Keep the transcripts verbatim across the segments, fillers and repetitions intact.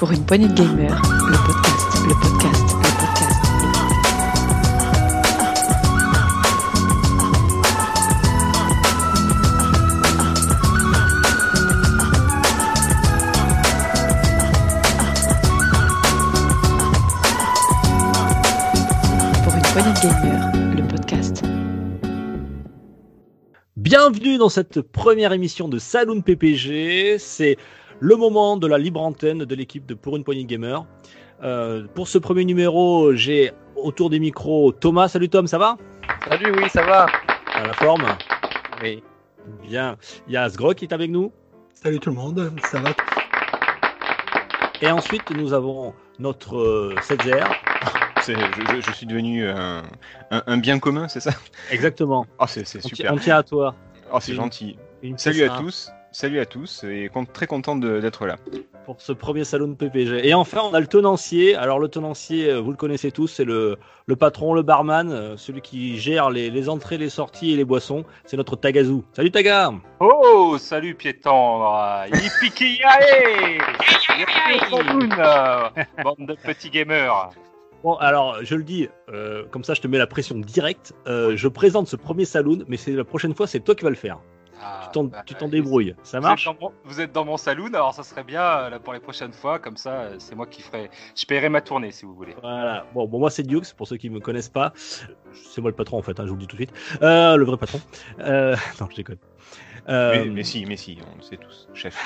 Pour une poignée de gamers, le podcast, le podcast, le podcast. Pour une poignée de gamers, le podcast. Bienvenue dans cette première émission de Saloon P P G. C'est le moment de la libre antenne de l'équipe de Pour une poignée de gamers. Euh, pour ce premier numéro, j'ai autour des micros Thomas. Salut Tom, ça va ? Salut, oui, ça va. À la forme ? Oui. Bien. Il y a Sgrog qui est avec nous. Salut tout le monde, ça va ? Et ensuite, nous avons notre euh, Setzer. C'est, je, je suis devenu un, un, un bien commun, c'est ça ? Exactement. Oh, c'est, c'est On, super. on tient à toi. Oh, c'est Une- gentil. Une Salut pièce à à- tous. Salut à tous et con- très content de- d'être là. Pour ce premier Saloon P P G. Et enfin, on a le tenancier. Alors, le tenancier, euh, vous le connaissez tous, c'est le, le patron, le barman, euh, celui qui gère les, les entrées, les sorties et les boissons. C'est notre Tagazu. Salut Taga. Oh, salut piétons. Yippee-ki-yay. Yippee au Saloon, euh, bande de petits gamers. Bon, alors, je le dis, euh, comme ça, je te mets la pression directe. Euh, je présente ce premier Saloon, mais c'est la prochaine fois, c'est toi qui vas le faire. Ah, tu t'en, bah, tu t'en débrouilles. Ça vous marche ? êtes, dans mon, vous êtes dans mon saloon, alors ça serait bien euh, là, pour les prochaines fois, comme ça, euh, c'est moi qui ferai. Je paierai ma tournée si vous voulez. Voilà. Bon, bon, moi, c'est Dukes, pour ceux qui me connaissent pas. C'est moi le patron, en fait, hein, je vous le dis tout de suite. Euh, le vrai patron. Euh, non, je déconne. Euh, Mais, mais si, mais si, on le sait tous, chef.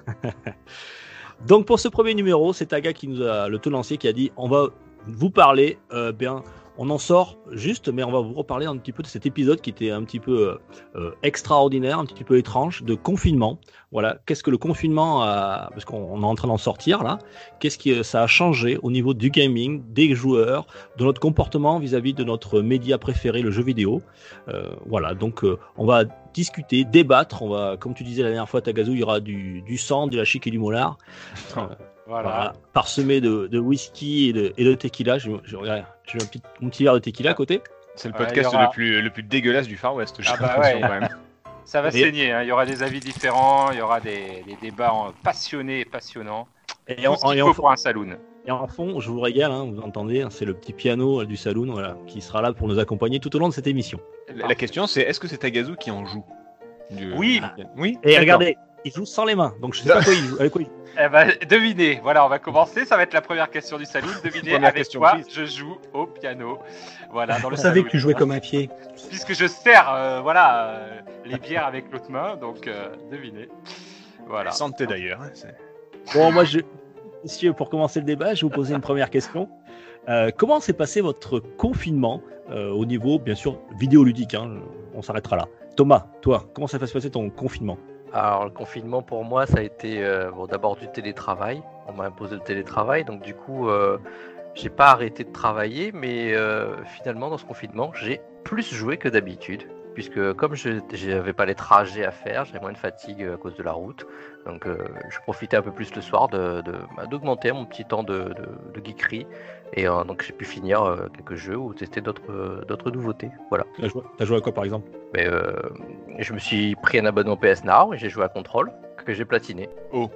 Donc pour ce premier numéro, c'est Taga qui nous a, le tenancier qui a dit on va vous parler, euh, bien, on en sort juste, mais on va vous reparler un petit peu de cet épisode qui était un petit peu euh, extraordinaire, un petit peu étrange, de confinement. Voilà, qu'est-ce que le confinement a, parce qu'on on est en train d'en sortir là, qu'est-ce que ça a changé au niveau du gaming, des joueurs, de notre comportement vis-à-vis de notre média préféré, le jeu vidéo. Euh, voilà, donc euh, on va discuter, débattre, on va, comme tu disais la dernière fois Tagazu, il y aura du, du sang, de la chic et du molar. Euh, Voilà. voilà, parsemé de, de whisky et de, et de tequila. J'ai j'ai- regarde, j'ai un petit, mon petit verre de tequila à côté. C'est le Ouais, podcast il y aura- le, plus, le plus dégueulasse du Far West, j'ai Ah bah l'impression ouais. quand même. Ça va Et- saigner, hein. Il y aura des avis différents, il y aura des, des débats en- passionnés et passionnants. Et Tout en, ce qu'il et faut en, pour un saloon. et en fond, je vous régale, hein, vous entendez, hein, c'est le petit piano euh, du saloon, voilà, qui sera là pour nous accompagner tout au long de cette émission. La, la question c'est est-ce que c'est Tagazu qui en joue Du- Oui. Oui. Et D'accord. regardez, il joue sans les mains, donc je sais pas quoi il joue. Avec quoi il joue. Eh ben, devinez, voilà, on va commencer. Ça va être la première question du saloon. Devinez Première avec question quoi prise. je joue au piano. Voilà, dans le Je savais saloon. que tu jouais comme un pied. Puisque je sers, euh, voilà, euh, les bières avec l'autre main, donc euh, devinez. Voilà. Santé d'ailleurs. hein, c'est- Bon, moi, je, messieurs, pour commencer le débat, je vais vous poser une première question. Euh, comment s'est passé votre confinement euh, au niveau, bien sûr, vidéoludique, hein, on s'arrêtera là. Thomas, toi, comment ça va se passer ton confinement ? Alors le confinement pour moi ça a été euh, bon, d'abord du télétravail, on m'a imposé le télétravail donc du coup euh, j'ai pas arrêté de travailler mais euh, finalement dans ce confinement j'ai plus joué que d'habitude puisque comme je n'avais pas les trajets à faire, j'avais moins de fatigue à cause de la route donc euh, je profitais un peu plus le soir de, de, bah, d'augmenter mon petit temps de, de, de geekerie et euh, donc j'ai pu finir euh, quelques jeux ou tester d'autres, euh, d'autres nouveautés, voilà. T'as joué, t'as joué à quoi, par exemple ? Mais euh, je me suis pris un abonnement P S Now et j'ai joué à Control que j'ai platiné. Oh,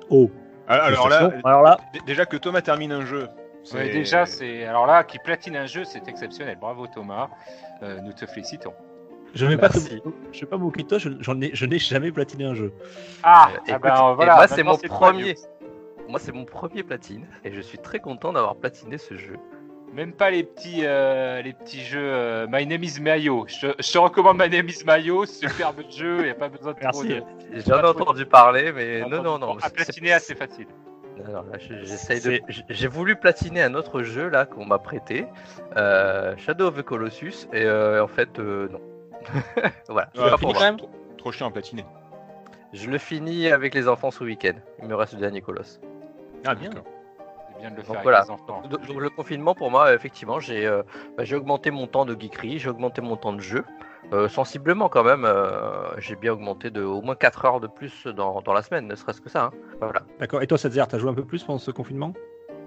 Alors là, félicitations. Alors là, d- déjà que Thomas termine un jeu. c'est- Ouais, déjà, c'est. Alors là, qui platine un jeu, c'est exceptionnel. Bravo Thomas. Euh, nous te félicitons. je vais pas, te, Merci. je vais pas moquer de toi, je, j'en ai, je n'ai jamais platiné un jeu. Ah, Euh, ah écoute, ben, et voilà. moi c'est maintenant, mon toi, premier. Dukes. Moi c'est mon premier platine et je suis très content d'avoir platiné ce jeu. Même pas les petits, euh, les petits jeux euh, My Name is Mayo. Je, je te recommande My Name is Mayo. Superbe jeu. Il n'y a pas besoin de trop Merci. de. J'en ai entendu parler mais non non non. À c'est- platiner, assez facile. Non, non, là, je- j'essaye C'est- de... j- J'ai voulu platiner un autre jeu là qu'on m'a prêté, euh, Shadow of the Colossus et euh, en fait euh, non. Voilà. c'est Ouais, pas trop, pour quand moi. même trop- trop chiant à platiner. Je le finis avec les enfants ce week-end. Il me reste le dernier colosse. Ah, bien. D'accord. C'est bien de le Donc faire avec voilà. les enfants. Donc, donc le confinement pour moi effectivement j'ai euh, bah, j'ai augmenté mon temps de geekerie, j'ai augmenté mon temps de jeu euh, sensiblement quand même. euh, j'ai bien augmenté de au moins quatre heures de plus dans, dans la semaine, ne serait-ce que ça. Hein. Voilà. D'accord. Et toi, Setzer, t'as joué un peu plus pendant ce confinement ?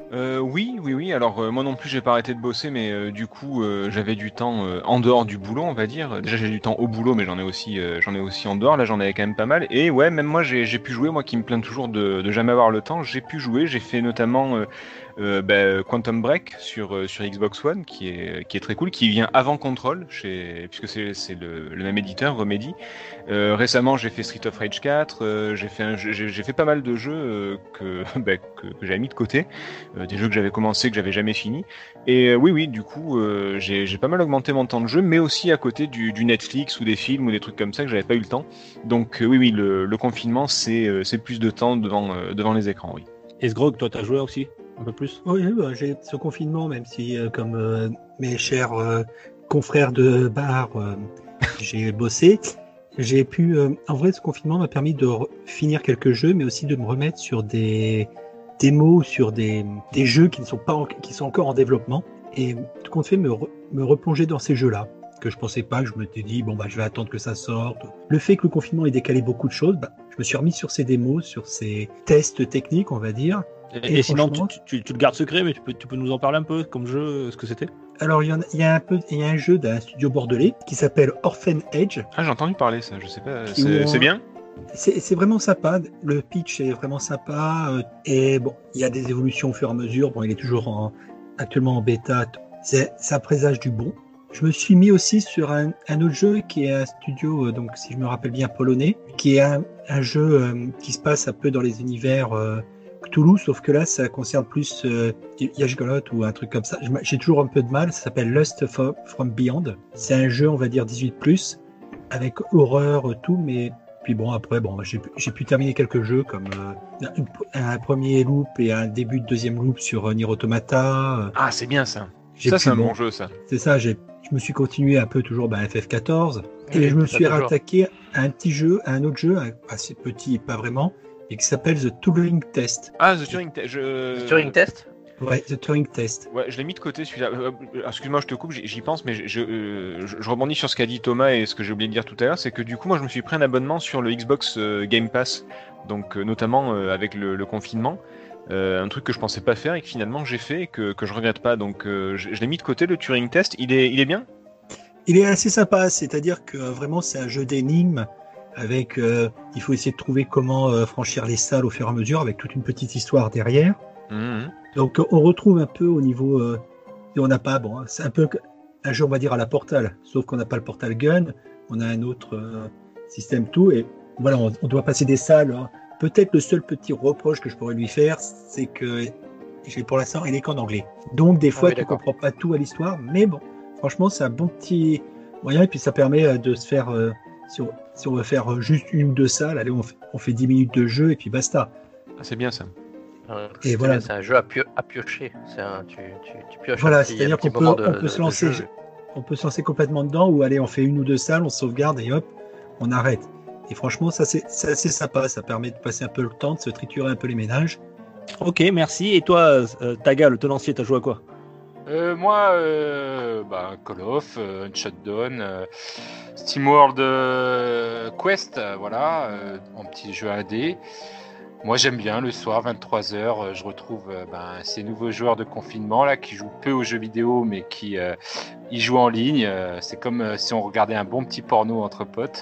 Euh, oui, oui, oui. Alors euh, moi non plus, j'ai pas arrêté de bosser, mais euh, du coup, euh, j'avais du temps euh, en dehors du boulot, on va dire. Déjà, j'ai du temps au boulot, mais j'en ai aussi, euh, j'en ai aussi en dehors. Là, j'en avais quand même pas mal. Et ouais, même moi, j'ai, j'ai pu jouer. Moi, qui me plains toujours de, de jamais avoir le temps, j'ai pu jouer. J'ai fait notamment euh, euh, bah, Quantum Break sur euh, sur Xbox One, qui est qui est très cool, qui vient avant Control, chez puisque c'est c'est le, le même éditeur, Remedy. Euh, récemment, j'ai fait Street of Rage quatre. Euh, j'ai fait un jeu- j'ai, j'ai fait pas mal de jeux euh, que, bah, que que j'avais mis de côté. Euh, des jeux que j'avais commencé que j'avais jamais fini et euh, oui oui du coup euh, j'ai, j'ai pas mal augmenté mon temps de jeu, mais aussi à côté du, du Netflix ou des films ou des trucs comme ça que j'avais pas eu le temps, donc euh, oui oui le, le confinement c'est, euh, c'est plus de temps devant, euh, devant les écrans, oui. Et Sgrog, toi, t'as joué aussi un peu plus? Oui, bah, j'ai ce confinement, même si, euh, comme euh, mes chers euh, confrères de bar, euh, j'ai bossé, j'ai pu. Euh, en vrai, ce confinement m'a permis de re- finir quelques jeux, mais aussi de me remettre sur des démos, sur des, des jeux qui ne sont pas, en- qui sont encore en développement, et tout compte fait, me, re- me replonger dans ces jeux-là que je pensais pas, que je m'étais dit bon bah je vais attendre que ça sorte. Le fait que le confinement ait décalé beaucoup de choses, bah, je me suis remis sur ces démos, sur ces tests techniques, on va dire. Et, Et et sinon, tu, franchement- tu- tu- tu le gardes secret, mais tu peux, tu peux nous en parler un peu comme jeu, ce que c'était? Alors, il y, en a, il y a un peu, il y a un jeu d'un studio bordelais qui s'appelle Orphan Edge. Ah, j'ai entendu parler ça, je sais pas, Qui c'est, ont- c'est bien. C'est, c'est vraiment sympa. Le pitch est vraiment sympa. euh, Et bon, il y a des évolutions au fur et à mesure. Bon, il est toujours en, actuellement en bêta. C'est, ça présage du bon. Je me suis mis aussi sur un, un autre jeu qui est un studio, euh, donc si je me rappelle bien, polonais, qui est un, un jeu euh, qui se passe un peu dans les univers euh, Cthulhu, sauf que là, ça concerne plus euh, Yashgoloth ou un truc comme ça. Je m'a- J'ai toujours un peu de mal. Ça s'appelle Lust for- from Beyond. C'est un jeu, on va dire dix-huit plus, avec horreur, euh, tout, mais puis bon, après, bon, j'ai, pu- j'ai pu terminer quelques jeux comme euh, un, un premier loop et un début de deuxième loop sur euh, Nier Automata. euh, Ah, c'est bien ça. J'ai Ça pu, c'est un bon, bon jeu ça. c'est ça, j'ai, je me suis continué un peu toujours bah, F F quatorze et Oui, je me ça suis toujours. rattaqué à un petit jeu, à un autre jeu, un- assez petit et pas vraiment, et qui s'appelle The Turing Test. Ah, The Turing Test. Je... Turing Test. Ouais, The Turing Test. Ouais, je l'ai mis de côté celui-là. Euh, euh, excuse-moi, je te coupe, j'y j'y pense, mais je, je, euh, je- je rebondis sur ce qu'a dit Thomas et ce que j'ai oublié de dire tout à l'heure, c'est que du coup, moi, je me suis pris un abonnement sur le Xbox euh, Game Pass, donc euh, notamment euh, avec le, le confinement, euh, un truc que je pensais pas faire et que finalement j'ai fait et que, que je regrette pas. Donc, euh, je, je l'ai mis de côté le Turing Test. Il est, il est bien. Il est assez sympa, c'est-à-dire que euh, vraiment c'est un jeu d'énigmes avec, euh, il faut essayer de trouver comment euh, franchir les salles au fur et à mesure avec toute une petite histoire derrière. Mhm. Donc on retrouve un peu au niveau, euh, et on n'a pas, bon, c'est un peu un jeu on va dire à la Portal, sauf qu'on n'a pas le Portal Gun, on a un autre euh, système tout, et voilà, on, on doit passer des salles. Hein. Peut-être le seul petit reproche que je pourrais lui faire, c'est que j'ai pour l'instant il est qu'en anglais. Donc des fois oui, tu d'accord. comprends pas tout à l'histoire, mais bon, franchement c'est un bon petit moyen, et puis ça permet euh, de se faire, euh, si, on, si on veut faire euh, juste une ou deux salles, allez on fait, on fait dix minutes de jeu et puis basta. Ah, c'est bien ça. Euh, Et c'est voilà. bien, c'est un jeu à, pio- à piocher. C'est un, tu, tu, tu pioches Voilà, un petit, c'est-à-dire un petit qu'on peut, moment de, on peut de- se de lancer, jeu. on peut se lancer complètement dedans, ou aller on fait une ou deux salles, on sauvegarde et hop, on arrête. Et franchement, ça c'est c'est assez sympa, ça permet de passer un peu le temps, de se triturer un peu les ménages. Ok, merci. Et toi, euh, Taga, le tenancier, t'as joué à quoi? Euh, moi, euh, bah, Call of, euh, Shutdown, euh, SteamWorld euh, Quest, euh, voilà, euh, en petit jeu A D. Moi, j'aime bien le soir, vingt-trois heures, euh, je retrouve euh, ben, ces nouveaux joueurs de confinement là qui jouent peu aux jeux vidéo, mais qui euh, y jouent en ligne. Euh, c'est comme euh, si on regardait un bon petit porno entre potes.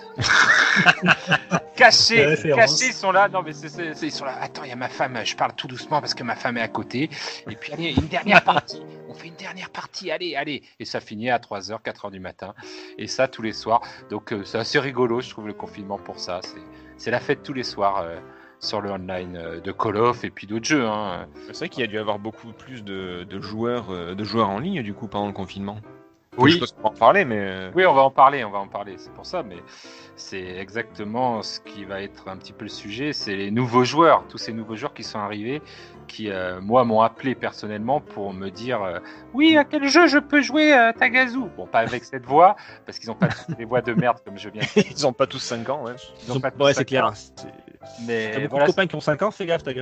La Cachés, référence. cachés, ils sont là. Non, mais c'est, c'est, c'est- ils sont là. Attends, il y a ma femme. Je parle tout doucement parce que ma femme est à côté. Et puis allez, une dernière partie. On fait une dernière partie. Allez, allez. Et ça finit à trois heures, quatre heures du matin. Et ça tous les soirs. Donc euh, c'est assez rigolo, je trouve, le confinement pour ça. C'est, c'est la fête tous les soirs euh, sur le online euh, de Call of et puis d'autres jeux. Hein. C'est vrai qu'il y a dû avoir beaucoup plus de, de joueurs, euh, de joueurs en ligne du coup pendant le confinement. Oui. Je pense qu'on va en parler, mais euh, Oui, on va en parler, on va en parler, c'est pour ça, mais c'est exactement ce qui va être un petit peu le sujet, c'est les nouveaux joueurs, tous ces nouveaux joueurs qui sont arrivés, qui, euh, moi, m'ont appelé personnellement pour me dire euh, oui, à quel jeu je peux jouer à Tagazu? Bon, pas avec cette voix, parce qu'ils n'ont pas toutes des voix de merde, comme je viens de dire. ils ont pas tous cinq ans, ouais. Ils ont pas tous Ouais, cinq c'est clair. ans, C'est- Mais T'as beaucoup voilà, de copains qui ont cinq ans, fais gaffe, Taga.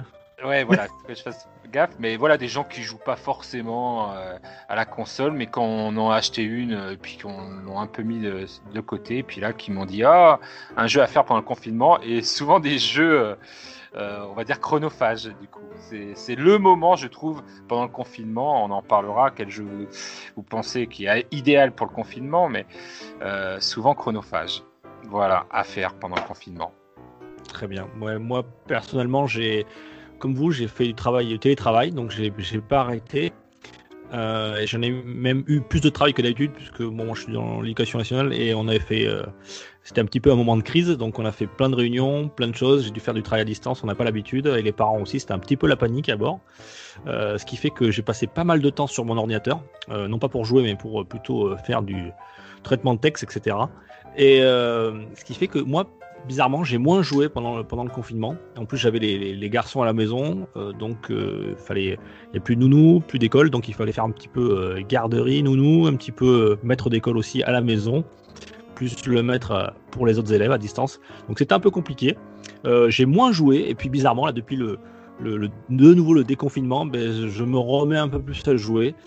Ouais, voilà, faut que je fasse gaffe. Mais voilà, des gens qui jouent pas forcément euh, à la console, mais quand on en a acheté une, euh, puis qu'on l'ont un peu mis de, de côté, puis là, qui m'ont dit ah, un jeu à faire pendant le confinement, et souvent des jeux, euh, euh, on va dire chronophages. Du coup, c'est, c'est le moment, je trouve, pendant le confinement. On en parlera. Quel jeu vous, vous pensez qui est idéal pour le confinement, mais euh, souvent chronophage. Voilà, à faire pendant le confinement. Très bien. Ouais, moi, personnellement, j'ai, comme vous, j'ai fait du travail, du télétravail, donc j'ai, j'ai pas arrêté. Euh, et j'en ai même eu plus de travail que d'habitude, puisque bon, moi, je suis dans l'éducation nationale et on avait fait. Euh, c'était un petit peu un moment de crise, donc on a fait plein de réunions, plein de choses. J'ai dû faire du travail à distance, on n'a pas l'habitude, et les parents aussi, c'était un petit peu la panique à bord. Euh, ce qui fait que j'ai passé pas mal de temps sur mon ordinateur, euh, non pas pour jouer, mais pour euh, plutôt euh, faire du traitement de texte, et cetera. Et euh, ce qui fait que moi, bizarrement, j'ai moins joué pendant le, pendant le confinement. En plus, j'avais les, les, les garçons à la maison, euh, donc euh, fallait, il n'y a plus de nounou, plus d'école, donc il fallait faire un petit peu euh, garderie, nounou, un petit peu euh, maître d'école aussi à la maison, plus le maître euh, pour les autres élèves à distance. Donc c'était un peu compliqué. Euh, j'ai moins joué, et puis bizarrement, là, depuis le, le, le de nouveau le déconfinement, ben, je me remets un peu plus à jouer.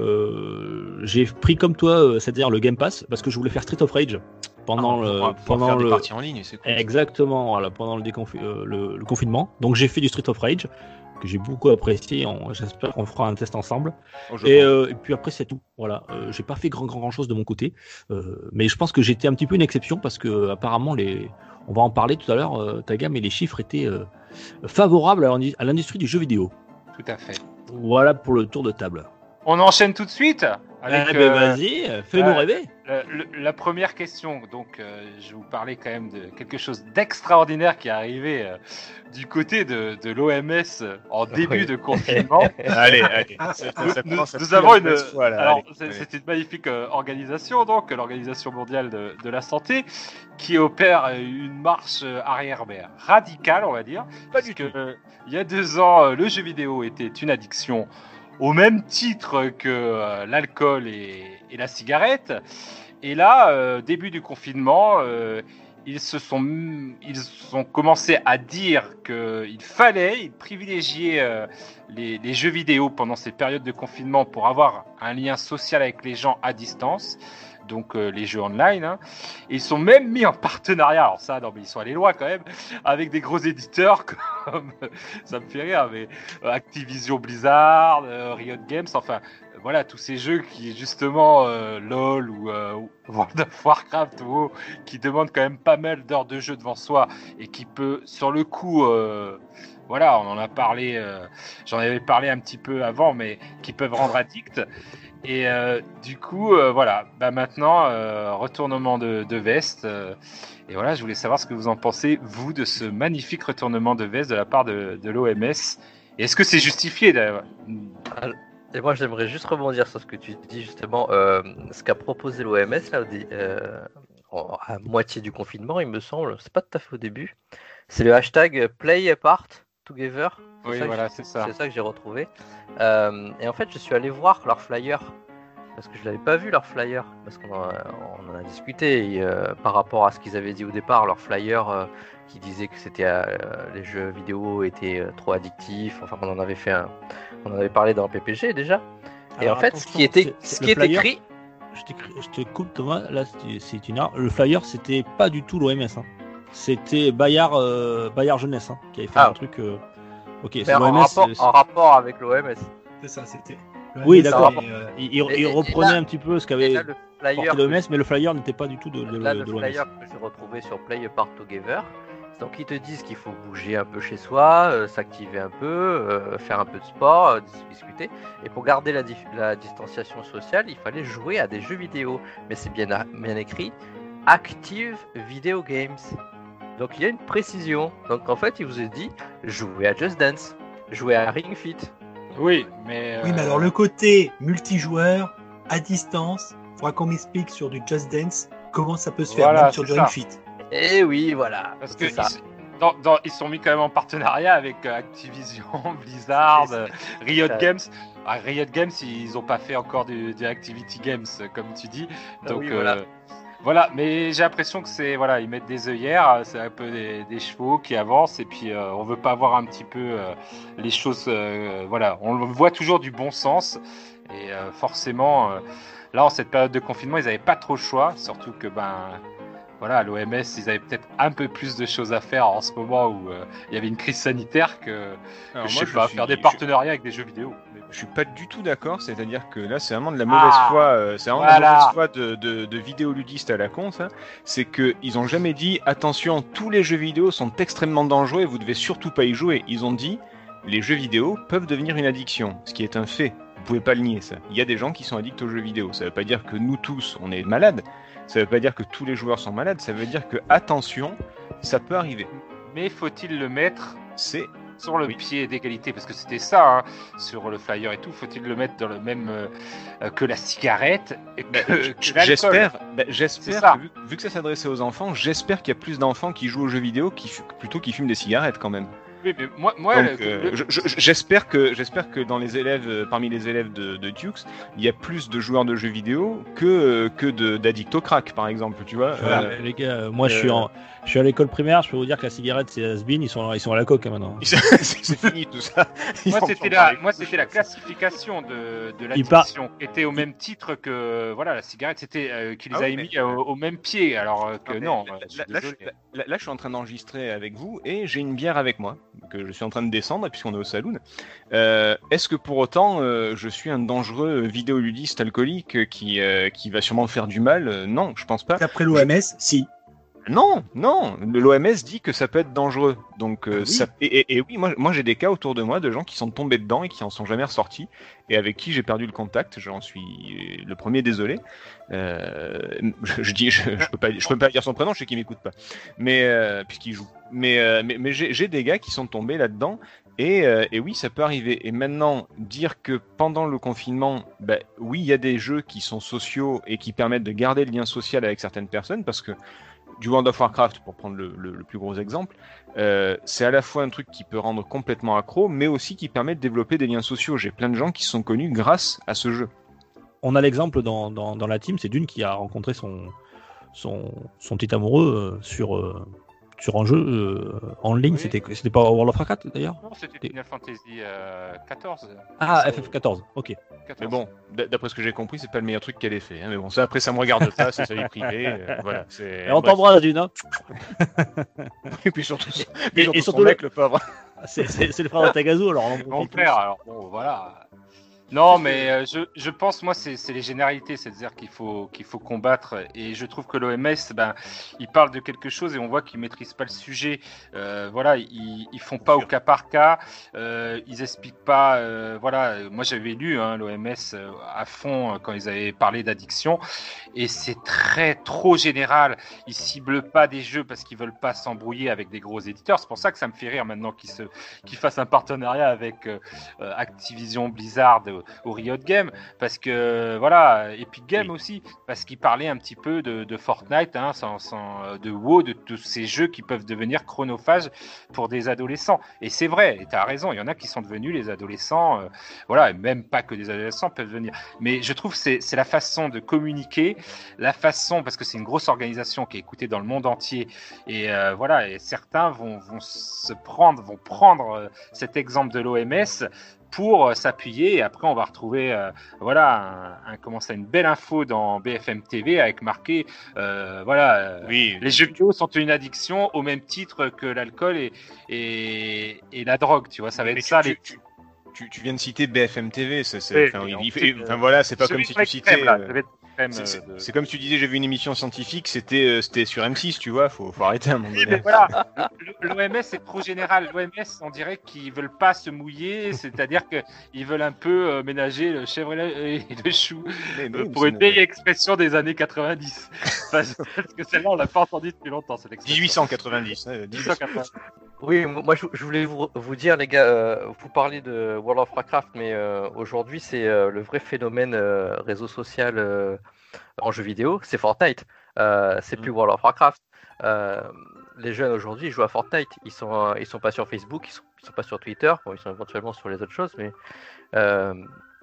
Euh, j'ai pris comme toi, euh, c'est-à-dire le Game Pass, parce que je voulais faire Street of Rage. Pendant ah, le, pour, pour pendant faire le, des parties en ligne, c'est cool. Exactement, voilà, pendant le, déconfi- euh, le, le confinement. Donc j'ai fait du Street of Rage que j'ai beaucoup apprécié. On, j'espère qu'on fera un test ensemble. Oh, et, euh, et puis après c'est tout. Voilà, euh, j'ai pas fait grand grand, grand chose de mon côté, euh, mais je pense que j'étais un petit peu une exception parce que apparemment les, on va en parler tout à l'heure, euh, Taga, mais les chiffres étaient euh, favorables à, à l'industrie du jeu vidéo. Tout à fait. Voilà pour le tour de table. On enchaîne tout de suite avec, eh ben, euh, vas-y, fais-nous euh, rêver. La, la, la première question, donc euh, je vais vous parler quand même de quelque chose d'extraordinaire qui est arrivé euh, du côté de, de l'O M S en début oui. de confinement. allez, allez. Ça, ça nous, prend, ça nous avons une, fois, là, alors, c'est, c'est une magnifique euh, organisation, donc l'Organisation mondiale de, de la santé, qui opère une marche arrière mais radicale, on va dire. Pas du tout. Euh, il y a deux ans, le jeu vidéo était une addiction. Au même titre que euh, l'alcool et, et la cigarette. Et là, euh, début du confinement, euh, ils se sont, ils ont commencé à dire qu'il fallait, ils privilégiaient euh, les, les jeux vidéo pendant ces périodes de confinement pour avoir un lien social avec les gens à distance. Donc euh, les jeux online, hein. Et ils sont même mis en partenariat, alors ça, non mais ils sont allés loin quand même, avec des gros éditeurs comme, ça me fait rire, mais euh, Activision Blizzard, euh, Riot Games, enfin euh, voilà, tous ces jeux qui justement, euh, LOL ou euh, World of Warcraft, ou, qui demandent quand même pas mal d'heures de jeu devant soi et qui peut, sur le coup... Euh, voilà, on en a parlé, euh, j'en avais parlé un petit peu avant, mais qui peuvent rendre addict. Et euh, du coup, euh, voilà, bah maintenant, euh, retournement de, de veste. Euh, et voilà, je voulais savoir ce que vous en pensez, vous, de ce magnifique retournement de veste de la part de, de l'O M S. Et est-ce que c'est justifié d'ailleurs ? Et moi, j'aimerais juste rebondir sur ce que tu dis, justement. Euh, ce qu'a proposé l'O M S, là, euh, à moitié du confinement, il me semble, c'est pas tout à fait au début, c'est le hashtag Play Apart Together. C'est oui, voilà, c'est ça. C'est ça que j'ai retrouvé. Euh, et en fait, je suis allé voir leur flyer parce que je l'avais pas vu leur flyer parce qu'on en a, on en a discuté et, euh, par rapport à ce qu'ils avaient dit au départ, leur flyer euh, qui disait que c'était euh, les jeux vidéo étaient euh, trop addictifs. Enfin, on en avait fait un, on en avait parlé dans P P G déjà. Et alors, en fait, attention, ce qui était, c'est, c'est ce qui est flyer, écrit. Je, je te coupe Thomas. Là, c'est, c'est une le flyer, c'était pas du tout l'O M S. Hein. C'était Bayard, euh, Bayard Jeunesse hein, qui avait fait ah. un truc. Euh... Ok, c'est l'O M S. En rapport, en rapport avec l'O M S. C'est ça, c'était. Oui, d'accord. Et, euh, il, il, il reprenait là, un petit peu ce qu'avait là, le flyer l'O M S, mais le flyer n'était pas du tout de, de, là, de, le de l'O M S. Le flyer que j'ai retrouvé sur Play Apart Together, donc ils te disent qu'il faut bouger un peu chez soi, euh, s'activer un peu, euh, faire un peu de sport, euh, discuter. Et pour garder la, dif- la distanciation sociale, il fallait jouer à des jeux vidéo. Mais c'est bien, a- bien écrit Active Video Games. Donc il y a une précision. Donc en fait, il vous a dit jouer à Just Dance, jouer à Ring Fit. Oui, mais. Euh... Oui, mais alors le côté multijoueur, à distance, il faudra qu'on m'explique sur du Just Dance comment ça peut se faire, voilà, même sur du Ring Fit. Eh oui, voilà. Parce que ça. Ils, dans, dans, ils sont mis quand même en partenariat avec Activision, Blizzard, euh, Riot ça. Games. Ah, Riot Games, ils n'ont pas fait encore du, du Activity Games, comme tu dis. Donc, ah oui, voilà. euh, Voilà, mais j'ai l'impression que c'est voilà, ils mettent des œillères, c'est un peu des, des chevaux qui avancent et puis euh, on veut pas voir un petit peu euh, les choses. Euh, voilà, on voit toujours du bon sens et euh, forcément, euh, là en cette période de confinement, ils n'avaient pas trop le choix, surtout que ben voilà, à l'O M S, ils avaient peut-être un peu plus de choses à faire en ce moment où euh, il y avait une crise sanitaire que, que Alors je moi, sais je pas, suis- faire des je- partenariats avec des jeux vidéo. Mais bon. Je suis pas du tout d'accord, c'est-à-dire que là, c'est vraiment de la mauvaise Ah, foi, euh, c'est vraiment voilà. de la mauvaise foi de, de, de vidéoludistes à la con, ça. C'est que ils ont jamais dit attention, tous les jeux vidéo sont extrêmement dangereux et vous devez surtout pas y jouer. Ils ont dit les jeux vidéo peuvent devenir une addiction, ce qui est un fait. Vous pouvez pas le nier, ça. Il y a des gens qui sont addicts aux jeux vidéo. Ça veut pas dire que nous tous on est malades. Ça veut pas dire que tous les joueurs sont malades. Ça veut dire que attention, ça peut arriver. Mais faut-il le mettre C'est sur le Oui. pied d'égalité, parce que c'était ça, hein, sur le flyer et tout, faut-il le mettre dans le même euh, que la cigarette et que, que l'alcool. J'espère, bah, C'est j'espère ça. que vu, vu que ça s'adressait aux enfants, j'espère qu'il y a plus d'enfants qui jouent aux jeux vidéo qui, fu- plutôt qui fument des cigarettes quand même. Oui, mais moi, moi Donc, le- euh, le- je- je- j'espère que j'espère que dans les élèves, euh, parmi les élèves de, de Dukes, il y a plus de joueurs de jeux vidéo que euh, que de- d'addicts au crack, par exemple, tu vois. Voilà, Euh, mais les gars, euh, moi je euh, suis en, je suis à l'école primaire, je peux vous dire que la cigarette c'est has-been, ils sont, ils sont à la coque hein, maintenant. c'est c'est fini tout ça. Ils moi, vont c'était en la, parler. moi, c'était la classification de, de Il part- l'addiction, qui était au même titre que voilà la cigarette, c'était euh, qui les Ah a oui, mis mais- au, au même pied, alors euh, que Ah, mais non. là, euh, je suis là, là, je, désolé. là- là, je suis en train d'enregistrer avec vous et j'ai une bière avec moi que je suis en train de descendre puisqu'on est au saloon. Euh, Est-ce que pour autant euh, je suis un dangereux vidéoludiste alcoolique qui euh, qui va sûrement faire du mal? Euh, Non, je pense pas. D'après l'O M S, si. Non, non. L'O M S dit que ça peut être dangereux. Donc euh, Ah oui. ça et, et- et oui, moi, moi j'ai des cas autour de moi de gens qui sont tombés dedans et qui en sont jamais ressortis et avec qui j'ai perdu le contact. J'en suis le premier désolé. Euh, je, je dis, je, je peux pas, je peux pas dire son prénom, je sais qu'il m'écoute pas, mais euh, puisqu'il joue. Mais euh, mais, mais j'ai j'ai des gars qui sont tombés là-dedans. Et, euh, et oui, ça peut arriver. Et maintenant, dire que pendant le confinement, bah, oui, il y a des jeux qui sont sociaux et qui permettent de garder le lien social avec certaines personnes, parce que du World of Warcraft, pour prendre le, le- le plus gros exemple, euh, c'est à la fois un truc qui peut rendre complètement accro, mais aussi qui permet de développer des liens sociaux. J'ai plein de gens qui sont connus grâce à ce jeu. On a l'exemple dans, dans, dans la team, c'est Dune qui a rencontré son, son, son petit amoureux euh, sur, euh, sur un jeu euh, en ligne. Oui. C'était, c'était pas World of Warcraft d'ailleurs? Non, c'était Final Fantasy euh, quatorze. Ah, F F quatorze, ok. quatorze. Mais bon, d- d'après ce que j'ai compris, c'est pas le meilleur truc qu'elle ait fait. hein. Mais bon, ça après, ça me regarde pas, c'est sa vie privée. euh, voilà. C'est. Et on bref. t'embrasse Dune, hein. Et puis surtout, Et- puis et surtout surtout son le- mec, le pauvre. c'est, c'est, c'est le frère de Tagazu, alors on en Mon profite tous. frère, alors bon, voilà. Non, mais euh, je, je pense, moi, c'est c'est les généralités, c'est-à-dire qu'il faut, qu'il faut combattre. Et je trouve que l'O M S, ben, il parle de quelque chose et on voit qu'ils maîtrisent pas le sujet. Euh, voilà, ils, ils font pas au cas par cas, euh, ils expliquent pas. Euh, voilà, moi j'avais lu hein, l'O M S euh, à fond euh, quand ils avaient parlé d'addiction, et c'est très trop général. Ils ciblent pas des jeux parce qu'ils veulent pas s'embrouiller avec des gros éditeurs. C'est pour ça que ça me fait rire maintenant qu'ils se, qu'ils fassent un partenariat avec euh, euh, Activision Blizzard au, au Riot Game, parce que voilà, Epic Games aussi, parce qu'ils parlaient un petit peu de, de Fortnite, hein, sans, sans, de WoW, de tous ces jeux qui peuvent devenir chronophages pour des adolescents. Et c'est vrai, et tu as raison, il y en a qui sont devenus les adolescents, euh, voilà, et même pas que des adolescents peuvent devenir. Mais je trouve que c'est, c'est la façon de communiquer, la façon, parce que c'est une grosse organisation qui est écoutée dans le monde entier, et euh, voilà, et certains vont, vont se prendre, vont prendre euh, cet exemple de l'O M S pour euh, s'appuyer, et après on va retrouver euh, voilà un, un, comment ça, une belle info dans B F M T V avec marqué euh, voilà euh, Oui. les jeux vidéo sont une addiction au même titre que l'alcool et, et, et la drogue, tu vois, ça va être Mais ça tu, les... tu, tu, tu viens de citer B F M T V, c'est, c'est, Oui, enfin, mais il- en il fait, fait- euh, enfin, voilà, c'est pas je comme vais si être tu extrême, citais. là, euh, je vais être extrême, C'est, euh, c'est- de- c'est comme si tu disais j'ai vu une émission scientifique, c'était euh, c'était sur M six, tu vois, faut, faut arrêter à un moment Oui, donné. mais voilà, l'O M S est trop général. L'O M S, on dirait qu'ils veulent pas se mouiller, c'est-à-dire qu'ils veulent un peu euh, ménager le chèvre et le, et le chou, Mais- mais euh, oui, pour c'est une une- vieille expression des années quatre-vingt-dix. parce, parce que celle-là, on l'a pas entendue depuis longtemps, cette expression. dix-huit cent quatre-vingt-dix. hein, dix-huit cent quatre-vingt-dix. Oui, m- moi je, je voulais vous, vous dire, les gars, euh, vous parlez de World of Warcraft, mais euh, aujourd'hui c'est euh, le vrai phénomène euh, réseau social euh, en jeu vidéo, c'est Fortnite. Euh, c'est plus World of Warcraft. Euh, les jeunes aujourd'hui ils jouent à Fortnite, ils sont, euh, ils sont pas sur Facebook, ils sont, ils sont pas sur Twitter, bon, ils sont éventuellement sur les autres choses, mais euh,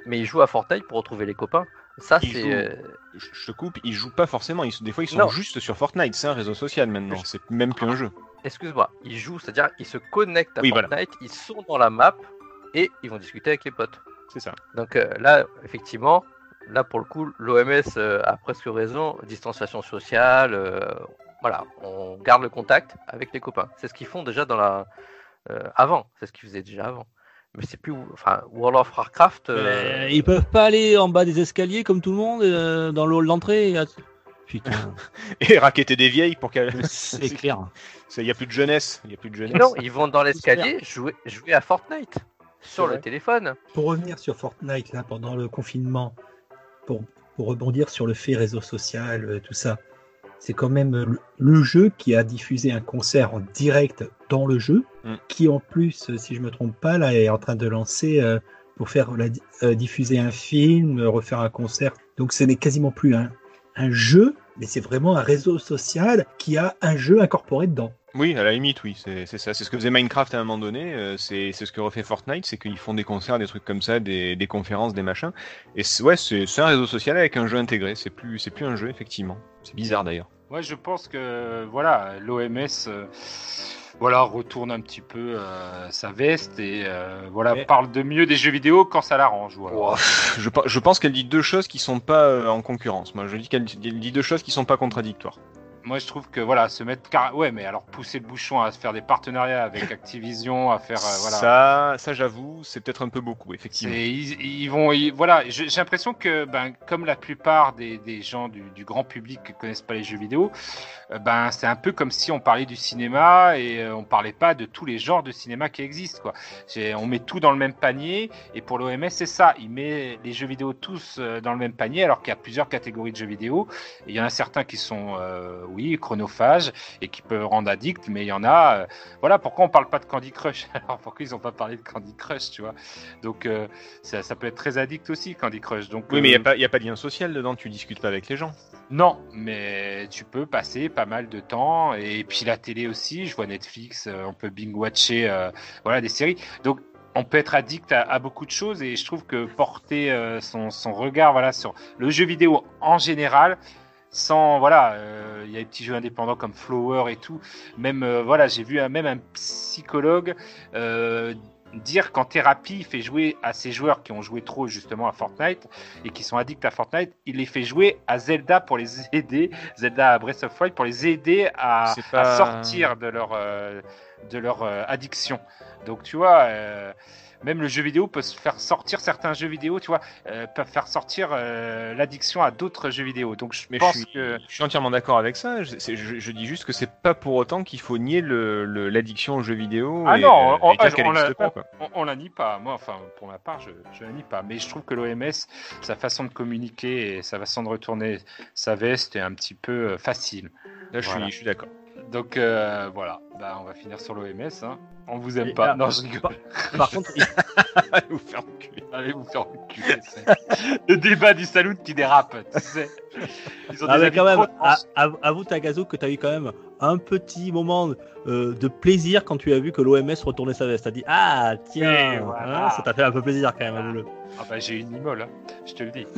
Mais ils jouent à Fortnite pour retrouver les copains. Ça, Ils c'est. jouent. euh, Je je te coupe, ils jouent pas forcément. Ils, des fois, ils sont Non. juste sur Fortnite. C'est un réseau social maintenant. Je- C'est même plus un jeu. Excuse-moi, ils jouent, c'est-à-dire ils se connectent à Oui, voilà. Fortnite, ils sont dans la map et ils vont discuter avec les potes. C'est ça. Donc euh, là, effectivement, là pour le coup, l'O M S euh, a presque raison, distanciation sociale, euh, voilà, on garde le contact avec les copains. C'est ce qu'ils font déjà dans la euh, avant, c'est ce qu'ils faisaient déjà avant. Mais c'est plus, enfin, World of Warcraft. euh, Euh, ils peuvent pas aller en bas des escaliers comme tout le monde euh, dans le hall d'entrée. et att- Putain, Et racketter des vieilles pour qu'elles. c'est clair. Il y a plus de jeunesse. Il y a plus de jeunesse. Non, ils vont dans l'escalier jouer, jouer à Fortnite sur vrai. le téléphone. Pour revenir sur Fortnite, là, pendant le confinement, pour, pour rebondir sur le fait réseau social, euh, tout ça, c'est quand même le, le jeu qui a diffusé un concert en direct dans le jeu, Mm. qui en plus, euh, si je me trompe pas, là, est en train de lancer euh, pour faire la, di- euh, diffuser un film, euh, refaire un concert. Donc ce n'est quasiment plus un, un jeu, mais c'est vraiment un réseau social qui a un jeu incorporé dedans. Oui, à la limite, oui, c'est c'est ça. C'est ce que faisait Minecraft à un moment donné. euh, c'est c'est ce que refait Fortnite, c'est qu'ils font des concerts, des trucs comme ça, des, des conférences, des machins. Et c'est- ouais, c'est c'est un réseau social avec un jeu intégré. C'est plus c'est plus un jeu effectivement. C'est bizarre d'ailleurs. Ouais, je pense que voilà, l'O M S euh, voilà, retourne un petit peu euh, sa veste et euh, voilà, Mais- parle de mieux des jeux vidéo quand ça l'arrange. Voilà. Je, pe- je pense qu'elle dit deux choses qui sont pas euh, en concurrence. Moi, je dis qu'elle elle dit deux choses qui sont pas contradictoires. Moi, je trouve que voilà, se mettre car... ouais, mais alors pousser le bouchon à se faire des partenariats avec Activision, à faire euh, voilà. Ça, ça j'avoue, c'est peut-être un peu beaucoup, effectivement. C'est- Ils, ils vont, ils- voilà. je- J'ai l'impression que, ben, comme la plupart des, des gens du, du grand public qui connaissent pas les jeux vidéo, euh, ben, c'est un peu comme si on parlait du cinéma et euh, on parlait pas de tous les genres de cinéma qui existent, quoi. C'est- On met tout dans le même panier et pour l'O M S, c'est ça. Il met les jeux vidéo tous euh, dans le même panier, alors qu'il y a plusieurs catégories de jeux vidéo. Et il y en a certains qui sont, euh, oui, chronophages et qui peuvent rendre addict, mais il y en a. euh, voilà, pourquoi on parle pas de Candy Crush? Alors pourquoi ils ont pas parlé de Candy Crush, tu vois? Donc euh, ça, ça peut être très addict aussi, Candy Crush. Donc, Oui, mais il euh, n'y a, pas- y a pas de lien social dedans, tu discutes pas avec les gens. non, mais tu peux passer pas mal de temps. Et puis la télé aussi, je vois Netflix, euh, on peut binge-watcher euh, voilà, des séries. Donc on peut être addict à, à beaucoup de choses et je trouve que porter euh, son, son regard voilà, sur le jeu vidéo en général, sans voilà, euh, il y a des petits jeux indépendants comme Flower et tout. Même euh, voilà, j'ai vu un, même un psychologue euh, dire qu'en thérapie, il fait jouer à ces joueurs qui ont joué trop justement à Fortnite et qui sont addicts à Fortnite, il les fait jouer à Zelda pour les aider, Zelda Breath of the Wild pour les aider à, C'est pas- à sortir de leur euh, de leur euh, addiction. Donc tu vois. Euh, même le jeu vidéo peut se faire sortir certains jeux vidéo, tu vois, euh, peuvent faire sortir euh, l'addiction à d'autres jeux vidéo. Donc je Mais pense je suis, que je suis entièrement d'accord avec ça. Je, c'est- je- je dis juste que c'est pas pour autant qu'il faut nier le- le- l'addiction aux jeux vidéo ah et, non, euh, on, et dire on- qu'elle on la, n'existe pas. on- Quoi. on- on la nie pas. Moi, enfin, pour ma part, je, je la nie pas. Mais je trouve que l'O M S, sa façon de communiquer et sa façon de retourner sa veste est un petit peu euh, facile. Là, je Voilà. suis, je suis d'accord. Donc euh, voilà, bah, on va finir sur l'O M S. Hein. On vous aime Et pas. là, Non, je rigole. Par, par contre, il- Allez vous faire enculer. Allez vous faire enculer. c'est- Le débat du salut qui dérape, tu sais. Ils ont ah, des mais avis quand même, trop à- tranchés. à- avoue Tagazo que tu as eu quand même un petit moment euh, de plaisir quand tu as vu que l'O M S retournait sa veste. Tu as dit ah tiens, Oui, voilà. hein, ça t'a fait un peu plaisir quand même. avoue-le. Ah bah j'ai une immole, hein. Je te le dis.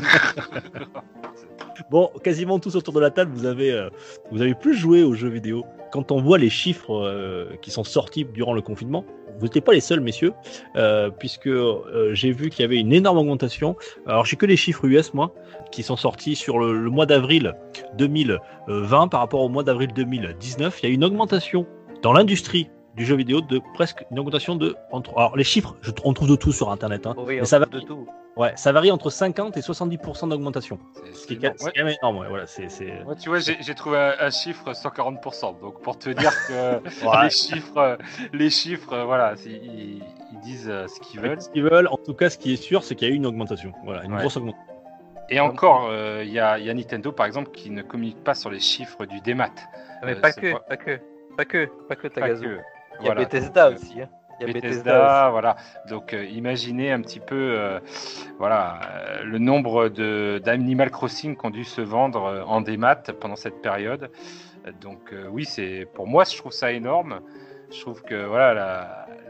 Bon, quasiment tous autour de la table, vous avez, euh, vous avez plus joué aux jeux vidéo. Quand on voit les chiffres euh, qui sont sortis durant le confinement, vous n'étiez pas les seuls, messieurs, euh, puisque euh, j'ai vu qu'il y avait une énorme augmentation. Alors, j'ai que les chiffres U S, moi, qui sont sortis sur le, le mois d'avril deux mille vingt par rapport au mois d'avril deux mille dix-neuf. Il y a une augmentation dans l'industrie du jeu vidéo de presque une augmentation de entre. Alors, les chiffres, je, on trouve de tout sur Internet, hein, Oui, mais on ça trouve varie, de tout. ouais, ça varie entre cinquante et soixante-dix pour cent d'augmentation. C'est- Ce qui est, c'est c'est quand même énorme, ouais, voilà, c'est, c'est... Moi, tu vois, j'ai j'ai trouvé un, un chiffre cent quarante pour cent. Donc, pour te dire que Ouais. les chiffres, euh, les chiffres, euh, voilà, c'est- ils, ils disent euh, ce qu'ils veulent. Ce qu'ils veulent, en tout cas, ce qui est sûr, c'est qu'il y a eu une augmentation. Voilà, une Ouais. grosse augmentation. Et encore, euh, il y, a, il y a Nintendo, par exemple, qui ne communique pas sur les chiffres du démat. Mais Euh, pas c'est que, pas- pas que, pas que, pas que Pas Tagazo. que. Il y a Voilà, Bethesda donc, euh, aussi. Hein. Il y a Bethesda, Bethesda aussi. voilà. Donc, euh, imaginez un petit peu, euh, voilà, euh, le nombre de d'Animal Crossing qui ont dû se vendre euh, en démat pendant cette période. Euh, Donc, euh, oui, c'est pour moi, je trouve ça énorme. Je trouve que voilà, la,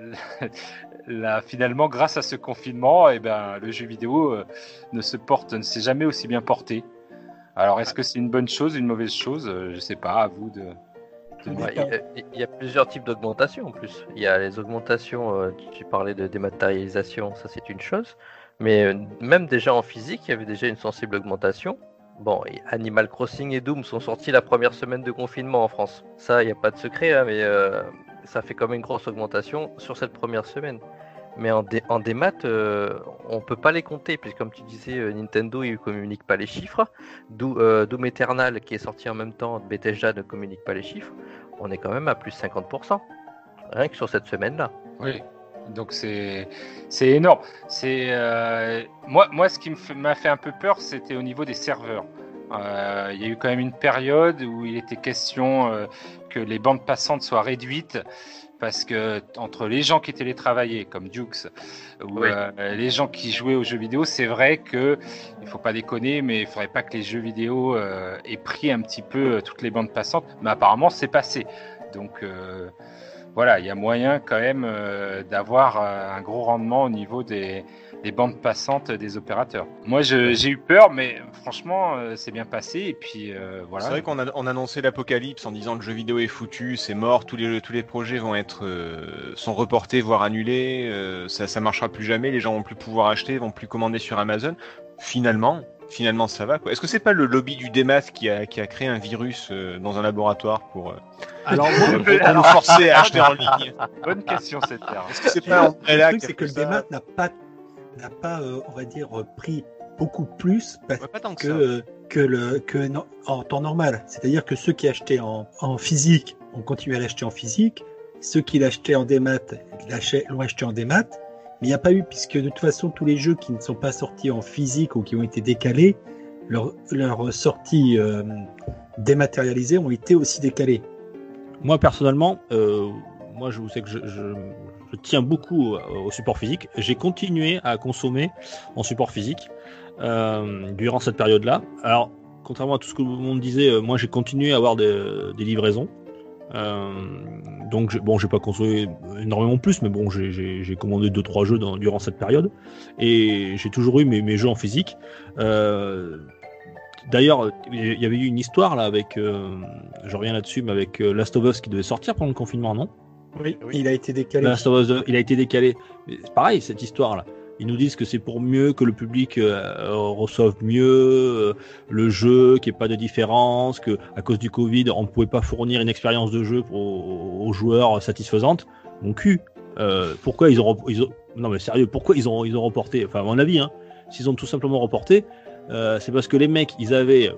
là, finalement, grâce à ce confinement, eh ben, le jeu vidéo euh, ne se porte, ne s'est jamais aussi bien porté. Alors, est-ce que c'est une bonne chose, une mauvaise chose? Je ne sais pas, à vous de. de Ouais, il, y a, il y a plusieurs types d'augmentations en plus. Il y a les augmentations, euh, tu, tu parlais de dématérialisation, ça c'est une chose. Mais euh, même déjà en physique, il y avait déjà une sensible augmentation. Bon, et Animal Crossing et Doom sont sortis la première semaine de confinement en France. Ça, il n'y a pas de secret, hein, mais euh, ça fait quand même une grosse augmentation sur cette première semaine. Mais en, dé- en démat, euh, on peut pas les compter, puisque comme tu disais, euh, Nintendo il communique pas les chiffres. Do- euh, Doom Eternal, qui est sorti en même temps, Bethesda ne communique pas les chiffres. On est quand même à plus cinquante pour cent, rien que sur cette semaine-là. Oui, donc c'est c'est énorme. C'est euh, moi moi ce qui me fait- m'a fait un peu peur, c'était au niveau des serveurs. Euh, Il y a eu quand même une période où il était question euh, que les bandes passantes soient réduites parce que entre les gens qui télétravaillaient comme Dukes ou Oui. euh, les gens qui jouaient aux jeux vidéo, c'est vrai que il faut pas déconner, mais il faudrait pas que les jeux vidéo euh, aient pris un petit peu euh, toutes les bandes passantes. Mais apparemment c'est passé. Donc euh, voilà, il y a moyen quand même euh, d'avoir euh, un gros rendement au niveau des, des bandes passantes des opérateurs. Moi, je- j'ai eu peur, mais franchement, euh, c'est bien passé. Et puis euh, voilà. C'est vrai qu'on a on annonçait l'apocalypse en disant le jeu vidéo est foutu, c'est mort, tous les tous les projets vont être euh, sont reportés voire annulés, euh, ça ça marchera plus jamais, les gens vont plus pouvoir acheter, vont plus commander sur Amazon. Finalement, finalement ça va quoi. Est-ce que c'est pas le lobby du démat qui a qui a créé un virus euh, dans un laboratoire pour euh, Alors, pour moi, nous alors- forcer à acheter en ligne? Bonne question, cette terre. Est-ce que c'est Le pas Umbrella truc, qui a c'est que fait le ça démat n'a pas, n'a pas euh, on va dire, euh, pris beaucoup plus parce Ouais, pas tant que que, ça. euh, que, le, que non- en temps normal. C'est-à-dire que ceux qui achetaient en, en physique ont continué à l'acheter en physique. Ceux qui l'achetaient en démat l'achè- l'ont acheté en démat. Mais il n'y a pas eu, puisque de toute façon, tous les jeux qui ne sont pas sortis en physique ou qui ont été décalés, leur, leur sortie euh, dématérialisée ont été aussi décalées. moi personnellement, euh, moi je vous sais que je, je, je tiens beaucoup au, au support physique. J'ai continué à consommer en support physique euh, durant cette période-là. Alors, contrairement à tout ce que le monde disait, euh, moi j'ai continué à avoir des, des livraisons. Euh, donc j'ai- bon, j'ai pas consommé énormément plus, mais bon, j'ai- j'ai j'ai commandé deux trois jeux dans, durant cette période, et j'ai toujours eu mes, mes jeux en physique. Euh, D'ailleurs, il y avait eu une histoire là avec, euh, je reviens là-dessus, mais avec euh, Last of Us qui devait sortir pendant le confinement, non? Oui, Oui. il a été décalé. Last of Us deux, il a été décalé. Mais c'est pareil, cette histoire-là. Ils nous disent que c'est pour mieux, que le public euh, reçoive mieux euh, le jeu, qu'il n'y ait pas de différence, que à cause du Covid, on ne pouvait pas fournir une expérience de jeu pour, aux, aux joueurs satisfaisante. Mon cul. Euh, pourquoi ils ont, ils ont, non mais sérieux, pourquoi ils ont, ils ont reporté? Enfin, à mon avis, hein, s'ils ont tout simplement reporté, euh, c'est parce que les mecs, ils avaient,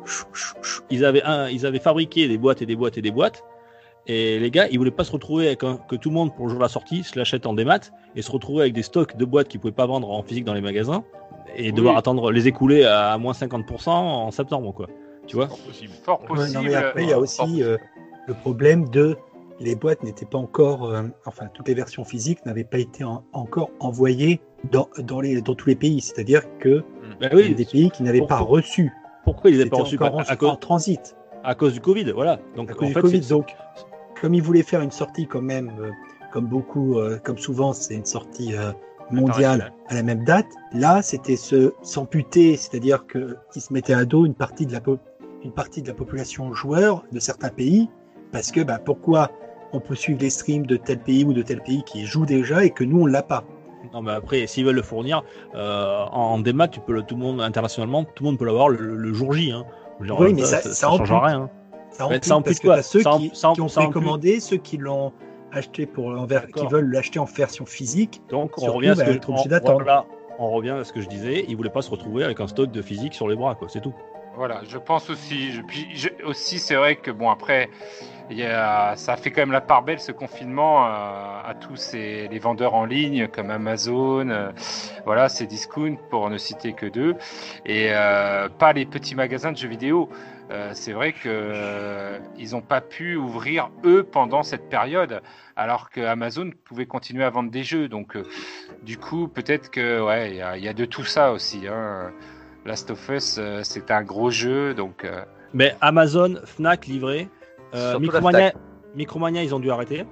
ils avaient, un, ils avaient fabriqué des boîtes et des boîtes et des boîtes. Et les gars, ils voulaient pas se retrouver avec un, que tout le monde, pour le jour de la sortie, se l'achète en démat et se retrouver avec des stocks de boîtes qu'ils pouvaient pas vendre en physique dans les magasins et Oui. devoir attendre les écouler à, à moins cinquante pour cent en septembre, quoi. Tu vois? Fort possible. Fort Ouais, possible. non, mais après, il y a Fort aussi possible. euh, le problème de les boîtes n'étaient pas encore, euh, enfin, toutes les versions physiques n'avaient pas été en- encore envoyées dans, dans, les, dans tous les pays. C'est-à-dire que Ben il y a des pays qui n'avaient Pour- pas pour- reçu. Pourquoi ils les avaient C'était pas reçus? encore à, en, à cause, en transit à cause du Covid, voilà. Donc à en cause du fait, Covid. c'est- Donc, comme ils voulaient faire une sortie quand même, euh, comme beaucoup, euh, comme souvent, c'est une sortie euh, mondiale à la même date. Là, c'était se s'amputer, c'est-à-dire que ils se mettaient à dos une partie de la po- une partie de la population joueur de certains pays, parce que bah, pourquoi on peut suivre les streams de tel pays ou de tel pays qui joue déjà et que nous on l'a pas. Non, mais après, s'ils veulent le fournir euh, en, en démat, tu peux le, tout le monde internationalement, tout le monde peut l'avoir le, le jour J. Hein. Genre, Oui, mais ça- ça change ampute. rien. Hein. Ça Mais ampute, ça ampute parce que quoi t'as ceux Ça qui, amp- ça qui ont amp- ça ampute. précommandé, ceux qui l'ont acheté pour en ver- qui D'accord. veulent l'acheter en version physique. Donc on Surtout, revient à ce bah, que être obligé on, d'attendre. voilà, on revient à ce que je disais. Ils voulaient pas se retrouver avec un stock de physique sur les bras, quoi. C'est tout. Voilà, je pense aussi. Je, puis je- aussi, c'est vrai que bon après, il y a, ça a fait quand même la part belle ce confinement à, à tous ces, les vendeurs en ligne comme Amazon, euh, voilà, ces discounts pour ne citer que deux, et euh, pas les petits magasins de jeux vidéo. Euh, c'est vrai que euh, ils n'ont pas pu ouvrir eux pendant cette période, alors que Amazon pouvait continuer à vendre des jeux. Donc, euh, du coup, peut-être que ouais, il y a, il y a de tout ça aussi. Hein. Last of Us, euh, c'est un gros jeu, donc. Euh... Mais Amazon, Fnac livré, euh, Surtout la Micromania, Fnac. Micromania, ils ont dû arrêter.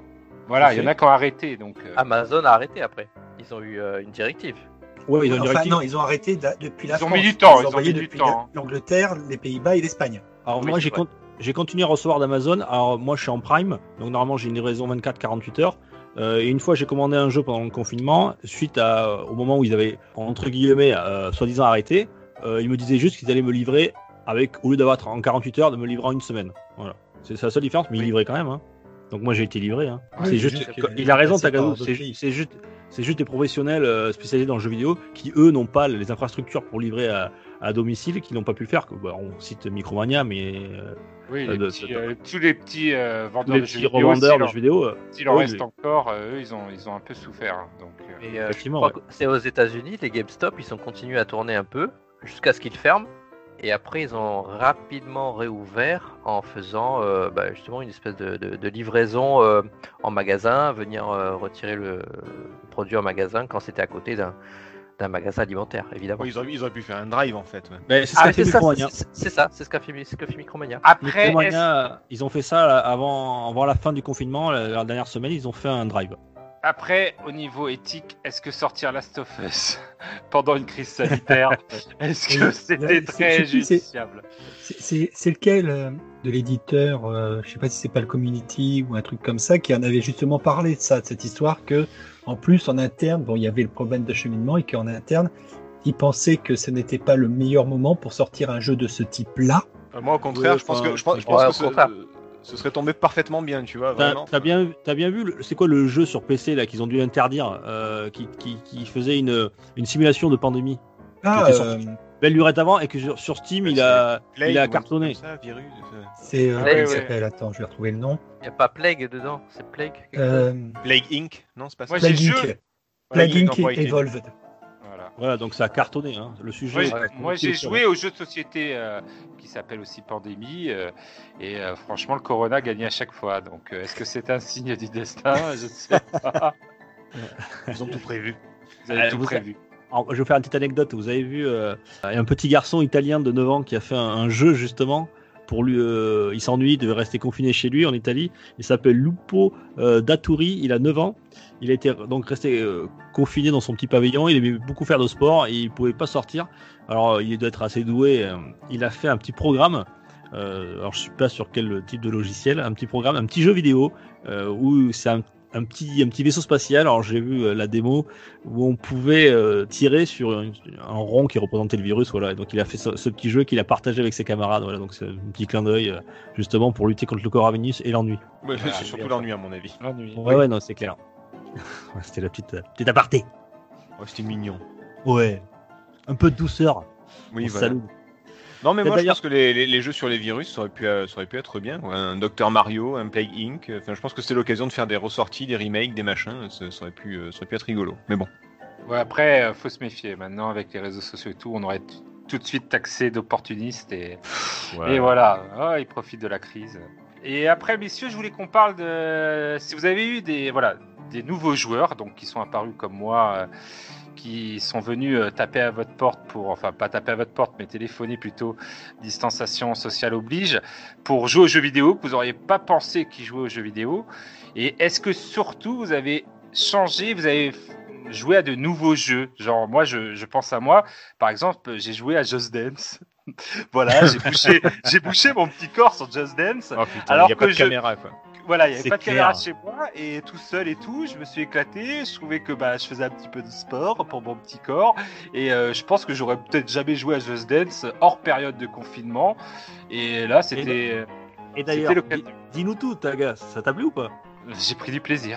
Voilà, il y en a qui ont arrêté. Donc, euh, Amazon a arrêté après. Ils ont eu euh, une directive. Ouais, ils ont une Enfin, directive. non, ils ont arrêté da- depuis la Ils ont France. mis du temps, ils ont envoyé mis du depuis temps. la- l'Angleterre, les Pays-Bas et l'Espagne. Alors Oui, moi c'est j'ai vrai. con- j'ai continué à recevoir d'Amazon. Alors moi je suis en Prime, donc normalement j'ai une livraison vingt-quatre à quarante-huit heures. Euh, et une fois j'ai commandé un jeu pendant le confinement, suite à, au moment où ils avaient entre guillemets euh, soi-disant arrêté, euh, ils me disaient juste qu'ils allaient me livrer avec, au lieu d'avoir en quarante-huit heures, de me livrer en une semaine. Voilà, c'est c'est la seule différence, mais ils livraient quand même. Hein. Donc moi j'ai été livré. Hein. Oui, c'est c'est juste, juste que- que- il a raison passé par Tagazo, d'autres c'est pays. c'est juste, c'est juste des professionnels euh, spécialisés dans le jeu vidéo qui eux n'ont pas les infrastructures pour livrer à, à domicile et qui n'ont pas pu le faire. Bah, on cite Micromania, mais euh, oui, euh, les de- petits, de- euh, tous les petits euh, tous vendeurs les de jeux petits vidéo, revendeurs s'il de en- jeux vidéo. euh, s'il en oui, reste mais- encore, euh, eux, ils ont, ils ont un peu souffert. hein. Donc, euh, Et euh, je Effectivement, crois ouais. que c'est aux États-Unis, les GameStop, ils ont continué à tourner un peu jusqu'à ce qu'ils ferment. Et après, ils ont rapidement réouvert en faisant euh, bah, justement une espèce de, de- de livraison euh, en magasin, venir euh, retirer le, le produit en magasin quand c'était à côté d'un d'un magasin alimentaire, évidemment. Ouais, ils, auraient, ils auraient pu faire un drive en fait. Ouais. Mais c'est ce Ah, qu'a fait c'est ça, Micromania. c'est c'est ça, c'est ce qu'a fait, c'est ce qu'a fait Micromania. Après, est-ce- Micromania, ils ont fait ça là, avant, avant la fin du confinement, la, la dernière semaine, ils ont fait un drive. après, au niveau éthique, est-ce que sortir Last of Us pendant une crise sanitaire, est-ce que Oui, c'était c'est- très c'est- c'est- justiciable? C'est- C'est c'est lequel euh, de l'éditeur, euh, je sais pas si c'est pas le Community ou un truc comme ça, qui en avait justement parlé de ça, de cette histoire que, en plus, en interne, bon, il y avait le problème d'acheminement et qu'en interne, ils pensaient que ce n'était pas le meilleur moment pour sortir un jeu de ce type-là. Euh, moi au contraire, Ouais, je pense enfin, que je pense, je pense ouais, que au ce, contraire. ce serait tombé parfaitement bien, tu vois. T'as Vraiment. t'as bien, t'as bien vu, le- c'est quoi le jeu sur P C là qu'ils ont dû interdire, euh, qui, qui, qui faisait une, une simulation de pandémie, Ah, était euh, sorti. belle lurette avant, et que sur, sur Steam il a, Plague il ou a un cartonné. truc comme ça, virus, euh, c'est euh, Ouais, comment il ouais. s'appelle, attends, je vais retrouver le nom. Il n'y a pas Plague dedans, c'est Plague quelque chose Euh, Plague Inc. Non, c'est pas ça. Moi, Plague j'ai Inc. jeu- Plague Plague Inc. Inc. et Evolved. Voilà. Voilà, donc ça a cartonné. Hein. Le sujet. Moi, est- j'ai- Ouais. moi, j'ai joué au jeu de société euh, qui s'appelle aussi Pandémie, euh, et euh, franchement, le Corona gagnait à chaque fois. Donc, euh, est-ce que c'est un signe du destin? Je ne sais pas. Ils ont tout prévu. Vous avez Euh, tout vous prévu. Alors, je vais vous faire une petite anecdote. Vous avez vu, euh, il y a un petit garçon italien de neuf ans qui a fait un, un jeu justement. Pour lui, euh, il s'ennuie, il devait rester confiné chez lui en Italie. Il s'appelle Lupo euh, Datturi, il a neuf ans. Il a été donc resté euh, confiné dans son petit pavillon. Il aimait beaucoup faire de sport et il pouvait pas sortir. Alors, il doit être assez doué. euh, Il a fait un petit programme. Euh, alors, je suis pas sur quel type de logiciel. Un petit programme, un petit jeu vidéo euh, où c'est un, un petit un petit vaisseau spatial. Alors, j'ai vu euh, la démo où on pouvait euh, tirer sur un, un rond qui représentait le virus. Voilà. Et donc, il a fait ce, ce petit jeu qu'il a partagé avec ses camarades. Voilà. Donc, c'est un petit clin d'œil euh, justement pour lutter contre le coronavirus et l'ennui. Ouais, Voilà, c'est surtout bien. l'ennui à mon avis. La nuit. Ouais, ouais, non, c'est clair. Ouais, c'était la petite, euh, petite aparté. Ouais, c'était mignon. Ouais. Un peu de douceur. Oui, On voilà. salue. Non, mais Mais moi je d'ailleurs- pense que les, les, les jeux sur les virus, ça aurait pu, euh, ça aurait pu être bien. Ouais, un Docteur Mario, un Plague Inc. Enfin, je pense que c'était l'occasion de faire des ressorties, des remakes, des machins. Ça, ça aurait pu, euh, ça aurait pu être rigolo. Mais bon. Ouais, après, euh, faut se méfier. Maintenant, avec les réseaux sociaux et tout, on aurait t- tout de suite taxé d'opportunistes et, et voilà, Ah, ils profitent de la crise. Et après, messieurs, je voulais qu'on parle de si vous avez eu des voilà des nouveaux joueurs, donc qui sont apparus comme moi, euh, qui sont venus euh, taper à votre porte pour, enfin pas taper à votre porte, mais téléphoner plutôt, distanciation sociale oblige, pour jouer aux jeux vidéo que vous n'auriez pas pensé qu'ils jouaient aux jeux vidéo. Et est-ce que surtout vous avez changé, vous avez joué à de nouveaux jeux? Genre moi, je, je pense à moi, par exemple, j'ai joué à Just Dance. Voilà, j'ai bouché, j'ai bouché mon petit corps sur Just Dance. Oh putain, Alors il n'y a pas que de je- caméra quoi. Voilà, il n'y avait C'est pas de caméra clair. chez moi et tout seul et tout, je me suis éclaté. Je trouvais que bah, je faisais un petit peu de sport pour mon petit corps et euh, je pense que j'aurais peut-être jamais joué à Just Dance hors période de confinement. Et là, c'était, Et d'ailleurs, le di- cas. dis-nous tout, Taga. Ça t'a plu ou pas? j'ai pris du plaisir.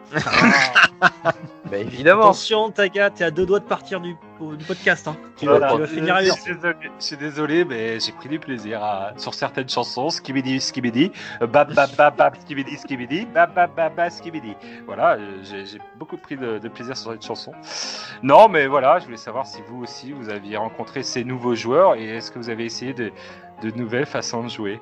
Bah évidemment. Attention, Taga, t'es à deux doigts de partir du, du podcast. Hein. Tu, Voilà, vas, tu vas finir euh, à je l'heure. suis désolé, je suis désolé, mais j'ai pris du plaisir à- sur certaines chansons. Skibidi, skibidi, euh, bab bab bab bab, skibidi, skibidi, bab bab bab bab, skibidi. Voilà, euh, j'ai j'ai beaucoup pris de, de plaisir sur cette chanson. Non, mais voilà, je voulais savoir si vous aussi vous aviez rencontré ces nouveaux joueurs et est-ce que vous avez essayé de, de nouvelles façons de jouer.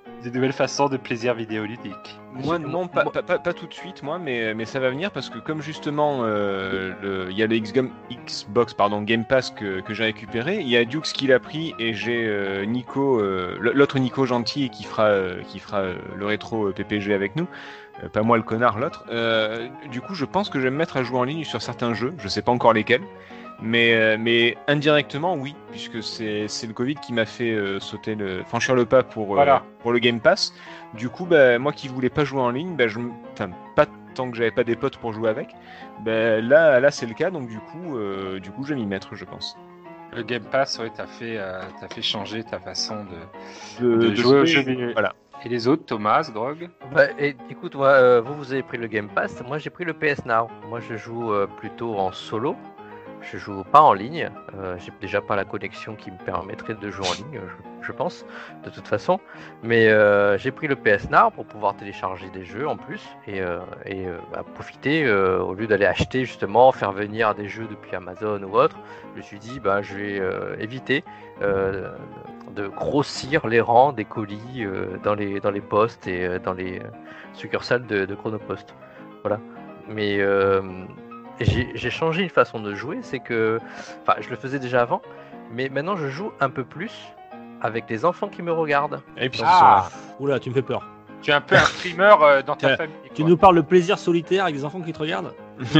Des nouvelles façons de plaisir vidéoludique. Moi non, pas, pas, pas, pas tout de suite, moi, mais, mais ça va venir parce que comme justement euh, le- il y a le Xgam- Xbox pardon, Game Pass que, que j'ai récupéré, il y a Dukes qui l'a pris et j'ai euh, Nico, euh, l'autre Nico gentil qui fera, euh, qui fera euh, le rétro P P G avec nous, euh, pas moi le connard, l'autre. Euh, du coup, je pense que je vais me mettre à jouer en ligne sur certains jeux, je sais pas encore lesquels. Mais, euh, mais indirectement, oui, puisque c'est, c'est le Covid qui m'a fait euh, sauter le, franchir le pas pour, euh, Voilà. pour le Game Pass. Du coup, bah, moi qui voulais pas jouer en ligne, bah, je, m- enfin, pas tant que j'avais pas des potes pour jouer avec, bah, là, là c'est le cas, donc du coup, euh, du coup, je vais m'y mettre, je pense. Le Game Pass, ouais, t'as fait, euh, t'as fait changer ta façon de, De, de jouer aux jeux jouer, vidéo. Voilà. Et les autres, Thomas, Grog? Bah, et, écoute, moi, euh, vous, vous avez pris le Game Pass, moi j'ai pris le P S Now. Moi je joue euh, plutôt en solo. Je joue pas en ligne, euh, j'ai déjà pas la connexion qui me permettrait de jouer en ligne, je, je pense, de toute façon. Mais euh, j'ai pris le P S Now pour pouvoir télécharger des jeux en plus et, euh, et euh, bah, profiter euh, au lieu d'aller acheter justement, faire venir des jeux depuis Amazon ou autre. Je me suis dit, bah, je vais euh, éviter euh, de grossir les rangs des colis euh, dans les dans les postes et euh, dans les euh, succursales de, de Chronopost. Voilà. Mais euh, j'ai j'ai changé une façon de jouer, c'est que, enfin, je le faisais déjà avant, mais maintenant je joue un peu plus avec des enfants qui me regardent. Et puis, Ah, Oula, tu me fais peur. tu es un peu un streamer euh, dans ta Tiens, famille. Tu quoi. nous parles de plaisir solitaire avec des enfants qui te regardent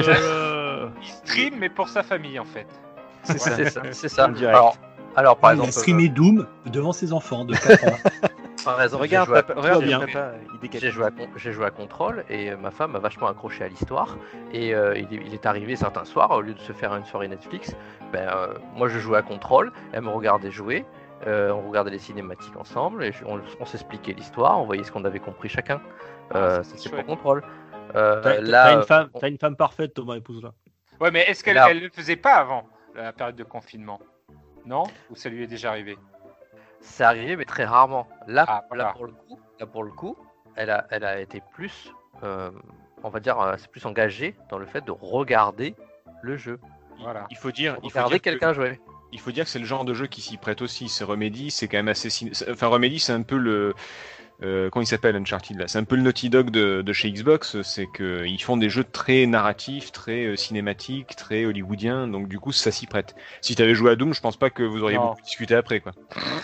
Euh, Il stream, mais pour sa famille, en fait. c'est ça. C'est ça, c'est ça. En direct. Alors, alors par il a exemple, streamé Doom devant ses enfants de quatre ans. euh, par exemple, Regarde, j'ai joué à- papa, regarde, bien. papa, il J'ai décapite. joué, à, Con- j'ai joué à Control et euh, ma femme m'a vachement accroché à l'histoire. Et euh, il, est, il est arrivé certains soirs, au lieu de se faire une soirée Netflix, ben, euh, moi je jouais à Control, elle me regardait jouer, euh, on regardait les cinématiques ensemble, et je- on, on s'expliquait l'histoire, on voyait ce qu'on avait compris chacun. Euh, Ah, ça, c'est c'est pour chouette. Control. Euh, T'as là, t'as une, femme- on- t'as une femme parfaite, Thomas, épouse-la. Ouais, mais est-ce qu'elle Là- elle le faisait pas avant la période de confinement? Non? Ou ça lui est déjà arrivé? c'est arrivé, mais très rarement. Là, Ah, voilà. là, pour, le coup, là pour le coup, elle a, elle a été plus, euh, on va dire, euh, c'est plus engagée dans le fait de regarder le jeu. Voilà. Il faut dire, il faut Regarder dire que- quelqu'un jouer. il faut dire que c'est le genre de jeu qui s'y prête aussi. C'est Remedy, c'est quand même assez. ciné- c'est- Enfin, Remedy, c'est un peu le. Euh, comment il s'appelle Uncharted là? C'est un peu le Naughty Dog de, de chez Xbox. C'est que ils font des jeux très narratifs, très euh, cinématiques, très hollywoodiens. Donc du coup, ça s'y prête. Si t'avais joué à Doom, je pense pas que vous auriez Non. Ah. beaucoup discuté après, quoi.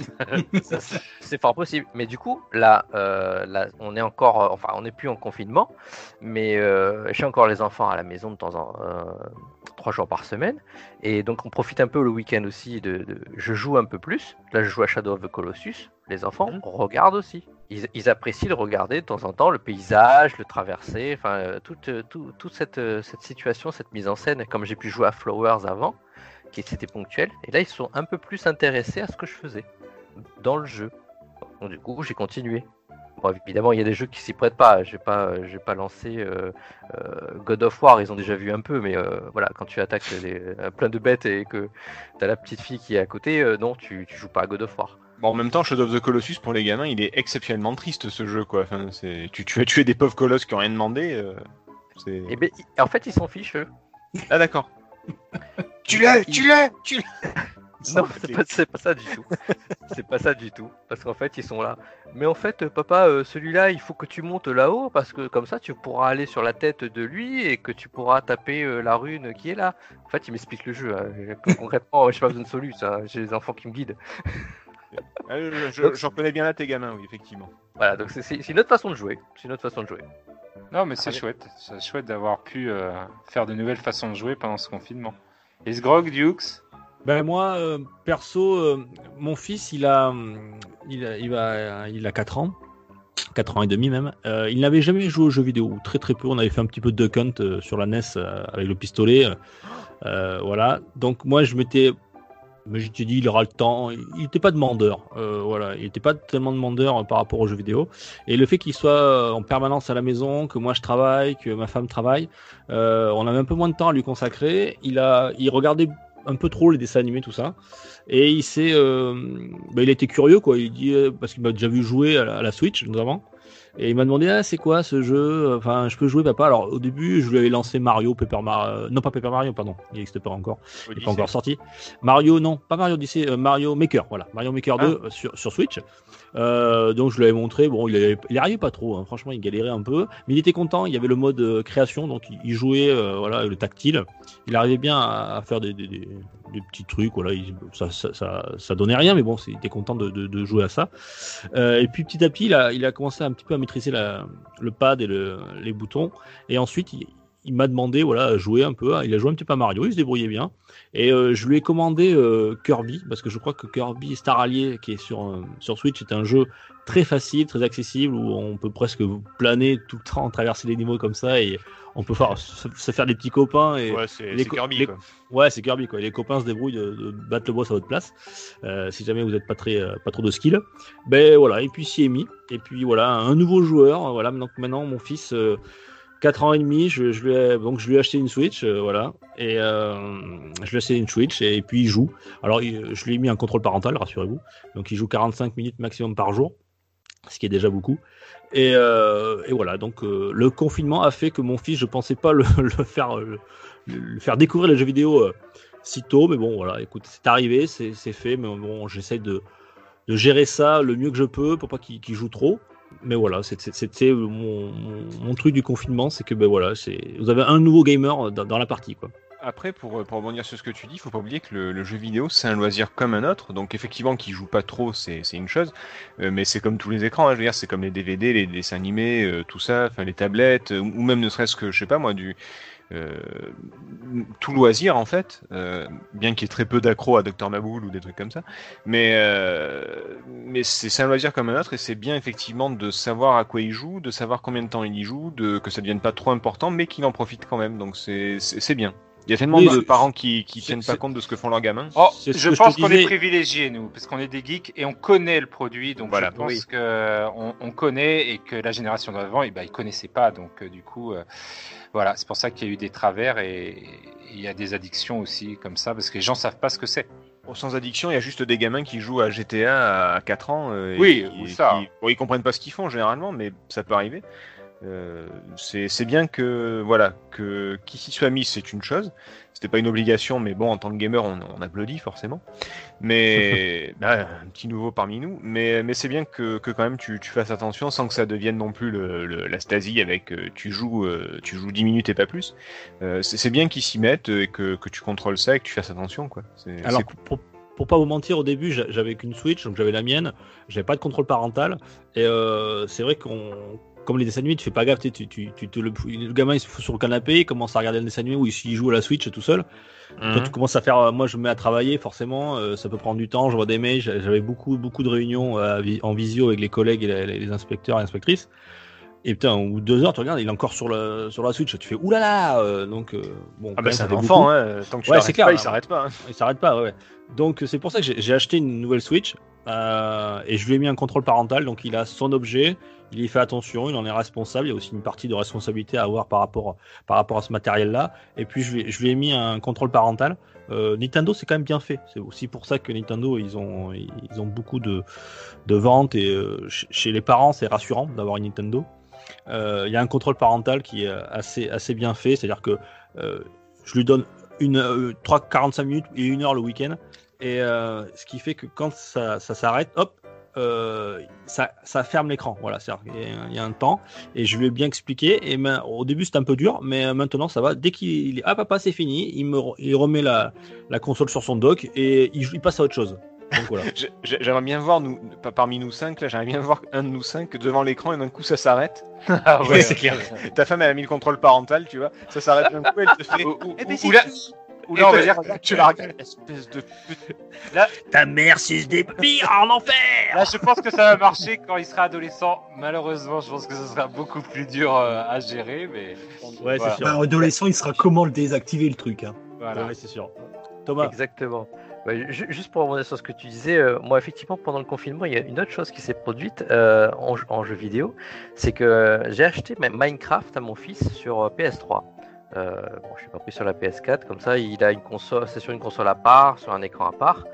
Ça, c'est- c'est fort possible. Mais du coup, là, euh, là on est encore, euh, enfin, on n'est plus en confinement, mais euh, j'ai encore les enfants à la maison de temps en euh, trois jours par semaine, et donc on profite un peu le week-end aussi. De, de- je joue un peu plus. Là, je joue à Shadow of the Colossus. Les enfants Mhm. regardent aussi. Ils, ils apprécient de regarder de temps en temps le paysage, le traverser, enfin, euh, toute, euh, tout- toute cette, euh, cette situation, cette mise en scène. Comme j'ai pu jouer à Flowers avant, qui c'était ponctuel, et là, ils sont un peu plus intéressés à ce que je faisais dans le jeu. Donc, du coup, j'ai continué. Bon, évidemment, il y a des jeux qui s'y prêtent pas. J'ai pas, j'ai pas lancé euh, euh, God of War. Ils ont déjà vu un peu, mais euh, voilà, quand tu attaques les, euh, plein de bêtes et que t'as la petite fille qui est à côté, euh, non, tu, tu joues pas à God of War. Bon, en même temps, Shadow of the Colossus pour les gamins, il est exceptionnellement triste ce jeu, quoi. Enfin, c'est... Tu, tu as tué des pauvres colosses qui ont rien demandé. euh, c'est... Et ben, i- en fait, ils s'en fichent. Eux. Ah d'accord. Tu l'as, tu l'as, tu l'as. Non, c'est pas, c'est pas ça du tout. C'est pas ça du tout. Parce qu'en fait, ils sont là. Mais en fait, euh, papa, euh, celui-là, il faut que tu montes là-haut parce que comme ça, tu pourras aller sur la tête de lui et que tu pourras taper euh, la rune qui est là. En fait, il m'explique le jeu. Hein. Concrètement, j'ai pas besoin de solus. Hein. J'ai des enfants qui me guident. Ah, je, je, je reconnais bien là tes gamins, oui, effectivement. Voilà, donc c'est, c'est, c'est une autre façon de jouer. C'est une autre façon de jouer. Non, mais c'est Allez. chouette. C'est chouette d'avoir pu euh, faire de nouvelles façons de jouer pendant ce confinement. Et ce Grog, Dukes? Ben moi, euh, perso, euh, mon fils, il a, hum, il a, il va, il a quatre ans, quatre ans et demi même. Euh, il n'avait jamais joué aux jeux vidéo, ou très très peu. On avait fait un petit peu de Duck Hunt euh, sur la N E S euh, avec le pistolet, euh, euh, voilà. Donc moi, je m'étais, mais je t'ai dit, il aura le temps. Il n'était pas demandeur, euh, voilà. Il n'était pas tellement demandeur euh, par rapport aux jeux vidéo. Et le fait qu'il soit euh, en permanence à la maison, que moi je travaille, que ma femme travaille, euh, on avait un peu moins de temps à lui consacrer. Il a, il regardait un peu trop les dessins animés, tout ça, et il s'est, euh, bah, il a été curieux, quoi. Il dit, euh, parce qu'il m'a déjà vu jouer à la, à la Switch notamment, Et il m'a demandé ah c'est quoi ce jeu, enfin je peux jouer papa. Alors au début je lui avais lancé Mario, Paper Mario, non pas Paper Mario pardon, il n'existe pas encore, il n'est pas encore sorti. Mario non, pas Mario Odyssey, euh, Mario Maker, voilà, Mario Maker ah. deux euh, sur, sur Switch. Euh, donc je lui avais montré, bon il, avait, il arrivait pas trop, hein. Franchement il galérait un peu, mais il était content, il y avait le mode euh, création, donc il, il jouait euh, voilà le tactile, il arrivait bien à, à faire des, des, des, des petits trucs, voilà, il, ça, ça, ça, ça donnait rien, mais bon il était content de, de, de jouer à ça. Euh, et puis petit à petit il a, il a commencé un petit peu à maîtriser la, le pad et le, les boutons, et ensuite il, il m'a demandé voilà à jouer un peu, il a joué un petit peu à Mario, il se débrouillait bien, et euh, je lui ai commandé euh, Kirby, parce que je crois que Kirby Star Allier qui est sur, euh, sur Switch est un jeu très facile, très accessible, où on peut presque planer tout le temps, traverser les niveaux comme ça, et on peut faire, se, se faire des petits copains. Et ouais, c'est, les c'est Kirby les, quoi. Ouais, c'est Kirby quoi. Et les copains se débrouillent de, de battre le boss à votre place, euh, si jamais vous n'êtes pas très, euh, pas trop de skill. Ben voilà, et puis s'y est mis. Et puis voilà, un nouveau joueur. Voilà, donc maintenant mon fils. Euh, quatre ans et demi, je, je lui ai, donc je lui ai acheté une Switch, euh, voilà, et euh, je lui ai acheté une Switch et, et puis il joue. Alors il, je lui ai mis un contrôle parental, rassurez-vous. Donc il joue quarante-cinq minutes maximum par jour, ce qui est déjà beaucoup. Et, euh, et voilà, donc euh, le confinement a fait que mon fils, je pensais pas le, le faire, le, le faire découvrir les jeux vidéo euh, si tôt, mais bon voilà, écoute, c'est arrivé, c'est, c'est fait, mais bon, j'essaie de, de gérer ça le mieux que je peux pour pas qu'il, qu'il joue trop. Mais voilà, c'était, c'était mon, mon, mon truc du confinement, c'est que ben voilà, c'est, vous avez un nouveau gamer dans, dans la partie quoi. Après, pour, pour rebondir sur ce que tu dis, il faut pas oublier que le, le jeu vidéo, c'est un loisir comme un autre. Donc effectivement, qu'il joue pas trop, c'est, c'est une chose. Euh, mais c'est comme tous les écrans, hein, je veux dire, c'est comme les D V D, les dessins animés, euh, tout ça, enfin les tablettes, euh, ou même ne serait-ce que, je sais pas moi, du... Euh, tout loisir en fait, euh, bien qu'il y ait très peu d'accro à Docteur Maboul ou des trucs comme ça, mais, euh, mais c'est, c'est un loisir comme un autre et c'est bien effectivement de savoir à quoi il joue, de savoir combien de temps il y joue, de, que ça ne devienne pas trop important mais qu'il en profite quand même, donc c'est, c'est, c'est bien. Il y a tellement oui, de c'est, parents qui, qui tiennent pas compte de ce que font leurs gamins. Oh, je pense qu'on est privilégiés nous, parce qu'on est des geeks et on connaît le produit, donc voilà. Je pense oui. qu'on on connaît et que la génération d'avant, eh ben, ils connaissaient pas, donc euh, du coup... Euh, Voilà, c'est pour ça qu'il y a eu des travers et il y a des addictions aussi comme ça, parce que les gens savent pas ce que c'est. Bon, sans addiction, il y a juste des gamins qui jouent à G T A à quatre ans. Euh, oui, et ou ça. Qui, bon, ils comprennent pas ce qu'ils font généralement, mais ça peut arriver. Euh, c'est, c'est bien que voilà que qui s'y soit mis, c'est une chose. C'était pas une obligation, mais bon, en tant que gamer, on, on applaudit forcément. Mais bah, un petit nouveau parmi nous. Mais mais c'est bien que, que quand même tu, tu fasses attention sans que ça devienne non plus le, le, la stasie avec euh, tu joues euh, tu joues dix minutes et pas plus. Euh, c'est, c'est bien qu'ils s'y mettent et que, que tu contrôles ça et que tu fasses attention quoi. C'est, Alors c'est cool. pour, pour pas vous mentir, au début j'avais qu'une Switch, donc j'avais la mienne, j'avais pas de contrôle parental et euh, c'est vrai qu'on comme les dessins animés, tu fais pas gaffe, tu, tu, tu, tu te le, le gamin il se fout sur le canapé, il commence à regarder un dessin animé où il, il joue à la Switch tout seul. Mmh. Toi, tu commences à faire, moi je me mets à travailler, forcément, euh, ça peut prendre du temps, je vois des mails, j'avais beaucoup, beaucoup de réunions euh, en visio avec les collègues et les, les inspecteurs et inspectrices. Et putain, au bout de deux heures, tu regardes, il est encore sur, le, sur la Switch, tu fais oulala euh, donc, euh, bon, ah bah c'est un enfant, hein, tant que tu ouais, c'est clair, pas, il s'arrête pas. Hein. Il s'arrête pas, ouais. Donc c'est pour ça que j'ai, j'ai acheté une nouvelle Switch euh, et je lui ai mis un contrôle parental, donc il a son objet, il y fait attention, il en est responsable, il y a aussi une partie de responsabilité à avoir par rapport, par rapport à ce matériel-là. Et puis je lui, je lui ai mis un contrôle parental. Euh, Nintendo, c'est quand même bien fait. C'est aussi pour ça que Nintendo, ils ont, ils ont beaucoup de, de ventes et euh, chez les parents, c'est rassurant d'avoir une Nintendo. Il euh, y a un contrôle parental qui est assez, assez bien fait, c'est-à-dire que euh, je lui donne une, euh, trois, quarante-cinq minutes et une heure le week-end, et euh, ce qui fait que quand ça, ça s'arrête, hop, euh, ça, ça ferme l'écran. Voilà, il y, y a un temps, et je lui ai bien expliqué, et ben, au début c'était un peu dur, mais maintenant ça va. Dès qu'il est, ah papa c'est fini, il, me, il remet la, la console sur son dock, et il, il passe à autre chose. Donc, voilà. J'aimerais bien voir, nous, parmi nous cinq, là, j'aimerais bien voir un de nous cinq devant l'écran et d'un coup ça s'arrête. Ah ouais, c'est clair. Ta femme elle a mis le contrôle parental, tu vois, ça s'arrête d'un coup, elle te fait. Ou, ou, ou là, ou là on va dire, tu la regardes, espèce de pute. Là, ta mère suce des pires en enfer. Là, je pense que ça va marcher quand il sera adolescent. Malheureusement, je pense que ce sera beaucoup plus dur euh, à gérer, mais. Ouais, voilà. C'est sûr. Bah, adolescent, il sera comment le désactiver le truc, hein. Voilà, ouais, c'est sûr. Thomas. Exactement. Bah, juste pour rebondir sur ce que tu disais, euh, moi effectivement pendant le confinement il y a une autre chose qui s'est produite euh, en, en jeu vidéo, c'est que euh, j'ai acheté Minecraft à mon fils sur euh, P S trois. Euh, bon, je suis pas pris sur la P S quatre, comme ça il a une console, c'est sur une console à part, sur un écran à part,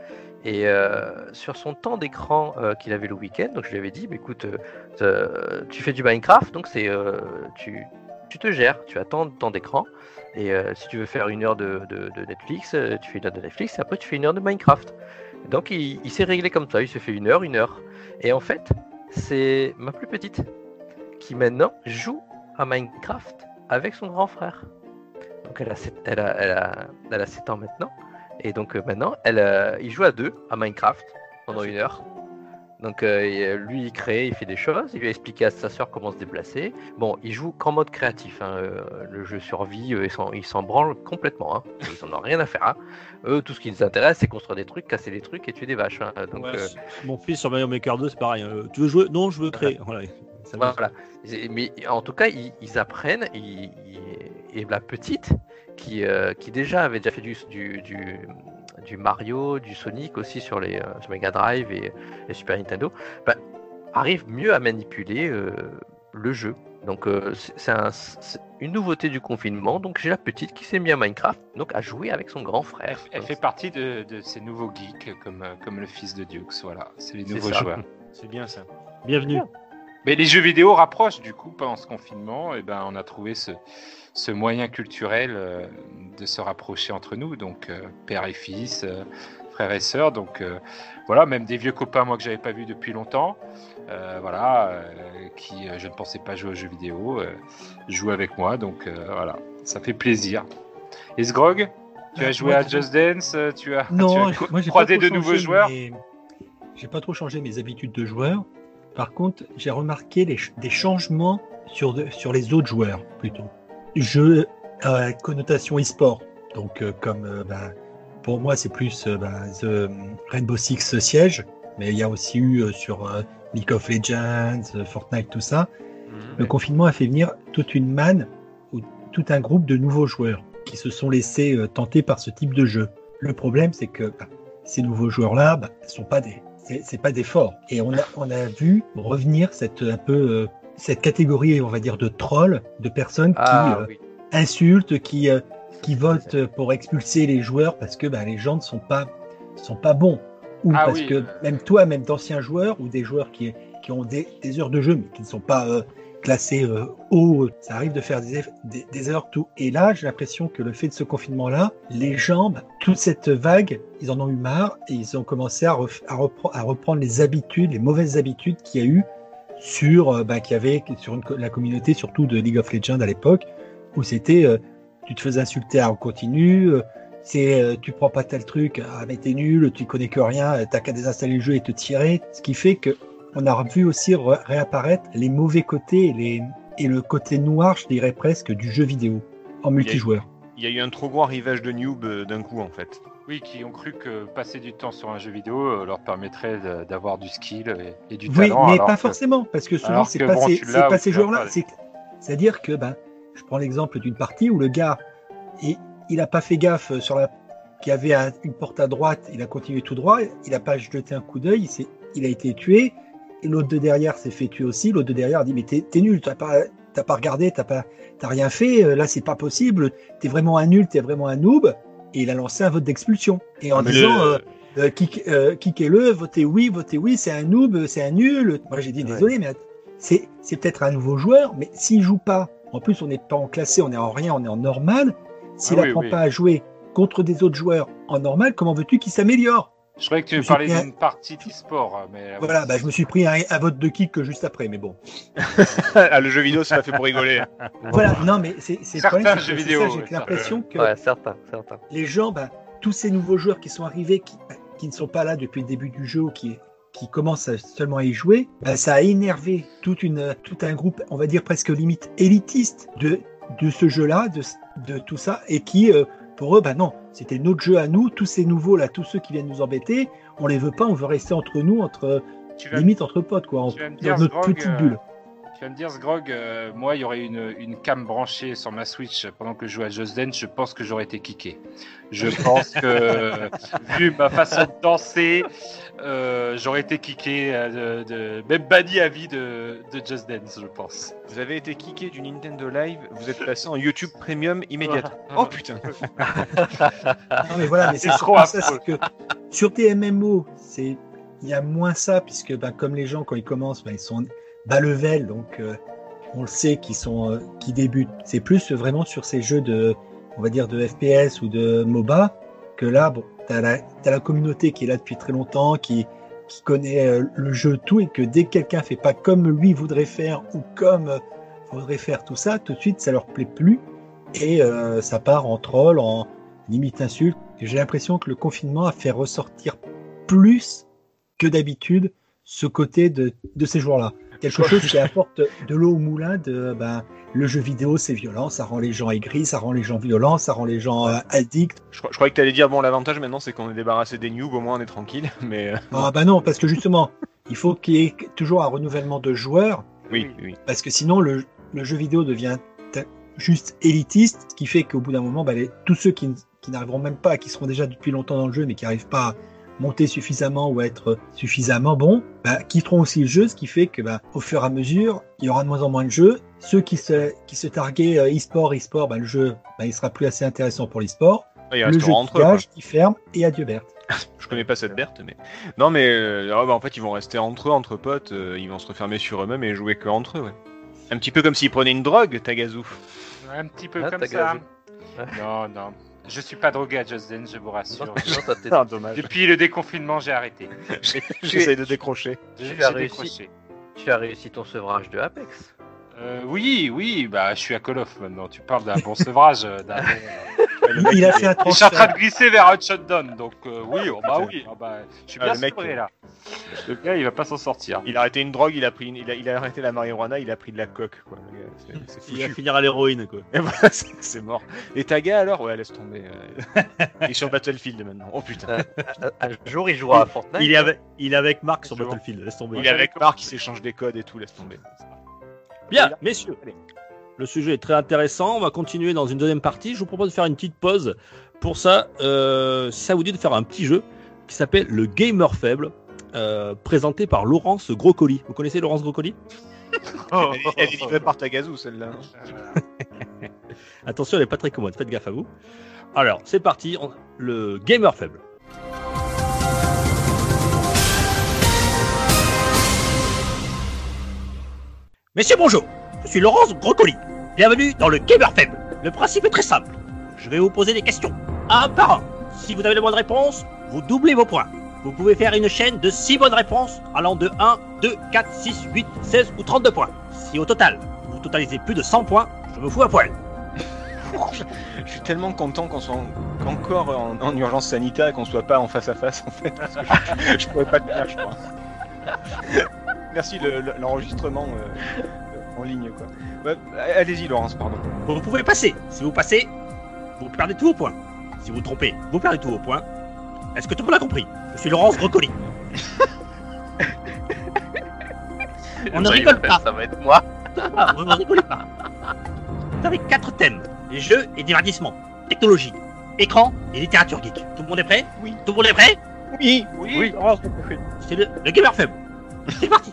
Et euh, sur son temps d'écran euh, qu'il avait le week-end, donc je lui avais dit, bah, écoute, euh, tu fais du Minecraft, donc c'est, euh, tu, tu te gères, tu attends temps d'écran, et euh, si tu veux faire une heure de, de, de Netflix, euh, tu fais une heure de Netflix, et après tu fais une heure de Minecraft. Donc il, il s'est réglé comme ça, il s'est fait une heure, une heure. Et en fait, c'est ma plus petite qui maintenant joue à Minecraft avec son grand frère. Donc elle a sept, elle a, elle a, elle a sept ans maintenant. Et donc euh, maintenant, elle, euh, il joue à deux à Minecraft pendant une heure. Donc euh, et, euh, lui, il crée, il fait des choses. Il lui a expliqué à sa soeur comment se déplacer. Bon, il joue qu'en mode créatif. Hein. Euh, le jeu survie, euh, il, s'en, il s'en branle complètement. Hein. Ils n'en ont rien à faire. Hein. Eux, tout ce qui les intéresse, c'est construire des trucs, casser des trucs et tuer des vaches. Hein. Donc, Ouais, euh, Mon fils sur Mario Maker deux, c'est pareil. Euh, tu veux jouer? Non, je veux créer. Voilà. Ça va. voilà. Mais en tout cas, ils, ils apprennent. Ils, ils... Et la petite, qui, euh, qui déjà avait déjà fait du, du, du, du Mario, du Sonic aussi sur les euh, sur Mega Drive et, et Super Nintendo, bah, arrive mieux à manipuler euh, le jeu. Donc euh, c'est, c'est, un, c'est une nouveauté du confinement. Donc j'ai la petite qui s'est mise à Minecraft, donc à jouer avec son grand frère. Elle, elle donc, fait partie de, de ces nouveaux geeks comme, comme le fils de Dukes. Voilà, c'est les C'est nouveaux ça. joueurs. C'est bien ça. Bienvenue. Mais les jeux vidéo rapprochent du coup pendant ce confinement. Et ben on a trouvé ce, ce moyen culturel euh, de se rapprocher entre nous, donc euh, père et fils, euh, frères et sœurs. Donc euh, voilà, même des vieux copains moi que j'avais pas vus depuis longtemps. Euh, voilà, euh, qui euh, je ne pensais pas jouer aux jeux vidéo, euh, jouent avec moi. Donc euh, voilà, ça fait plaisir. Et Sgrog, tu as Euh, joué moi, à j'ai- Just Dance, euh, tu as, Non, tu as j'ai- moi j'ai pas croisé trop de nouveaux changé joueurs. mes- J'ai pas trop changé mes habitudes de joueur. Par contre, j'ai remarqué les ch- des changements sur, de- sur les autres joueurs plutôt. Jeux à connotation e-sport. Donc euh, comme euh, bah, pour moi c'est plus euh, bah, The Rainbow Six Siege, mais il y a aussi eu euh, sur euh, League of Legends, euh, Fortnite, tout ça. Le confinement a fait venir toute une manne ou tout un groupe de nouveaux joueurs qui se sont laissés euh, tenter par ce type de jeu. Le problème, c'est que bah, ces nouveaux joueurs-là, bah, sont pas des, c'est, c'est pas des forts. Et on a, on a vu revenir cette un peu euh, cette catégorie, on va dire, de trolls, de personnes Ah qui euh, oui. insultent, qui euh, Ça, qui c'est- votent pour expulser les joueurs parce que bah, les gens ne sont pas sont pas bons, ou Ah parce oui, que euh, même toi, même d'anciens joueurs ou des joueurs qui qui ont des, des heures de jeu mais qui ne sont pas euh, classés euh, haut, ça arrive de faire des, des, des heures tout. Et là, j'ai l'impression que le fait de ce confinement-là, les gens, bah, toute cette vague, ils en ont eu marre et ils ont commencé à, ref, à, repre, à reprendre les habitudes, les mauvaises habitudes qu'il y a eu sur, euh, bah, qu'il y avait sur une, la communauté, surtout de League of Legends à l'époque, où c'était, euh, tu te faisais insulter en continu, euh, c'est, euh, tu prends pas tel truc, ah mais t'es nul, tu connais que rien, t'as qu'à désinstaller le jeu et te tirer, ce qui fait que on a vu aussi ré- réapparaître les mauvais côtés et, les, et le côté noir, je dirais presque, du jeu vidéo en multijoueur. Il y a eu un trop gros arrivage de noob euh, d'un coup en fait. Oui, qui ont cru que passer du temps sur un jeu vidéo euh, leur permettrait de- d'avoir du skill et, et du Oui, talent. mais alors pas que- forcément, parce que souvent, alors c'est que pas, bon, ces, tu c'est l'as pas ou ces tu l'as joueurs-là. pas. C'est, c'est-à-dire que, ben, je prends l'exemple d'une partie où le gars, il, il a pas fait gaffe sur la, qu'il y avait un- une porte à droite, il a continué tout droit, il a pas jeté un coup d'œil, il, s'est- il a été tué, et l'autre de derrière s'est fait tuer aussi, l'autre de derrière a dit, mais t'es, t'es nul, t'as pas, t'as pas regardé, t'as pas, t'as rien fait, euh, là c'est pas possible, t'es vraiment un nul, t'es vraiment un noob, et il a lancé un vote d'expulsion. Et en Mais disant, le- euh, euh, kick, euh, kickez-le, votez oui, votez oui, c'est un noob, c'est un nul. Moi j'ai dit, Ouais. désolé, mais att- c'est, c'est peut-être un nouveau joueur, mais s'il joue pas, en plus on n'est pas en classé, on est en rien, on est en normal, s'il Ah oui, apprend oui. pas à jouer contre des autres joueurs en normal, comment veux-tu qu'il s'améliore? Je croyais que tu Je suis parlais bien- d'une partie d'e-sport. Mais euh, Voilà, bah, je me suis pris un, un vote de kick juste après, mais bon. Ah, le jeu vidéo, ça m'a fait pour rigoler. Voilà, non, mais c'est, c'est le Certains problème, c'est jeux que c'est vidéo, ça, j'ai ouais, l'impression que Ouais, certains, certains. les gens, bah, tous ces nouveaux joueurs qui sont arrivés, qui, bah, qui ne sont pas là depuis le début du jeu, ou qui, qui commencent à- seulement à y jouer, bah, ça a énervé toute une, tout un groupe, on va dire presque limite élitiste de, de ce jeu-là, de, de tout ça, et qui, euh, pour eux, bah non, c'était notre jeu à nous, tous ces nouveaux là, tous ceux qui viennent nous embêter, on les veut pas, on veut rester entre nous, entre tu vas, limite entre potes, quoi, en- tu vas me dans dire, notre Sgrog, petite euh, bulle. Tu vas me dire, Sgrog, euh, moi, il y aurait une, une cam branchée sur ma Switch pendant que je jouais à Just Dance, je pense que j'aurais été kické. Je pense que, vu ma façon de danser, euh, j'aurais été kické, euh, de, de, même banni à vie de, de Just Dance, je pense. Vous avez été kické du Nintendo Live, vous êtes passé en YouTube Premium immédiatement. Oh putain. Non, mais voilà, mais c'est C'est surtout trop ça, affreux. c'est que sur tes M M O, c'est il y a moins ça, puisque ben, comme les gens, quand ils commencent, ben, ils sont bas level, donc euh, on le sait qu'ils sont, euh, qu'ils débutent. C'est plus vraiment sur ces jeux de, on va dire, de F P S ou de MOBA, que là, bon, t'as la, t'as la communauté qui est là depuis très longtemps, qui, qui connaît euh, le jeu tout, et que dès que quelqu'un fait pas comme lui voudrait faire, ou comme euh, voudrait faire tout ça, tout de suite, ça leur plaît plus, et euh, ça part en troll, en limite insulte. Et j'ai l'impression que le confinement a fait ressortir plus que d'habitude ce côté de, de ces joueurs-là. Quelque chose qui apporte de l'eau au moulin de ben, le jeu vidéo, c'est violent, ça rend les gens aigris, ça rend les gens violents, ça rend les gens euh, addicts. Je, crois- je croyais que t'allais dire, bon, l'avantage maintenant c'est qu'on est débarrassé des noobs, au moins on est tranquille, mais... euh, Ah bah non, parce que justement, il faut qu'il y ait toujours un renouvellement de joueurs, Oui, oui. parce que sinon le, le jeu vidéo devient t- juste élitiste, ce qui fait qu'au bout d'un moment, bah, les, tous ceux qui, n- qui n'arriveront même pas, qui seront déjà depuis longtemps dans le jeu, mais qui n'arrivent pas à monter suffisamment ou à être suffisamment bons, bah, quitteront aussi le jeu, ce qui fait que bah, au fur et à mesure, il y aura de moins en moins de jeux. Ceux qui se, qui se targuaient euh, e-sport, e-sport, bah, le jeu, bah, il sera plus assez intéressant pour l'e-sport. Ils Le resteront jeu entre qui eux, quoi. gage, qui ferme, et adieu Berthe. Je connais pas cette Berthe, mais... Non, mais euh, ah, bah, en fait, ils vont rester entre eux, entre potes, euh, ils vont se refermer sur eux-mêmes et jouer que entre eux, ouais. Un petit peu comme s'ils prenaient une drogue, Tagazu. Un petit peu Ah, comme t'as ça. gazé. Non, non. Je suis pas drogué à Just Dance, je vous rassure. Non, toi, t'es- Ah, dommage. Depuis le déconfinement, j'ai arrêté. J'essaye de décrocher. J'ai Tu as j'ai réussi. décroché. Tu as réussi ton sevrage de Apex. Euh, oui, oui, bah je suis à Call of maintenant. Tu parles d'un bon sevrage. euh, d'un bon, euh, Il, il a fait un Je suis en train transfert. de glisser vers un shutdown, donc euh, oui, oh, bah oui, oh, bah, je suis Ah, bien le mec, sevré euh, là. Le gars, il va pas s'en sortir. Il a arrêté une drogue, il a pris une- il, a, il a arrêté la marijuana, il a pris de la coke, quoi. Le gars, c'est- C'est Il va foutu. finir à l'héroïne, quoi. Et voilà, c'est c'est mort. Et Taga alors? Ouais, laisse tomber. euh. Il est sur Battlefield maintenant. Oh putain. Un jour, il jouera à Fortnite. Il est avec, il est avec Marc sur C'est bon. Battlefield, laisse tomber. Il est avec Marc, il s'échange des codes et tout, laisse tomber. Bien, messieurs, le sujet est très intéressant. On va continuer dans une deuxième partie. Je vous propose de faire une petite pause. Pour ça, euh, ça vous dit de faire un petit jeu qui s'appelle le Gamer Faible, euh, présenté par Laurence Groscoli. Vous connaissez Laurence Groscoli? Oh, Elle, est- elle est livrée par Tagazu, celle-là. Euh, Attention, elle n'est pas très commode. Faites gaffe à vous. Alors, c'est parti. On- Le Gamer Faible. Messieurs, bonjour. Je suis Laurence Groscoli. Bienvenue dans le Gamer Faible. Le principe est très simple. Je vais vous poser des questions, un par un. Si vous avez la bonne réponse, vous doublez vos points. Vous pouvez faire une chaîne de six bonnes réponses allant de un, deux, quatre, six, huit, seize ou trente-deux points. Si au total, vous totalisez plus de cent points, je me fous à poil. Je suis tellement content qu'on soit en- encore en, en urgence sanitaire et qu'on soit pas en face à face en fait. Parce que je, je pourrais pas tenir, je crois. Merci le- le- l'enregistrement euh, en ligne quoi. Ouais, allez-y Laurence, pardon. Vous pouvez passer. Si vous passez, vous perdez tous vos points. Si vous vous trompez, vous perdez tous vos points. Est-ce que tout le monde a compris? Je suis Laurence Groscoli. On ne Ça, il rigole va faire- pas. Ça va être moi. Ah, vous ne rigolez pas. Vous avez quatre thèmes. Les jeux et divertissement. Technologie. Écran et littérature geek. Tout le monde est prêt? Oui. Tout le monde est prêt? Oui, Oui, C'est le, le Gamer Faible. C'est parti.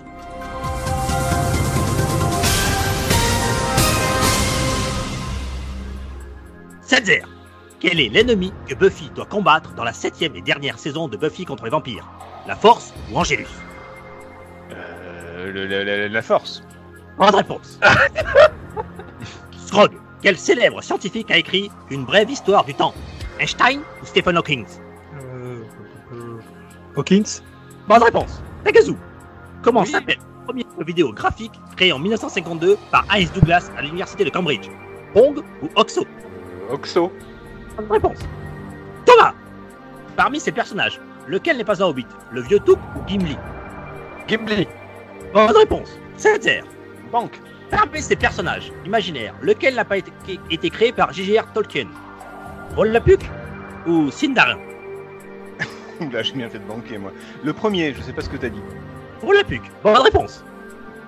Setzer. Quel est l'ennemi que Buffy doit combattre dans la septième et dernière saison de Buffy contre les vampires? La Force ou Angelus? euh, le- le- le- la force. Bonne réponse. Scrog. Quel célèbre scientifique a écrit Une brève histoire du temps? Einstein ou Stephen Hawking? Euh, euh, Hawkins. Bonne réponse. Tagazu. Comment Oui. s'appelle le premier jeu vidéo graphique créé en mille neuf cent cinquante-deux par Hayes Douglas à l'université de Cambridge? Pong ou Oxo? Oxo. Bonne réponse. Thomas. Parmi ces personnages, lequel n'est pas un hobbit? Le vieux Touk ou Gimli? Gimli. Bonne réponse. Setzer. Banque. Parmi ces personnages imaginaires, lequel n'a pas été, été créé par J J R Tolkien? Volapük ou Sindarin? Oula, j'ai bien fait de banquer moi. Le premier, je sais pas ce que t'as dit. Volapük. Bonne réponse.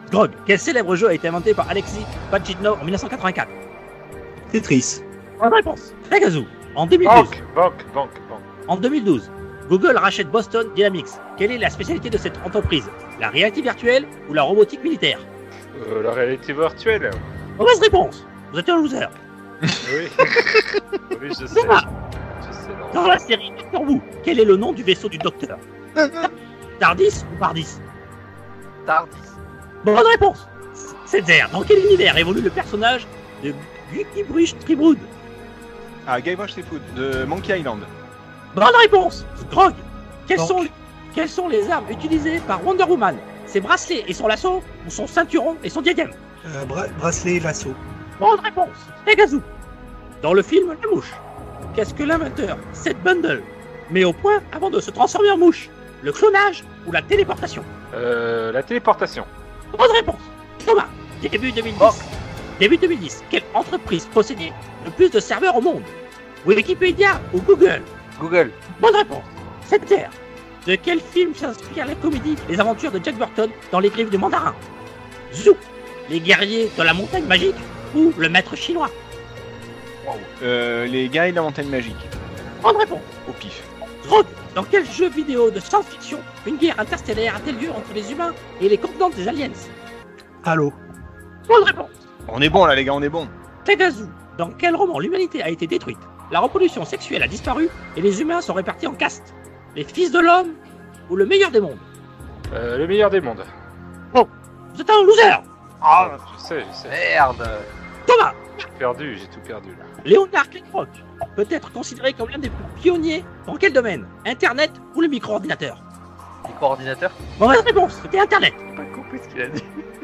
Grog, quel célèbre jeu a été inventé par Alexis Pajitnov en mille neuf cent quatre-vingt-quatre? Tetris. Bonne réponse. Pegasus. En deux mille douze. Banque, banque, banque, banque. En deux mille douze, Google rachète Boston Dynamics. Quelle est la spécialité de cette entreprise? La réalité virtuelle ou la robotique militaire? Euh, la réalité virtuelle. Mauvaise réponse. Vous êtes un loser. Oui. Oui, je sais. Ah. Je sais, non. Dans la série Doctor Who, quel est le nom du vaisseau du docteur? Tardis ou Pardis? Tardis. Bonne réponse. C'est Zer. Dans quel univers évolue le personnage de Guybrush Threepwood? Ah, Guybrush Threepwood de Monkey Island. Bonne réponse. Grog, quelles Donc. sont, quelles sont les armes utilisées par Wonder Woman? Ses bracelets et son lasso ou son ceinturon et son diadème? Euh, bra- bracelet, lasso. Bonne réponse. Pegasus. Dans le film La Mouche, qu'est-ce que l'inventeur Seth Bundle met au point avant de se transformer en mouche? Le clonage ou la téléportation? Euh, la téléportation. Bonne réponse. Thomas, début deux mille dix. Oh. Début deux mille dix, quelle entreprise possédait le plus de serveurs au monde? Wikipédia ou Google? Google. Bonne réponse. Cette terre. De quel film s'inspire la comédie Les aventures de Jack Burton dans les griffes du mandarin? Zou, les guerriers de la montagne magique ou le maître chinois? Euh, les guerriers de la montagne magique. Bonne réponse. Au pif. Drog, dans quel jeu vidéo de science-fiction une guerre interstellaire a-t-elle lieu entre les humains et les contenants des aliens? Halo. Bonne réponse. On est bon là, les gars, on est bon. Pegasus, dans quel roman l'humanité a été détruite? La reproduction sexuelle a disparu et les humains sont répartis en castes. Les fils de l'homme ou le meilleur des mondes? Euh, le meilleur des mondes. Vous êtes un loser. Ah, je sais, je sais. Merde. Thomas, J'ai perdu, j'ai tout perdu là. Léonard Kleinrock peut être considéré comme l'un des plus pionniers dans quel domaine? Internet ou le micro-ordinateur? Les coordinateurs. Mauvaise réponse, c'était Internet. J'ai pas compris ce qu'il a dit.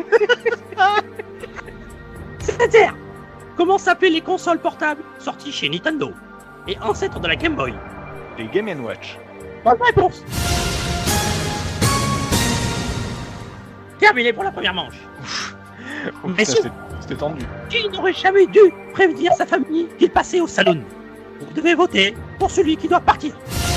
C'est-à-dire, comment s'appelaient les consoles portables sorties chez Nintendo et ancêtres de la Game Boy? Les Game and Watch. Bonne réponse. Terminé pour la première manche. Oh, Mais putain, si- c'était- C'était tendu. Qui n'aurait jamais dû prévenir sa famille qu'il passait au salon? Vous devez voter pour celui qui doit partir.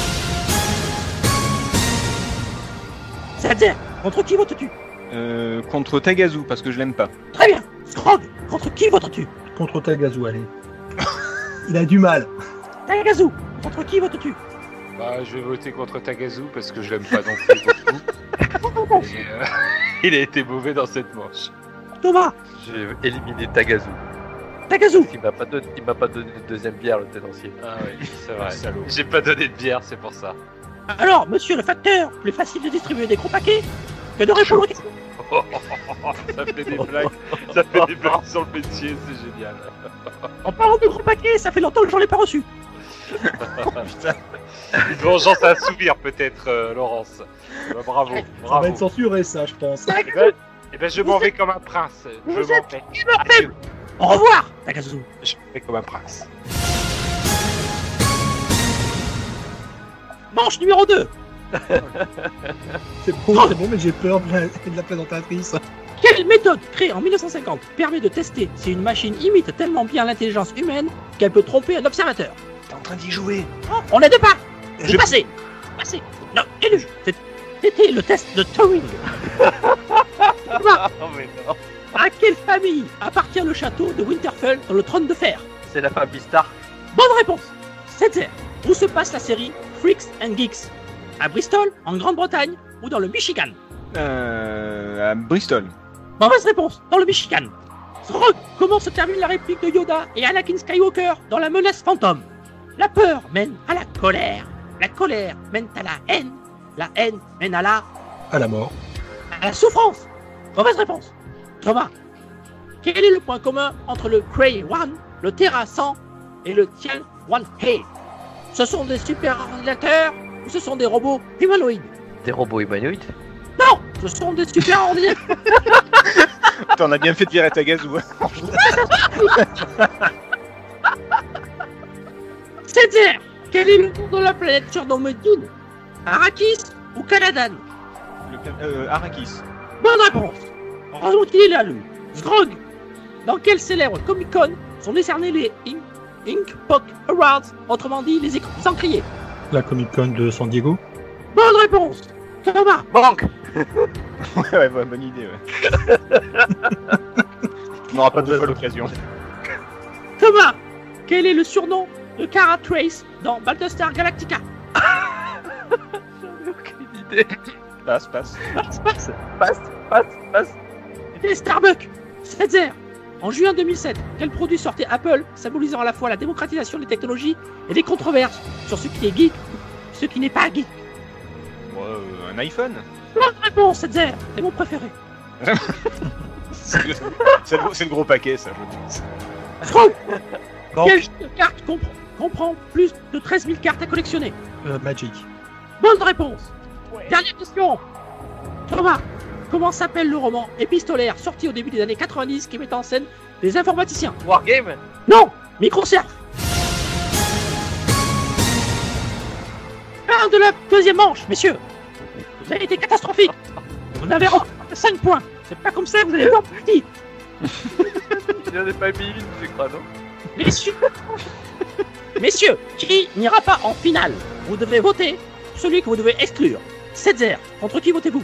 C'est-à-dire, contre qui votes-tu? Euh, contre Tagazu, parce que je l'aime pas. Très bien. Scrog, contre qui votes-tu? Contre Tagazu, allez. Il a du mal. Tagazu, contre qui votes-tu? Bah, je vais voter contre Tagazu parce que je l'aime pas non plus beaucoup. Et, euh, il a été mauvais dans cette manche. Thomas, J'ai éliminé Tagazu. Tagazu, Il m'a pas donné, il m'a pas donné de deuxième bière, le tenancier. Ah oui, c'est vrai. Salaud. J'ai pas donné de bière, c'est pour ça. alors, monsieur le facteur, plus facile de distribuer des gros paquets que de répondre aux questions. Ça fait des blagues, ça fait des blagues sur le métier, c'est génial. En parlant de gros paquets, ça fait longtemps que j'en ai pas reçu. Une vengeance à assouvir peut-être, euh, Laurence. Bah, bravo, Ça va bravo. être censuré, ça, je pense. Eh ben, eh ben, je m'en vais comme un prince. Je Vous m'en êtes vais. humeur faible. Au revoir, Tagazu. Je m'en vais comme un prince. Manche numéro deux. C'est bon, c'est bon, mais j'ai peur de la, de la présentatrice. Quelle méthode créée en mille neuf cent cinquante permet de tester si une machine imite tellement bien l'intelligence humaine qu'elle peut tromper un observateur? T'es en train d'y jouer. Oh, on n'aide pas. Vous Je- passez. Passez. Non, et le jeu. C'est- C'était le test de Turing. Thomas, Oh mais non. à quelle famille appartient le château de Winterfell dans le Trône de Fer? C'est la famille Star. Bonne réponse. C'est où se passe la série Freaks and Geeks? À Bristol, en Grande-Bretagne ou dans le Michigan? Euh, à Bristol. Mauvaise réponse, dans le Michigan. Throg, comment se termine la réplique de Yoda et Anakin Skywalker dans La Menace Fantôme? La peur mène à la colère, la colère mène à la haine, la haine mène à la... À la mort. à la souffrance. Mauvaise réponse. Thomas, quel est le point commun entre le Cray One, le Terra cent et le Tian One He? Ce sont des super ordinateurs ou ce sont des robots humanoïdes? Des robots humanoïdes. Non, ce sont des super ordinateurs. Putain, on a bien fait de virer Tagazu. C'est-à-dire, quel est le nom de la planète surnommée Dune? Arrakis ou Caladan? Le plan- euh, Arrakis. Bonne réponse. Heureusement qu'il est là, lui. Sgrog, dans quel célèbre Comic-Con sont décernés les Ink, Ink Pop Awards, autrement dit les écrans encriers? La Comic Con de San Diego. Bonne réponse. Thomas. Banque. Ouais, ouais, ouais, bonne idée, ouais. On n'aura pas deux fois l'occasion. Thomas, quel est le surnom de Kara Trace dans Battlestar Galactica? J'en ai aucune idée. Passe, passe. Passe, passe. Passe, passe, passe. C'était Starbucks. Setzer. En juin deux mille sept, quel produit sortait Apple, symbolisant à la fois la démocratisation des technologies et des controverses sur ce qui est geek, ce qui n'est pas geek? Ouais, euh, un iPhone. Bonne réponse, Setzer. C'est mon préféré. C'est le, c'est le- c'est le gros paquet, ça, je pense. Strong. Bon, Quel jeu de cartes comprend, comprend plus de treize mille cartes à collectionner? euh, Magic. Bonne réponse. Dernière question. Thomas, comment s'appelle le roman épistolaire sorti au début des années quatre-vingt-dix qui met en scène des informaticiens? Wargame. Non, Microsurf. Fin de la deuxième manche, messieurs. Vous avez été catastrophique. Vous n'avez remporté cinq points. C'est pas comme ça que vous allez voir petit. Il n'y en a pas mis une, je crois, non? Messieurs, messieurs, qui n'ira pas en finale? Vous devez voter celui que vous devez exclure. Setzer, contre qui votez-vous?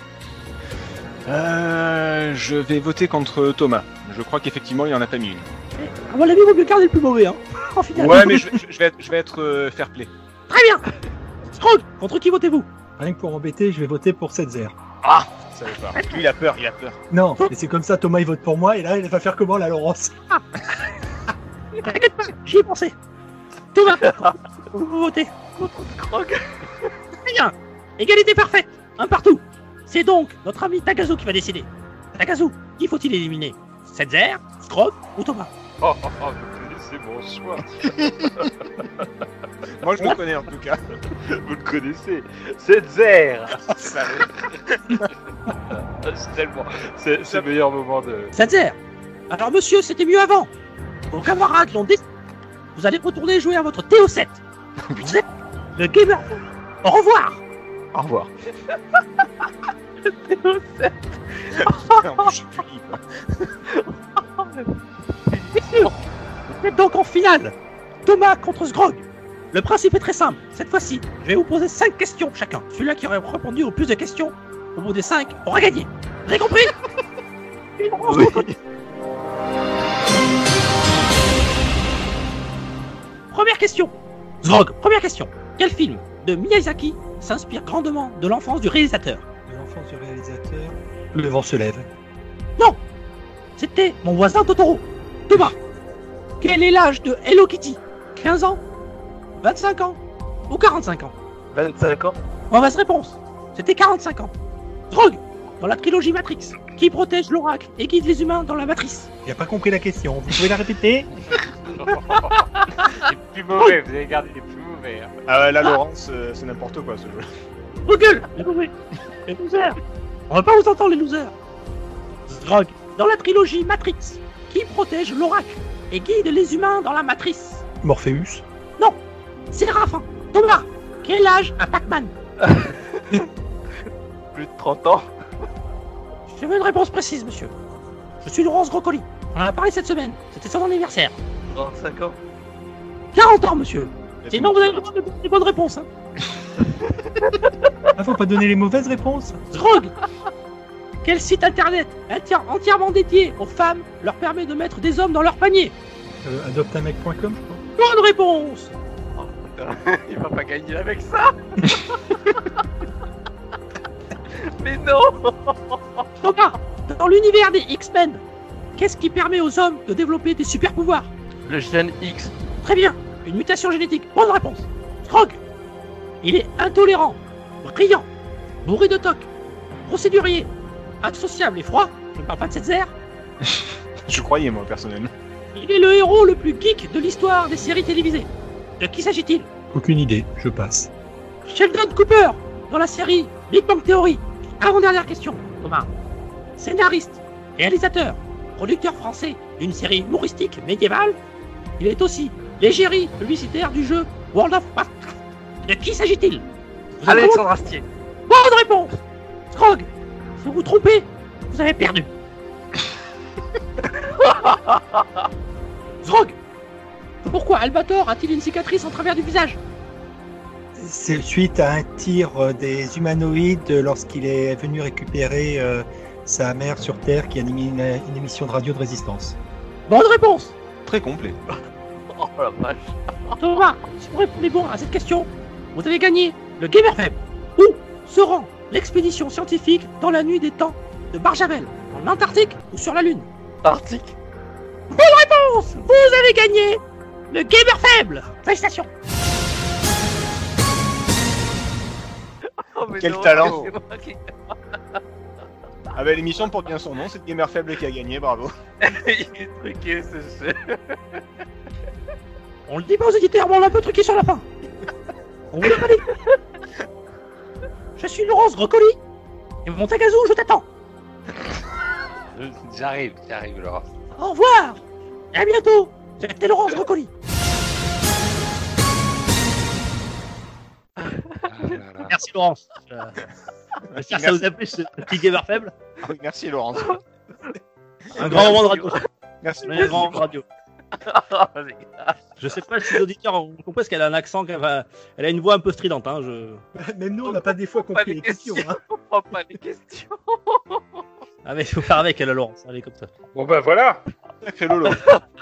Euh, je vais voter contre Thomas. Je crois qu'effectivement, il en a pas mis une. À mon avis, vaut mieux garder le plus mauvais, hein. En finale. Ouais, mais je, je- je vais être, je vais être euh, fair play. Très bien. Strong, contre qui votez-vous? Rien que pour embêter, je vais voter pour Setzer. Ah, ça va pas. Lui, il a peur, il a peur. Non, mais c'est comme ça, Thomas il vote pour moi, et là il va faire comment la Laurence? T'inquiète pas, j'y ai pensé. Thomas, vous votez. Krog. Très bien. Égalité parfaite. Un partout. C'est donc notre ami Tagazu qui va décider. Tagazu, qui faut-il éliminer? Setzer, Strog ou Thomas? Oh, oh, oh, vous connaissez mon choix. Moi, je le connais en tout cas. Vous le connaissez. C'est Zer. Ça- C'est tellement. C'est c'est le meilleur moment de. Setzer. Alors monsieur, c'était mieux avant. Vos camarades l'ont décidé. Vous allez retourner jouer à votre T O sept. Vous êtes le gamer. Au revoir. Au revoir. En plus, je suis puni, quoi. Messieurs, vous êtes donc en finale. Thomas contre Sgrog. Le principe est très simple. Cette fois-ci, je vais vous poser cinq questions chacun. Celui-là qui aurait répondu au plus de questions, au bout des cinq, aura gagné. Vous avez compris? Oui. Première question. Sgrog, première question. Quel film de Miyazaki s'inspire grandement de l'enfance du réalisateur? De l'enfance du réalisateur, le vent se lève. C'était Mon voisin Totoro. Thomas, quel est l'âge de Hello Kitty? quinze ans, vingt-cinq ans ou quarante-cinq ans? vingt-cinq ans. Mauvaise réponse. C'était quarante-cinq ans. Drogue, dans la trilogie Matrix, qui protège l'oracle et guide les humains dans la matrice? J'ai pas compris la question, vous pouvez la répéter? Les plus mauvais, vous avez gardé les plus mauvais. hein. Ah ouais, là, Laurence, euh, c'est n'importe quoi ce jeu. Vos gueules, les mauvais. Les losers. On va pas vous entendre, les losers. Drogue, dans la trilogie Matrix, qui protège l'oracle et guide les humains dans la matrice? Morpheus? Séraphin. Thomas, quel âge a Pac-Man? Plus de trente ans. Je veux une réponse précise, monsieur. Je suis Laurence Grocoli. On en a parlé cette semaine. C'était son anniversaire. trente-cinq ans. quarante ans, monsieur. Sinon, vous avez le droit de donner des bonnes réponses. Hein. Ah, faut pas donner les mauvaises réponses? Drogue. Quel site internet enti- entièrement dédié aux femmes leur permet de mettre des hommes dans leur panier? euh, adoptamec point com, je crois. Bonne réponse. Oh putain, il va pas gagner avec ça. Mais non. Thomas, dans l'univers des X-Men, qu'est-ce qui permet aux hommes de développer des super pouvoirs? Le gène X. Très bien, une mutation génétique. Bonne réponse. Drogue. Il est intolérant, brillant, bourré de toc, procédurier, associable et froid. Je ne parle pas de cette zère. Je croyais, moi, personnellement. Il est le héros le plus geek de l'histoire des séries télévisées. De qui s'agit-il? Aucune idée, je passe. Sheldon Cooper, dans la série Big Bang Theory. Avant-dernière question, Thomas. Scénariste, réalisateur, producteur français d'une série humoristique médiévale, il est aussi l'égérie publicitaire du jeu World of Warcraft. De qui s'agit-il? Vous avez Alexandre Astier. Bonne réponse. Scrog, si vous vous trompez, vous avez perdu. Scrog, pourquoi Albator a-t-il une cicatrice en travers du visage? C'est suite à un tir euh, des humanoïdes euh, lorsqu'il est venu récupérer euh, sa mère sur Terre qui animait une, une émission de radio de résistance. Bonne réponse. Très complet. Oh la vache. Thomas, si vous répondez bon à cette question, vous avez gagné le Gamer Faible. Où se rend l'expédition scientifique dans la nuit des temps de Barjavel, en Antarctique ou sur la Lune? Arctique. Réponse. Vous avez gagné le Gamer Faible. Félicitations. Oh, mais Quel non, talent. c'est moi qui- Ah bah l'émission porte bien son nom, c'est le Gamer Faible qui a gagné, bravo. Il est truqué ce jeu. On le dit pas aux éditeurs, mais on l'a un peu truqué sur la fin. On vous l'a pas dit. Je suis Laurence Grocoli. Et mon Tagazu, je t'attends. J'arrive, j'arrive, Laurent. Au revoir. Et à bientôt. C'était Laurence Grocoli. Ah là là. Merci Laurence. Euh, J'espère que ça vous a plu ce petit Gamer Faible. Ah oui, merci Laurence. Un grand moment de radio. Merci. Un grand moment de radio. Je sais pas si les auditeurs ont compris parce qu'elle a un accent, qu'elle a, elle a une voix un peu stridente. Hein, je... Même nous, on n'a pas des fois Pas compris les les questions. questions. hein. On prend pas les questions. Ah mais il faut faire avec elle, Laurence. Elle est comme ça. Bon bah voilà. Sacré Lolo.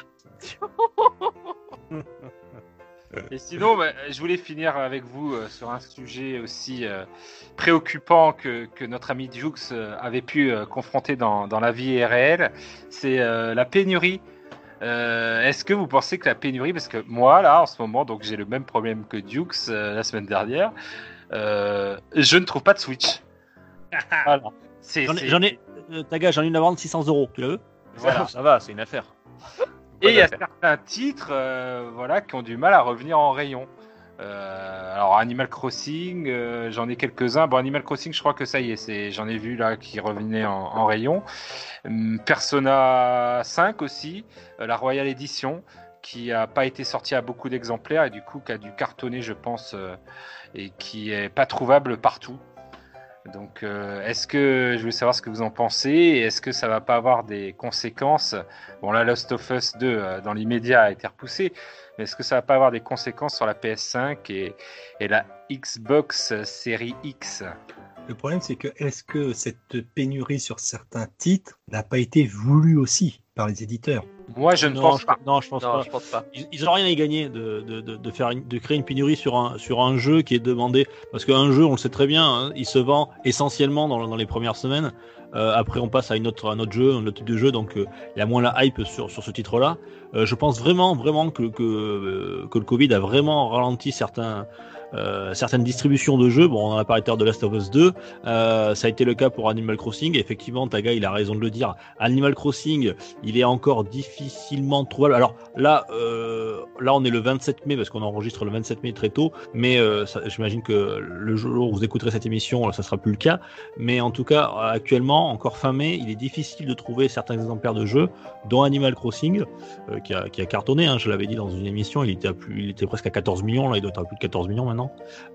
Et sinon, bah, je voulais finir avec vous euh, sur un sujet aussi euh, préoccupant que, que notre ami Dukes euh, avait pu euh, confronter dans, dans la vie réelle. C'est euh, la pénurie. Euh, Est-ce que vous pensez que la pénurie, parce que moi là en ce moment, donc j'ai le même problème que Dukes euh, la semaine dernière, euh, je ne trouve pas de Switch. Voilà. C'est, J'en ai, c'est- j'en ai euh, Taga, j'en ai une à vendre six cents euros. Tu la veux? Voilà. Ça va, c'est une affaire. Et il y a Bonne certains titres euh, voilà, qui ont du mal à revenir en rayon. Euh, alors Animal Crossing, euh, j'en ai quelques-uns. Bon, Animal Crossing, je crois que ça y est, c'est, j'en ai vu là qui revenaient en, en rayon. Hum, Persona cinq aussi, euh, la Royal Edition, qui a pas été sortie à beaucoup d'exemplaires et du coup qui a dû cartonner, je pense, euh, et qui est pas trouvable partout. Donc, euh, est-ce que je veux savoir ce que vous en pensez et est-ce que ça va pas avoir des conséquences? Bon, là, Last of Us deux, euh, dans l'immédiat, a été repoussé, mais est-ce que ça va pas avoir des conséquences sur la P S cinq et, et la Xbox Series X? Le problème, c'est que est-ce que cette pénurie sur certains titres n'a pas été voulue aussi par les éditeurs? Moi, je ne non, pense je, pas. non, je pense Non, pas. je pense pas. Ils, ils ont rien à y gagner de, de, de, de faire une- de créer une pénurie sur un sur un jeu qui est demandé parce qu'un jeu, on le sait très bien, hein, il se vend essentiellement dans, dans les premières semaines. Euh, après, on passe à une autre un autre jeu, un autre type de jeu, donc euh, il y a moins la hype sur sur ce titre-là. Euh, je pense vraiment vraiment que que euh, que le Covid a vraiment ralenti certains euh, certaines distributions de jeux. Bon, on en a parlé tout à l'heure de Last of Us deux. Euh, ça a été le cas pour Animal Crossing. Et effectivement, Taga, il a raison de le dire. Animal Crossing, il est encore difficilement trouvable. Alors là, euh, là, on est le vingt-sept mai parce qu'on enregistre le vingt-sept mai très tôt. Mais euh, ça, j'imagine que le jour où vous écouterez cette émission, ça sera plus le cas. Mais en tout cas, actuellement, encore fin mai, il est difficile de trouver certains exemplaires de jeux, dont Animal Crossing, euh, qui, a, qui a cartonné. Hein, je l'avais dit dans une émission, il était, à plus, il était presque à quatorze millions. Là, il doit être à plus de quatorze millions maintenant.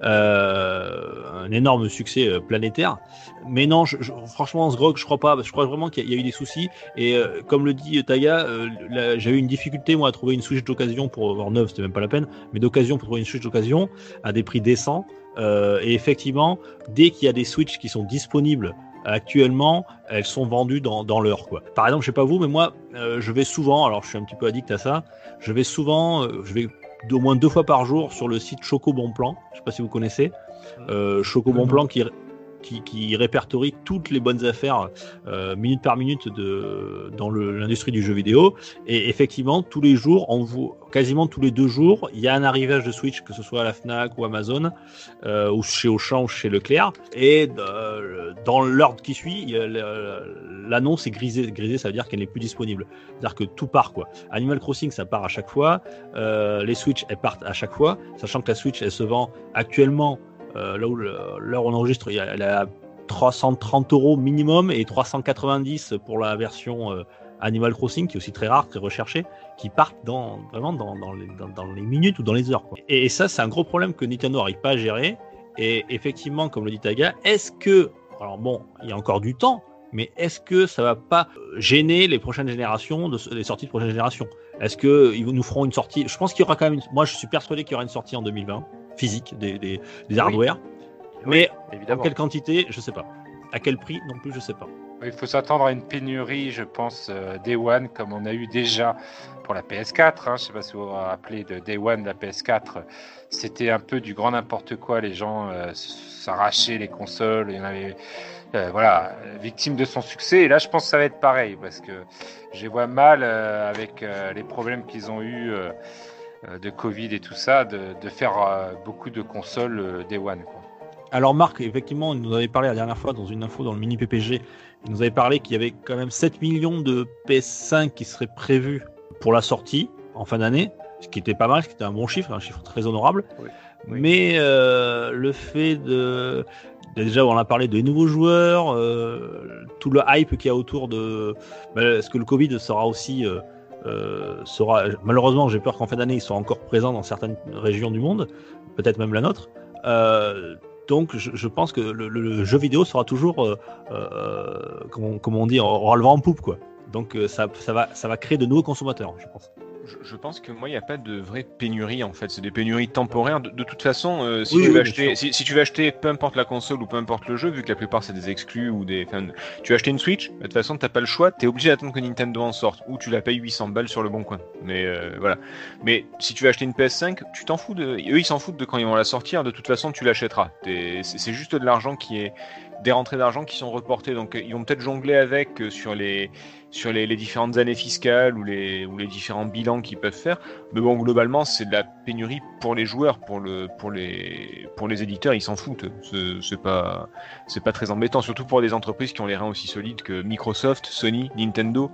Euh, un énorme succès euh, planétaire. Mais non, je, je, franchement, ce grog, je crois pas. Parce que je crois vraiment qu'il y a, il y a eu des soucis. Et euh, comme le dit Taga, euh, là, j'ai eu une difficulté moi à trouver une Switch d'occasion pour avoir neuve, c'était même pas la peine, mais d'occasion pour trouver une Switch d'occasion à des prix décents. Euh, et effectivement, dès qu'il y a des Switch qui sont disponibles actuellement, elles sont vendues dans, dans l'heure, quoi. Par exemple, je sais pas vous, mais moi, euh, je vais souvent, alors je suis un petit peu addict à ça, je vais souvent, euh, je vais au moins deux fois par jour sur le site Choco Bon Plan. Je sais pas si vous connaissez. Euh, Choco Bon Plan qui, qui, qui répertorie toutes les bonnes affaires euh, minute par minute de, dans le, l'industrie du jeu vidéo. Et effectivement, tous les jours, on vous, quasiment tous les deux jours, il y a un arrivage de Switch, que ce soit à la Fnac ou Amazon, euh, ou chez Auchan ou chez Leclerc. Et euh, dans l'ordre qui suit, il y a l'annonce est grisée. Grisée, ça veut dire qu'elle n'est plus disponible. C'est-à-dire que tout part, quoi. Animal Crossing, ça part à chaque fois. Euh, les Switch, elles partent à chaque fois, sachant que la Switch, elle se vend actuellement, euh, là où l'heure où on enregistre, il y a, elle a trois cent trente euros minimum et trois cent quatre-vingt-dix pour la version euh, Animal Crossing, qui est aussi très rare, très recherchée, qui partent dans, vraiment dans, dans, les, dans, dans les minutes ou dans les heures, quoi. Et, et ça, c'est un gros problème que Nintendo n'arrive pas à gérer. Et effectivement, comme le dit Taga, est-ce que, alors bon, il y a encore du temps, mais est-ce que ça va pas gêner les prochaines générations, de, les sorties de prochaines générations? Est-ce que ils nous feront une sortie? Je pense qu'il y aura quand même, une, moi je suis persuadé qu'il y aura une sortie en deux mille vingt. physiques, des, des, des hardware. Mais en Évidemment. quelle quantité, je sais pas. À quel prix non plus, je sais pas. Il faut s'attendre à une pénurie, je pense, euh, Day One, comme on a eu déjà pour la P S quatre. Hein. Je ne sais pas si vous vous rappelez de Day One de la P S quatre. C'était un peu du grand n'importe quoi. Les gens euh, s'arrachaient les consoles. Il y en avait, euh, voilà, victimes de son succès. Et là, je pense que ça va être pareil, parce que je les vois mal euh, avec euh, les problèmes qu'ils ont eu euh, de Covid et tout ça, de, de faire euh, beaucoup de consoles euh, Day One, quoi. Alors Marc, effectivement, il nous avait parlé la dernière fois dans une info dans le mini P P G, il nous avait parlé qu'il y avait quand même sept millions de P S cinq qui seraient prévus pour la sortie en fin d'année, ce qui était pas mal, ce qui était un bon chiffre, un chiffre très honorable. Oui. Oui. Mais euh, le fait de... Déjà, on a parlé des nouveaux joueurs, euh, tout le hype qu'il y a autour de... Ben, est-ce que le Covid sera aussi... Euh, euh, sera... Malheureusement, j'ai peur qu'en fin d'année, il soit encore présent dans certaines régions du monde, peut-être même la nôtre. Euh, Donc, je, je pense que le, le, le jeu vidéo sera toujours, euh, euh, comme, on, comme on dit, aura le vent en poupe, quoi. Donc, euh, ça, ça, va, ça va créer de nouveaux consommateurs, je pense. Je, je pense que moi, il n'y a pas de vraie pénurie en fait. C'est des pénuries temporaires. De, de toute façon, euh, si, Oui, tu oui, veux bien acheter, sûr. si, si tu veux acheter peu importe la console ou peu importe le jeu, vu que la plupart c'est des exclus ou des. Enfin, tu veux acheter une Switch, bah, de toute façon, t'as pas le choix. T'es obligé d'attendre que Nintendo en sorte ou tu la payes huit cents balles sur le bon coin. Mais euh, voilà. Mais si tu veux acheter une P S cinq, tu t'en fous de. Eux, ils s'en foutent de quand ils vont la sortir. De toute façon, tu l'achèteras. T'es... C'est, c'est juste de l'argent qui est. Des rentrées d'argent qui sont reportées. Donc, ils vont peut-être jongler avec euh, sur les. sur les, les différentes années fiscales ou les, ou les différents bilans qu'ils peuvent faire. Mais bon, globalement, c'est de la pénurie pour les joueurs, pour, le, pour, les, pour les éditeurs, ils s'en foutent. C'est, c'est, pas, c'est pas très embêtant, surtout pour des entreprises qui ont les reins aussi solides que Microsoft, Sony, Nintendo.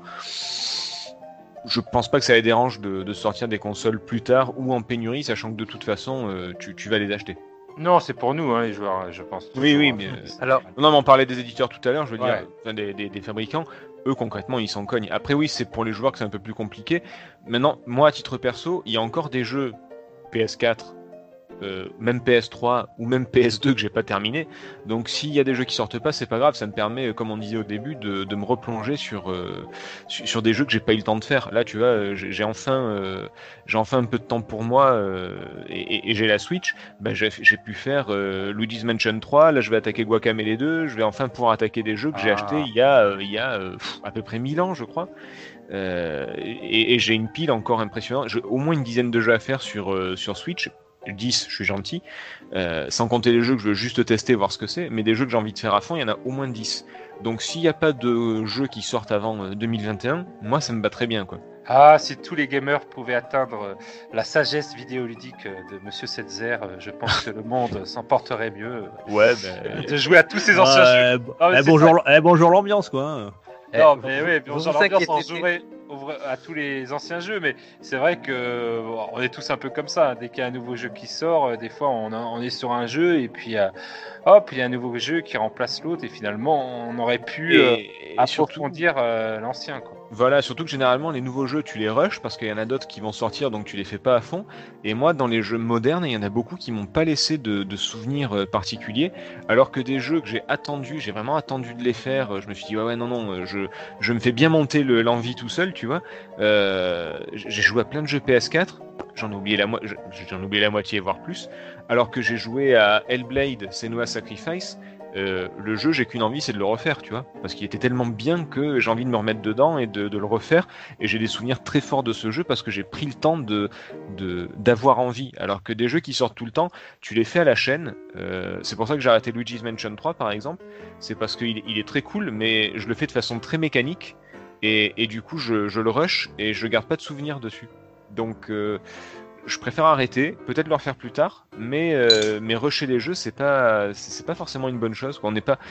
Je pense pas que ça les dérange de, de sortir des consoles plus tard ou en pénurie, sachant que de toute façon, euh, tu, tu vas les acheter. Non, c'est pour nous, hein, les joueurs, je pense. Oui, toujours, oui, hein. mais... euh, Alors, Non, mais on parlait des éditeurs tout à l'heure, je veux Ouais. dire, enfin, des, des, des fabricants. Eux, concrètement, ils s'en cognent. Après, oui, c'est pour les joueurs que c'est un peu plus compliqué. Maintenant, moi, à titre perso, il y a encore des jeux P S quatre, euh, même P S trois ou même P S deux que j'ai pas terminé. Donc, s'il y a des jeux qui sortent pas, c'est pas grave. Ça me permet, comme on disait au début, de, de me replonger sur, euh, sur sur des jeux que j'ai pas eu le temps de faire. Là, tu vois, euh, j'ai, j'ai enfin euh, j'ai enfin un peu de temps pour moi euh, et, et, et j'ai la Switch. Ben, j'ai, j'ai pu faire euh, Luigi's Mansion trois. Là, je vais attaquer Guacamelee deux. Je vais enfin pouvoir attaquer des jeux que j'ai Ah. achetés il y a euh, il y a euh, pff, à peu près mille ans, je crois. Euh, et, et j'ai une pile encore impressionnante. J'ai au moins une dizaine de jeux à faire sur euh, sur Switch. dix, je suis gentil, euh, sans compter les jeux que je veux juste tester, voir ce que c'est, mais des jeux que j'ai envie de faire à fond, il y en a au moins dix. Donc s'il n'y a pas de jeux qui sortent avant euh, deux mille vingt et un, moi ça me va très bien, quoi. Ah, si tous les gamers pouvaient atteindre euh, la sagesse vidéoludique euh, de Monsieur Setzer, euh, je pense que le monde s'en porterait mieux Ouais, euh, ben... de jouer à tous ces anciens jeux. Ouais, b- Ah, mais eh, c'est bonjour, eh, bonjour l'ambiance, quoi. hein. Non, eh, mais vous- oui, vous bonjour vous l'ambiance, on inquiétez- jouerait au vrai- à tous les anciens jeux, mais c'est vrai que bon, on est tous un peu comme ça. Dès qu'il y a un nouveau jeu qui sort, euh, des fois on, a- on est sur un jeu et puis euh, hop, il y a un nouveau jeu qui remplace l'autre et finalement on aurait pu euh, Et, et surtout, approfondir euh, l'ancien, quoi. voilà, surtout que généralement les nouveaux jeux tu les rushes parce qu'il y en a d'autres qui vont sortir donc tu les fais pas à fond. Et moi dans les jeux modernes, il y en a beaucoup qui m'ont pas laissé de, de souvenirs euh, particuliers, alors que des jeux que j'ai attendu, j'ai vraiment attendu de les faire. euh, Je me suis dit ouais ouais non non, euh, je je me fais bien monter le, l'envie tout seul, tu vois. Euh, j'ai joué à plein de jeux P S quatre, j'en ai oublié la mo- je- j'en ai oublié la moitié voire plus, alors que j'ai joué à Hellblade, Senua's Sacrifice. Euh, le jeu, j'ai qu'une envie, c'est de le refaire, tu vois, parce qu'il était tellement bien que j'ai envie de me remettre dedans et de, de le refaire. Et j'ai des souvenirs très forts de ce jeu parce que j'ai pris le temps de, de d'avoir envie. Alors que des jeux qui sortent tout le temps, tu les fais à la chaîne. Euh, c'est pour ça que j'ai arrêté Luigi's Mansion trois, par exemple. C'est parce qu'il il est très cool, mais je le fais de façon très mécanique. Et, et du coup, je, je le rush et je garde pas de souvenirs dessus. Donc euh, je préfère arrêter, peut-être le refaire plus tard, mais euh, mais rusher les jeux, c'est pas c'est, c'est pas forcément une bonne chose, quoi. On n'est pas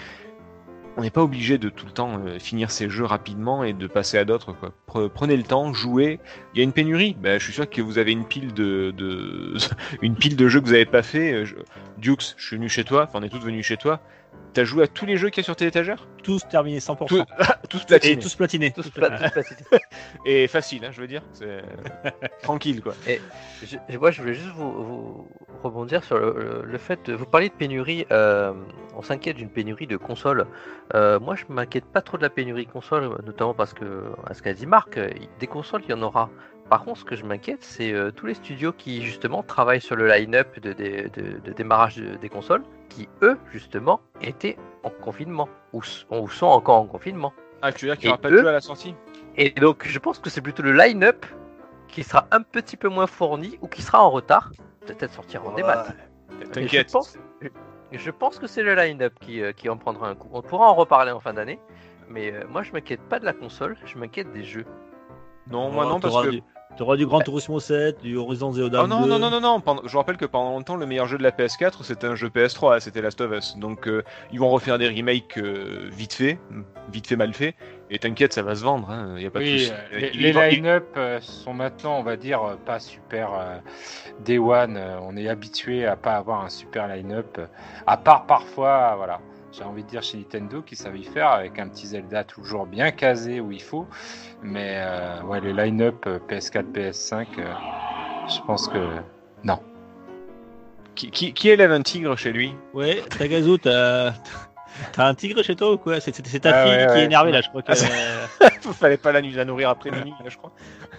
on n'est pas obligé de tout le temps euh, finir ces jeux rapidement et de passer à d'autres, quoi. Pre- Prenez le temps, jouez. Il y a une pénurie. Ben, je suis sûr que vous avez une pile de, de une pile de jeux que vous avez pas fait. Euh, je- Dukes, je suis venu chez toi. Enfin, on est tous venus chez toi. T'as joué à tous les jeux qu'il y a sur tes étagères? Tous terminés cent pour Tous, cent. tous Et platinés. tous platinés. Tous pla- tous platinés. Et facile, hein, je veux dire. C'est tranquille, quoi. Et je, je- moi, je voulais juste vous, vous rebondir sur le, le- le fait de vous parler de pénurie. euh, on s'inquiète d'une pénurie de consoles. Euh, moi, je m'inquiète pas trop de la pénurie de consoles, notamment parce que, à ce qu'a dit Marc, euh, des consoles, il y en aura Par contre, ce que je m'inquiète, c'est euh, tous les studios qui justement travaillent sur le line-up de, de, de, de démarrage de- des consoles, qui eux justement étaient en confinement ou, s- ou sont encore en confinement. Ah, tu veux dire qu'il n'y aura Et pas de eux jeu à la sortie? Et donc, je pense que c'est plutôt le line-up qui sera un petit peu moins fourni ou qui sera en retard. Peut-être sortir en débat. Mais T'inquiète. Je pense, je pense que c'est le line-up qui, euh, qui en prendra un coup. On pourra en reparler en fin d'année. Mais euh, moi, je m'inquiète pas de la console, je m'inquiète des jeux. Non, moi non, parce t'auras que. du, t'auras du Gran Turismo sept, du Horizon Zero Dawn Oh non, deux. non, non, non, non. Pendant- Je vous rappelle que pendant longtemps, le meilleur jeu de la P S quatre, c'était un jeu P S trois, c'était Last of Us. Donc, euh, ils vont refaire des remakes euh, vite fait, vite fait, mal fait. Et t'inquiète, ça va se vendre, hein. Y a pas de Oui, souci. euh, les, Il- les il- il- line-up euh, sont maintenant, on va dire, euh, pas super euh, Day One. Euh, on est habitué à pas avoir un super line-up, euh, à part parfois, voilà. J'ai envie de dire chez Nintendo qui savent y faire avec un petit Zelda toujours bien casé où il faut. Mais euh, ouais, les line-up euh, P S quatre, P S cinq, euh, je pense que non. Qui, qui, qui élève un tigre chez lui? Ouais, Tagazu, t'as t'as un tigre chez toi ou quoi? C'est c'est- c'est ta Ah fille ouais, qui ouais, est énervée c'est là, je crois que. Ah, c'est- Fallait pas la, nu- la nourrir après minuit, là, je crois.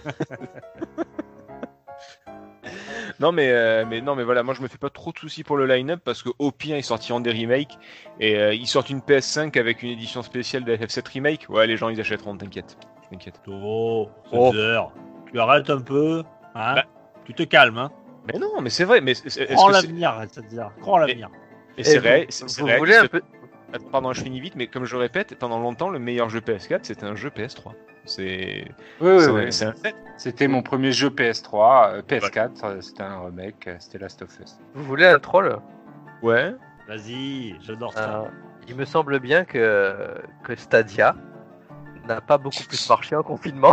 Non mais, euh, mais non mais voilà, moi je me fais pas trop de soucis pour le line-up parce que au pire ils sortiront des remakes et euh, ils sortent une P S cinq avec une édition spéciale de F F sept remake. Ouais, les gens ils achèteront, t'inquiète, t'inquiète. Oh, Oh. Césaire, tu arrêtes un peu, hein? Bah. Tu te calmes, hein? Mais non, mais c'est vrai, mais c'est- est-ce Crois en que c'est l'avenir, Césaire. Crois en l'avenir. et c'est Et vrai, vous- c'est c'est vous réel, voulez parce un que- peu... Attends, pardon, je finis vite, mais comme je répète, pendant longtemps le meilleur jeu P S quatre c'était un jeu P S trois. C'est Oui, oui, c'est- oui. c'est un fait. C'était mon premier jeu P S trois, euh, P S quatre, euh, c'était un remake, euh, c'était Last of Us. Vous voulez un troll? Ouais. Vas-y, j'adore ça. Euh, Il me semble bien que, que Stadia n'a pas beaucoup plus marché en confinement.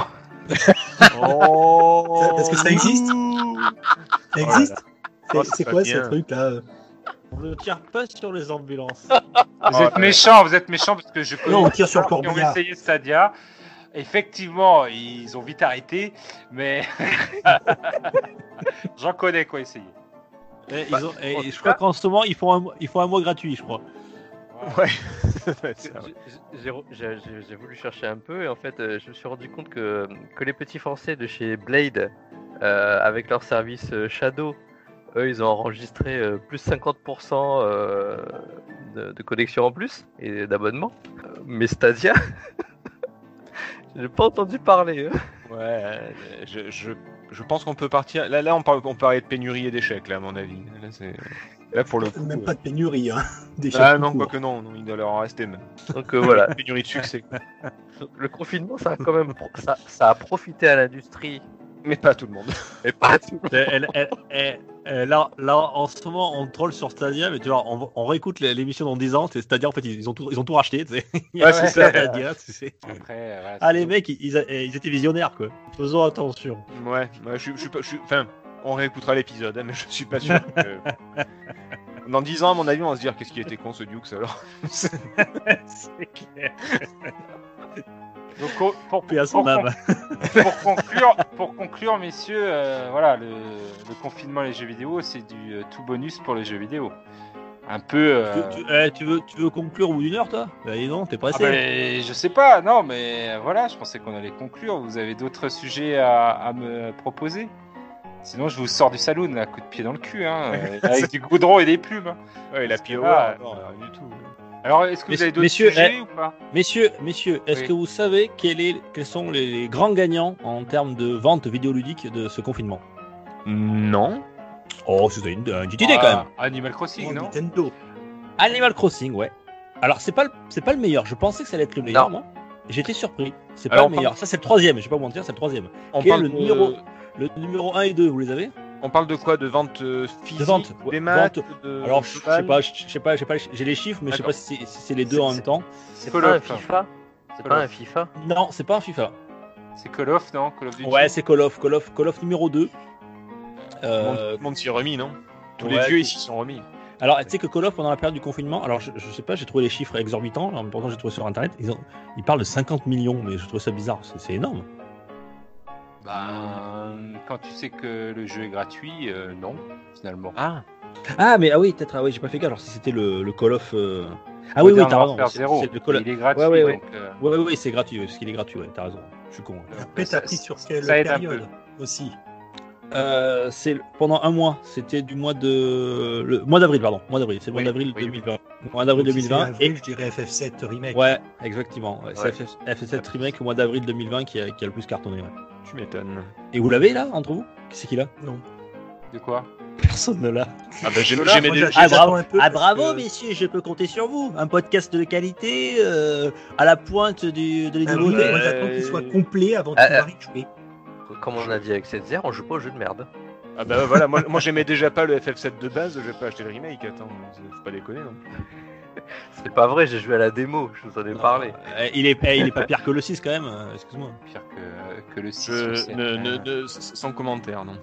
Oh, Est-ce que ça existe Ça là existe Oh, C'est c'est c'est pas quoi bien. ce truc là On ne tire pas sur les ambulances. Vous Oh, êtes ouais. méchants, vous êtes méchants parce que je connais Non, on tire sur des gens qui ont Corbillard. essayé Stadia. Effectivement, ils ont vite arrêté, mais j'en connais quoi essayer. Et ils ont- et en je tout crois cas- qu'en ce moment, ils font, un, mois- ils font un mois gratuit, je crois. Ouais. J'ai- J'ai j'ai- j'ai- j'ai voulu chercher un peu et en fait euh, je me suis rendu compte que, que les petits français de chez Blade euh, avec leur service euh, Shadow, eux ils ont enregistré euh, plus cinquante pour cent euh, de, de connexion en plus et d'abonnement. Euh, Mais Stadia, j'ai pas entendu parler. hein. Ouais, euh, je, je, je pense qu'on peut partir. Là, là on, parle, on parlait de pénurie et d'échecs, là, à mon avis. Là, c'est... là pour le coup. Même euh, pas de pénurie, hein. Des Ah chefs non, tout court. quoique non, non, il doit leur en rester même. Donc euh, voilà, Pénurie de succès. le confinement ça a quand même pro- ça, ça a profité à l'industrie. Mais pas à tout le monde. Mais pas à tout. Elle- elle- elle- elle- là, là, en ce moment, on troll sur Stadia, mais tu vois, on, on réécoute l'é- l'émission dans dix ans. C'est Stadia, en fait, ils, ils ont tout, ils ont tout racheté. Tu sais. Il y a Ouais, c'est plus ça. Stadia, tu sais. Après, voilà, Ah, c'est- les mecs, ils, ils- ils étaient visionnaires, quoi. Faisons attention. Ouais, ouais je, suis- je suis pas. je suis- Enfin, on réécoutera l'épisode, hein, mais je suis pas sûr que. Dans dix ans, à mon avis, on va se dire qu'est-ce qui était con ce Dukes alors. C'est clair. Donc, pour, pour, Paix à son pour- âme. pour conclure, pour conclure, messieurs, euh, voilà, le, le confinement et les jeux vidéo, c'est du euh, tout bonus pour les jeux vidéo. Un peu. euh, Tu, tu- eh, tu veux, tu veux conclure au bout d'une heure, toi? Bah, dis non, t'es ah pressé. ben, je sais pas, non, mais euh, voilà, je pensais qu'on allait conclure. Vous avez d'autres sujets à, à me proposer? Sinon, je vous sors du saloon, à coup de pied dans le cul, hein, euh, avec du goudron et des plumes. hein. Ouais, et la Parce que P O là, R, non, rien du tout. Alors, est-ce que vous Messieurs- avez d'autres messieurs, sujets eh, ou pas? Messieurs, messieurs, est-ce Oui. que vous savez quel est, quels sont les, les grands gagnants en termes de vente vidéoludique de ce confinement? Non. Oh, c'est une, une petite idée quand même. Ah, Animal Crossing, Oh, non? Nintendo. Animal Crossing, ouais. Alors, c'est pas, le- c'est pas le meilleur. Je pensais que ça allait être le meilleur, moi. J'étais surpris. C'est pas Alors, le on meilleur. parle- Ça, c'est le troisième. Je vais pas vous mentir, c'est le troisième. On Quel est parle le de... numéro- Le numéro un et deux, vous les avez? On parle de quoi? De vente euh, physique, De vente, ouais, des maths, vente. de... Alors, je sais global pas, je sais pas, je sais pas, j'ai les chiffres, mais je sais pas D'accord. si c'est si c'est les deux C'est- en même temps. C'est Call pas un of. FIFA. C'est Call pas of. un FIFA. Non, c'est pas un FIFA. C'est Call of, non? Call of Duty. Ouais, c'est Call of, Call of, Call of numéro deux. Tout Euh, le monde s'y est remis, non? Tous ouais, les vieux tout- ici sont remis. Alors, tu sais que Call of, pendant la période du confinement, alors je, je sais pas, j'ai trouvé les chiffres exorbitants, en même temps j'ai trouvé sur internet, ils, ont, ils parlent de cinquante millions, mais je trouve ça bizarre, c'est c'est énorme. Ben, quand tu sais que le jeu est gratuit, euh, non, finalement. Ah. Ah, mais ah oui, peut-être, ah oui, j'ai pas fait gaffe, alors si c'était le, le Call of. euh, Ah oui, oui, Modern t'as raison. Warfare c'est- zéro, c'est le Call of- il est gratuit, Ouais, ouais, ouais. donc euh, Ouais, ouais, ouais, c'est gratuit, ouais, parce qu'il est gratuit, ouais, t'as raison, je suis con. ouais. Après, ça- t'as pris sur quelle ça aide un période? aussi. Euh, c'est pendant un mois, c'était du mois de le mois d'avril, pardon, mois d'avril, c'est le mois Oui, d'avril oui, deux mille vingt, mois d'avril Donc, si c'est deux mille vingt. avril, Et je dirais F F sept remake. ouais, exactement, ouais, Ouais. c'est F F sept remake au mois d'avril deux mille vingt qui a, qui a le plus cartonné. Ouais. Tu m'étonnes. Et vous l'avez là entre vous? Qui c'est qui l'a? Non. De quoi? Personne ne l'a. Ah bah j'ai Là, j'aimais moi, déjà- j'ai- Ah j'attends bravo, un peu ah, parce bravo que- messieurs, je peux compter sur vous. Un podcast de qualité euh, à la pointe du, de les Ah oui, nouveautés. moi Euh, j'attends qu'il soit complet avant de Ah, pouvoir y jouer. Comme on a dit avec cette zère, on joue pas au jeu de merde. Ah bah voilà, moi, moi j'aimais déjà pas le F F sept de base, je vais pas acheter le remake, attends, faut pas déconner non. C'est pas vrai, j'ai joué à la démo, je vous en ai parlé. Euh, il est, eh, il est pas pire que le six quand même. euh, Excuse-moi. Pire que, que le six. Je, ou sept, ne, hein. ne- ne- sans commentaire, non.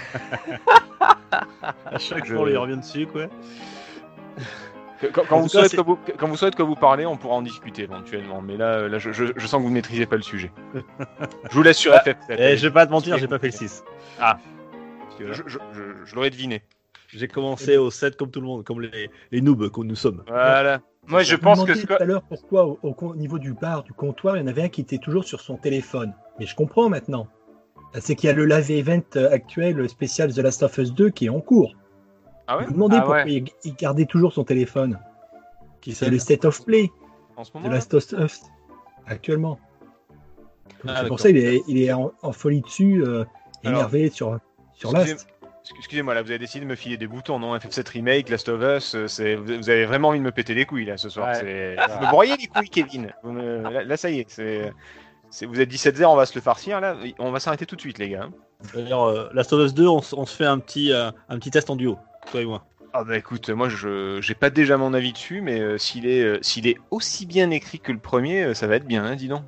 À chaque Je- fois, on lui revient dessus quoi. Quand, quand En vous tout cas, saurez de c'est- quoi vous, quand vous saurez de quoi vous parlez, on pourra en discuter éventuellement. Mais là, là je, je, je sens que vous ne maîtrisez pas le sujet. Je vous laisse sur F F sept. Eh, je vais pas te mentir, j'ai pas fait le six. Je, je, je, je l'aurais deviné. J'ai commencé au sept comme tout le monde, comme les, les noobs que nous sommes. Voilà. Moi, je vous pense que demandiez ce tout que- à l'heure pourquoi au, au con- niveau du bar, du comptoir, il y en avait un qui était toujours sur son téléphone. Mais je comprends maintenant. C'est qu'il y a le live event euh, actuel le spécial The Last of Us deux qui est en cours. Ah ouais Vous vous demandez Ah pourquoi ouais. il, il gardait toujours son téléphone. Qui C'est le State of Play En ce de moment là Last of Us actuellement. Donc, Ah, c'est d'accord. pour ça qu'il est, il est en, en folie dessus, euh, Alors, énervé sur, sur excusez- Last. Excusez-moi, là, vous avez décidé de me filer des boutons, non? F F sept Remake, Last of Us, euh, c'est... vous vous avez vraiment envie de me péter les couilles, là, ce soir. Ouais. C'est... Vous me broyez les couilles, Kevin. Vous me- là, là, ça y est, c'est... c'est... vous êtes dix-sept zéro, on va se le farcir, là. On va s'arrêter tout de suite, les gars. D'ailleurs, euh, Last of Us deux, on, s- on se fait un petit, euh, un petit test en duo, toi et moi. Ah bah écoute, moi, je j'ai pas déjà mon avis dessus, mais euh, s'il, est, euh, s'il est aussi bien écrit que le premier, euh, ça va être bien, hein, dis donc.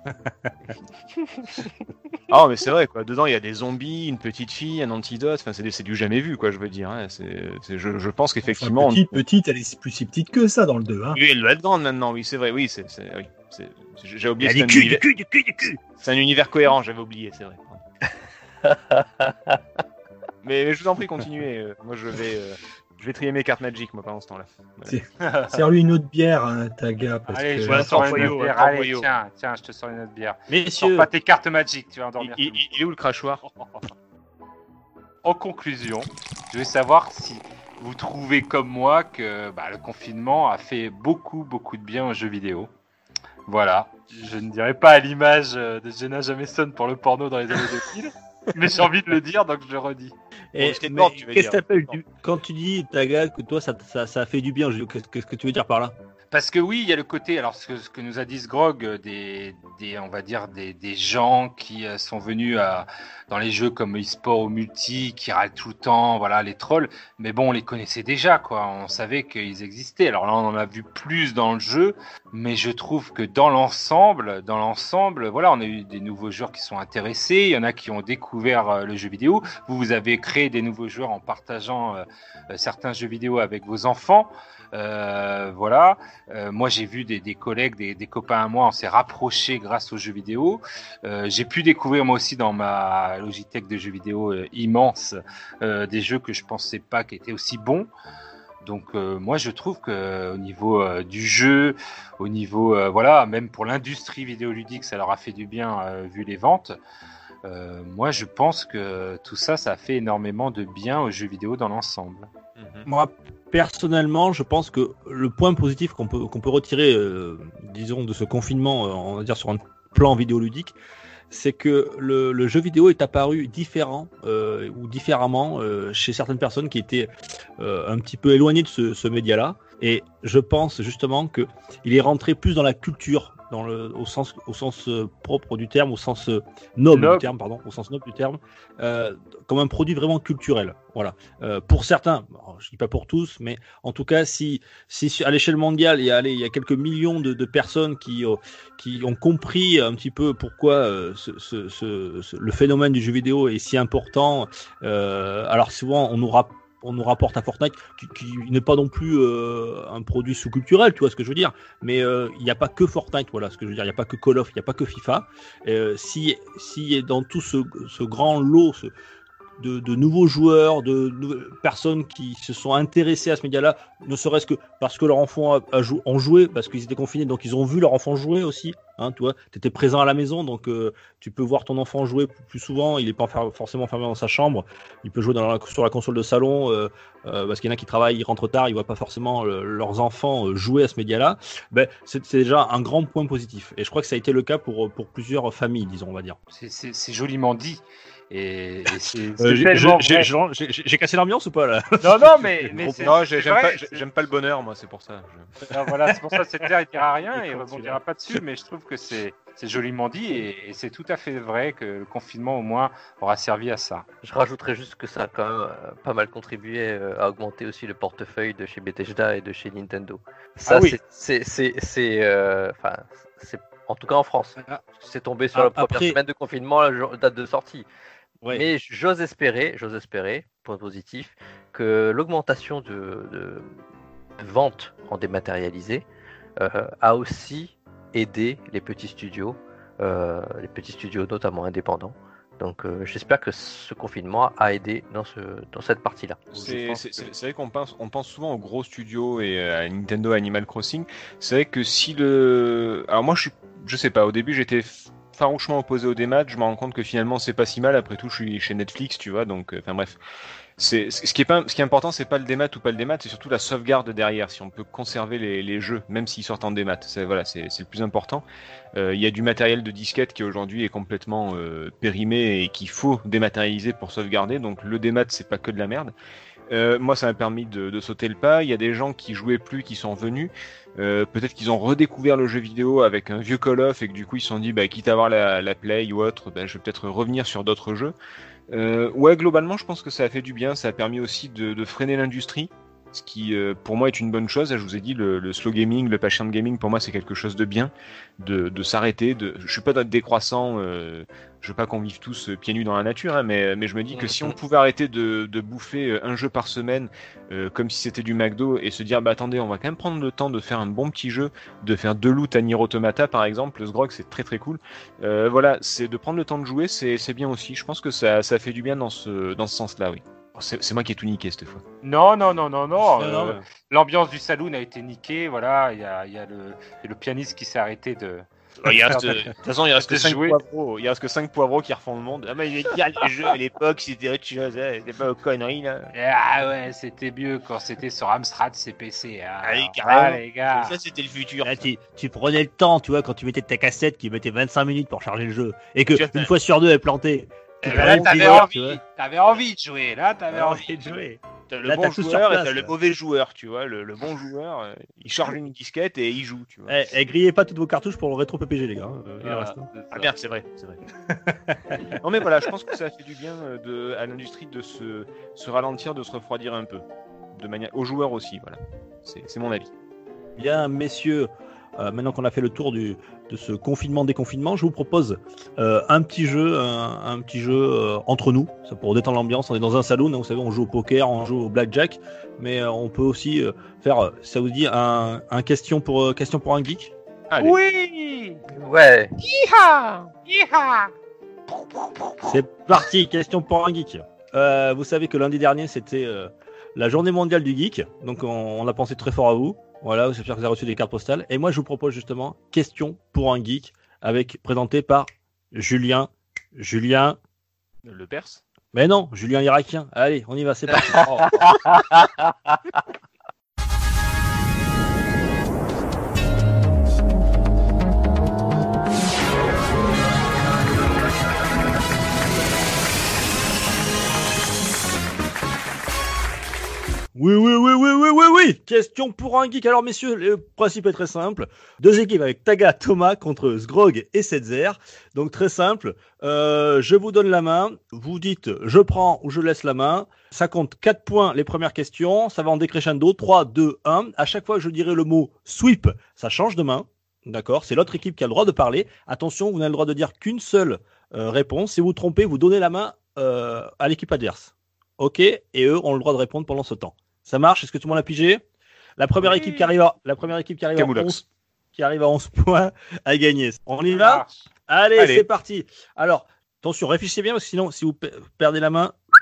Ah mais c'est vrai quoi, dedans il y a des zombies, une petite fille, un antidote, enfin c'est, c'est du jamais vu quoi je veux dire, hein. c'est, c'est, je, je pense qu'effectivement... Enfin, petite, petite, elle est plus si petite que ça dans le deux. Hein. Oui, elle doit être grande maintenant, oui c'est vrai, oui, c'est, c'est, oui, c'est, c'est- j'ai oublié, Il y a c'est du un, cul, univers... du cul, du cul, du cul. c'est un univers cohérent, j'avais oublié, c'est vrai. mais, mais je vous en prie, continuez, euh, moi je vais... euh, Je vais trier mes cartes Magic, moi, pendant ce temps-là. Voilà. Serre-lui une autre bière, hein, Taga. Parce Allez, que... je Ouais, te sors sans une foyau, autre bière. sans Allez, foyau. tiens, tiens, je te sors une autre bière. Sors Messieurs, pas tes cartes Magic, tu vas Il, endormir. il- tout le monde. il est où le crachoir? En conclusion, je vais savoir si vous trouvez comme moi que bah, le confinement a fait beaucoup, beaucoup de bien aux jeux vidéo. Voilà, je ne dirais pas à l'image euh, de Jenna Jameson pour le porno dans les années deux mille, mais j'ai envie de le dire, donc je le redis. et, Bon, skateboard, mais tu veux qu'est-ce que dire. t'appelles du... quand tu dis, Taga, que toi ça, ça, ça a fait du bien, je- qu'est-ce qu'est-ce que tu veux dire par là? Parce que oui, il y a le côté, alors ce que, ce que nous a dit Sgrog, euh, des, des, on va dire des, des gens qui euh, sont venus à, dans les jeux comme e-sport ou multi, qui râlent tout le temps, voilà, les trolls. Mais bon, on les connaissait déjà, quoi. On savait qu'ils existaient. Alors là, on en a vu plus dans le jeu, mais je trouve que dans l'ensemble, dans l'ensemble, voilà, on a eu des nouveaux joueurs qui sont intéressés. Il y en a qui ont découvert euh, le jeu vidéo. Vous, vous avez créé des nouveaux joueurs en partageant euh, euh, certains jeux vidéo avec vos enfants. Euh, voilà. Euh, moi, j'ai vu des, des collègues, des, des copains à moi, on s'est rapprochés grâce aux jeux vidéo. Euh, j'ai pu découvrir moi aussi dans ma Logitech de jeux vidéo euh, immense euh, des jeux que je pensais pas qui étaient aussi bons. Donc euh, moi, je trouve que au niveau euh, du jeu, au niveau euh, voilà, même pour l'industrie vidéoludique, ça leur a fait du bien euh, vu les ventes. Euh, moi, je pense que tout ça, ça a fait énormément de bien aux jeux vidéo dans l'ensemble. Moi, personnellement, je pense que le point positif qu'on peut, qu'on peut retirer, euh, disons, de ce confinement, euh, on va dire sur un plan vidéoludique, c'est que le, le jeu vidéo est apparu différent euh, ou différemment euh, chez certaines personnes qui étaient euh, un petit peu éloignées de ce, ce média-là. Et je pense justement que il est rentré plus dans la culture, dans le, au sens, au sens euh, propre du terme, au sens euh, noble Noble. du terme, pardon, au sens noble du terme, euh, comme un produit vraiment culturel. Voilà. Euh, pour certains, bon, je dis pas pour tous, mais en tout cas, si, si à l'échelle mondiale, il y a, allez, il y a quelques millions de, de personnes qui, euh, qui ont compris un petit peu pourquoi euh, ce, ce, ce, ce- le phénomène du jeu vidéo est si important. Euh, alors souvent, on nous rappelle on nous rapporte à Fortnite, qui, qui n'est pas non plus euh, un produit sous-culturel, tu vois ce que je veux dire. Mais euh, il n'y a pas que Fortnite, voilà ce que je veux dire. Il n'y a pas que Call of, il n'y a pas que FIFA. Euh, si, si dans tout ce, ce grand lot ce, de, de nouveaux joueurs, de nouvelles personnes qui se sont intéressées à ce média-là, ne serait-ce que parce que leur enfant a, a jou- ont joué, parce qu'ils étaient confinés, donc ils ont vu leur enfant jouer aussi. Hein, tu vois, t'étais présent à la maison, donc euh, tu peux voir ton enfant jouer plus, plus souvent. Il n'est pas fer- forcément fermé dans sa chambre. Il peut jouer dans la, sur la console de salon, euh, euh, parce qu'il y en a qui travaillent, ils rentrent tard, ils voient pas forcément euh, leurs enfants euh, jouer à ce média-là. Ben, c'est, c'est déjà un grand point positif. Et je crois que ça a été le cas pour, pour plusieurs familles, disons, on va dire. C'est, c'est, c'est joliment dit. Et, et c'est, c'est Euh, j'ai, tellement j'ai, vrai. j'ai, j'ai, j'ai- j'ai cassé l'ambiance ou pas là? Non, non, mais, mais c'est, Non, j'ai- c'est j'aime vrai, pas, c'est- j'aime pas le bonheur, moi, c'est pour ça. Je- Non, voilà, c'est pour ça que cette terre, il dira rien Il est et con, rebondira pas dessus, mais je trouve que c'est, c'est joliment dit et, et c'est tout à fait vrai que le confinement, au moins, aura servi à ça. Je rajouterais juste que ça a quand même euh, pas mal contribué euh, à augmenter aussi le portefeuille de chez Bethesda et de chez Nintendo. Ça, Ah oui. c'est, c'est, c'est, c'est, euh, enfin, c'est, en tout cas en France. Ah. C'est tombé sur Ah, la première après- semaine de confinement, la jour- date de sortie. Ouais. Mais j'ose espérer, j'ose espérer, point positif, que l'augmentation de, de ventes en dématérialisé euh, a aussi aidé les petits studios, euh, les petits studios notamment indépendants. Donc euh, j'espère que ce confinement a aidé dans, ce, dans cette partie-là. C'est, Je pense c'est, que- c'est- c'est vrai qu'on pense, on pense souvent aux gros studios et à Nintendo Animal Crossing. C'est vrai que si le, alors moi je suis, je sais pas, au début j'étais farouchement opposé au démat, je me rends compte que finalement c'est pas si mal. Après tout, je suis chez Netflix, tu vois, donc enfin bref. C'est, c'est- ce qui est pas, ce qui est important, c'est pas le démat ou pas le démat, c'est surtout la sauvegarde derrière. Si on peut conserver les, les jeux, même s'ils sortent en démat, c'est voilà, c'est, c'est le plus important. Euh, Il y a du matériel de disquette qui aujourd'hui est complètement euh, périmé et qu'il faut dématérialiser pour sauvegarder. Donc le démat, c'est pas que de la merde. Euh, moi, ça m'a permis de, de sauter le pas. Il y a des gens qui jouaient plus, qui sont venus. Euh, peut-être qu'ils ont redécouvert le jeu vidéo avec un vieux Call of et que du coup ils se sont dit, bah, quitte à avoir la, la Play ou autre, bah, je vais peut-être revenir sur d'autres jeux. Euh, ouais, globalement, je pense que ça a fait du bien. Ça a permis aussi de, de freiner l'industrie, ce qui, euh, pour moi, est une bonne chose. Je vous ai dit, le, le slow gaming, le patient gaming, pour moi, c'est quelque chose de bien, de, de s'arrêter. De, je suis pas dans le décroissant. Euh, je veux pas qu'on vive tous euh, pieds nus dans la nature, hein, mais, mais je me dis que si on pouvait arrêter de, de bouffer euh, un jeu par semaine, euh, comme si c'était du McDo, et se dire, bah attendez, on va quand même prendre le temps de faire un bon petit jeu, de faire deux loot à Nier Automata, par exemple. Le Sgrog, c'est très très cool. Euh, voilà, c'est de prendre le temps de jouer, c'est, c'est bien aussi. Je pense que ça, ça fait du bien dans ce, dans ce sens-là, oui. C'est, c'est moi qui ai tout niqué cette fois. Non, non, non, non, non. Non, euh, non, mais- L'ambiance du saloon a été niquée. Voilà, il y a, il y a le, il y a le pianiste qui s'est arrêté de. Il reste, de toute façon, il reste que de cinq jouer. poivreaux. Il reste que cinq poivreaux qui refont le monde. Ah, mais regarde les jeux à l'époque, c'était autre chose, hein, c'était pas aux conneries, là. Ah ouais, c'était mieux quand c'était sur Amstrad C P C. Hein. Allez, Alors, carrément. là, les gars. Ça, c'était le futur. Là, tu, tu prenais le temps, tu vois, quand tu mettais ta cassette qui mettait vingt-cinq minutes pour charger le jeu, et que Tu vois, une fois sur deux elle plantait. Eh tu ben là, prenais t'avais le envie, tu vois. t'avais envie de jouer. Là, t'avais envie. envie de jouer. T'as le Là, bon t'as tout sur joueur et place, t'as le là. mauvais joueur, tu vois. Le, le bon joueur, euh, il charge une disquette et il joue, tu vois. Eh, eh, grillez pas toutes vos cartouches pour le rétro P P G, les gars. hein. Euh, il en Voilà, reste, hein. c'est ça. Ah merde, c'est vrai, c'est vrai. Non mais voilà, je pense que ça a fait du bien euh, de, à l'industrie de se, se ralentir, de se refroidir un peu. De manière, aux joueurs aussi, voilà. C'est, c'est mon avis. Bien, messieurs, euh, maintenant qu'on a fait le tour du, de ce confinement-déconfinement, je vous propose euh, un petit jeu, un, un petit jeu euh, entre nous, ça pour détendre l'ambiance. On est dans un saloon, hein, vous savez, on joue au poker, on joue au blackjack, mais euh, on peut aussi euh, faire, euh, ça vous dit, un, un question pour euh, question pour un geek. Allez. Oui. Ouais, Hi-ha. Hi-ha. C'est parti, question pour un geek. Euh, vous savez que lundi dernier, c'était euh, la journée mondiale du geek, donc on, on a pensé très fort à vous. Voilà, j'espère que vous avez reçu des cartes postales. Et moi, je vous propose justement question pour un geek, avec présenté par Julien. Julien. Le Perse. Mais non, Julien l'Irakien. Allez, on y va, c'est parti. Oui, oui, oui, oui, oui, oui, oui. Question pour un geek. Alors, messieurs, le principe est très simple. Deux équipes avec Taga, Thomas contre Sgrog et Setzer. Donc, très simple. Euh, je vous donne la main. Vous dites je prends ou je laisse la main. Ça compte quatre points les premières questions. Ça va en décrescendo. trois, deux, un. À chaque fois que je dirai le mot sweep, ça change de main. D'accord? C'est l'autre équipe qui a le droit de parler. Attention, vous n'avez le droit de dire qu'une seule euh, réponse. Si vous trompez, vous donnez la main euh, à l'équipe adverse. Ok? Et eux ont le droit de répondre pendant ce temps. Ça marche? Est-ce que tout le monde a pigé? La première Oui. équipe qui arrive à, la première équipe qui arrive à Camoulox. onze, qui arrive à onze points a gagné. On y Ça va? marche. Allez, Allez. c'est parti. Alors, attention, réfléchissez bien parce que sinon, si vous pe- perdez la main,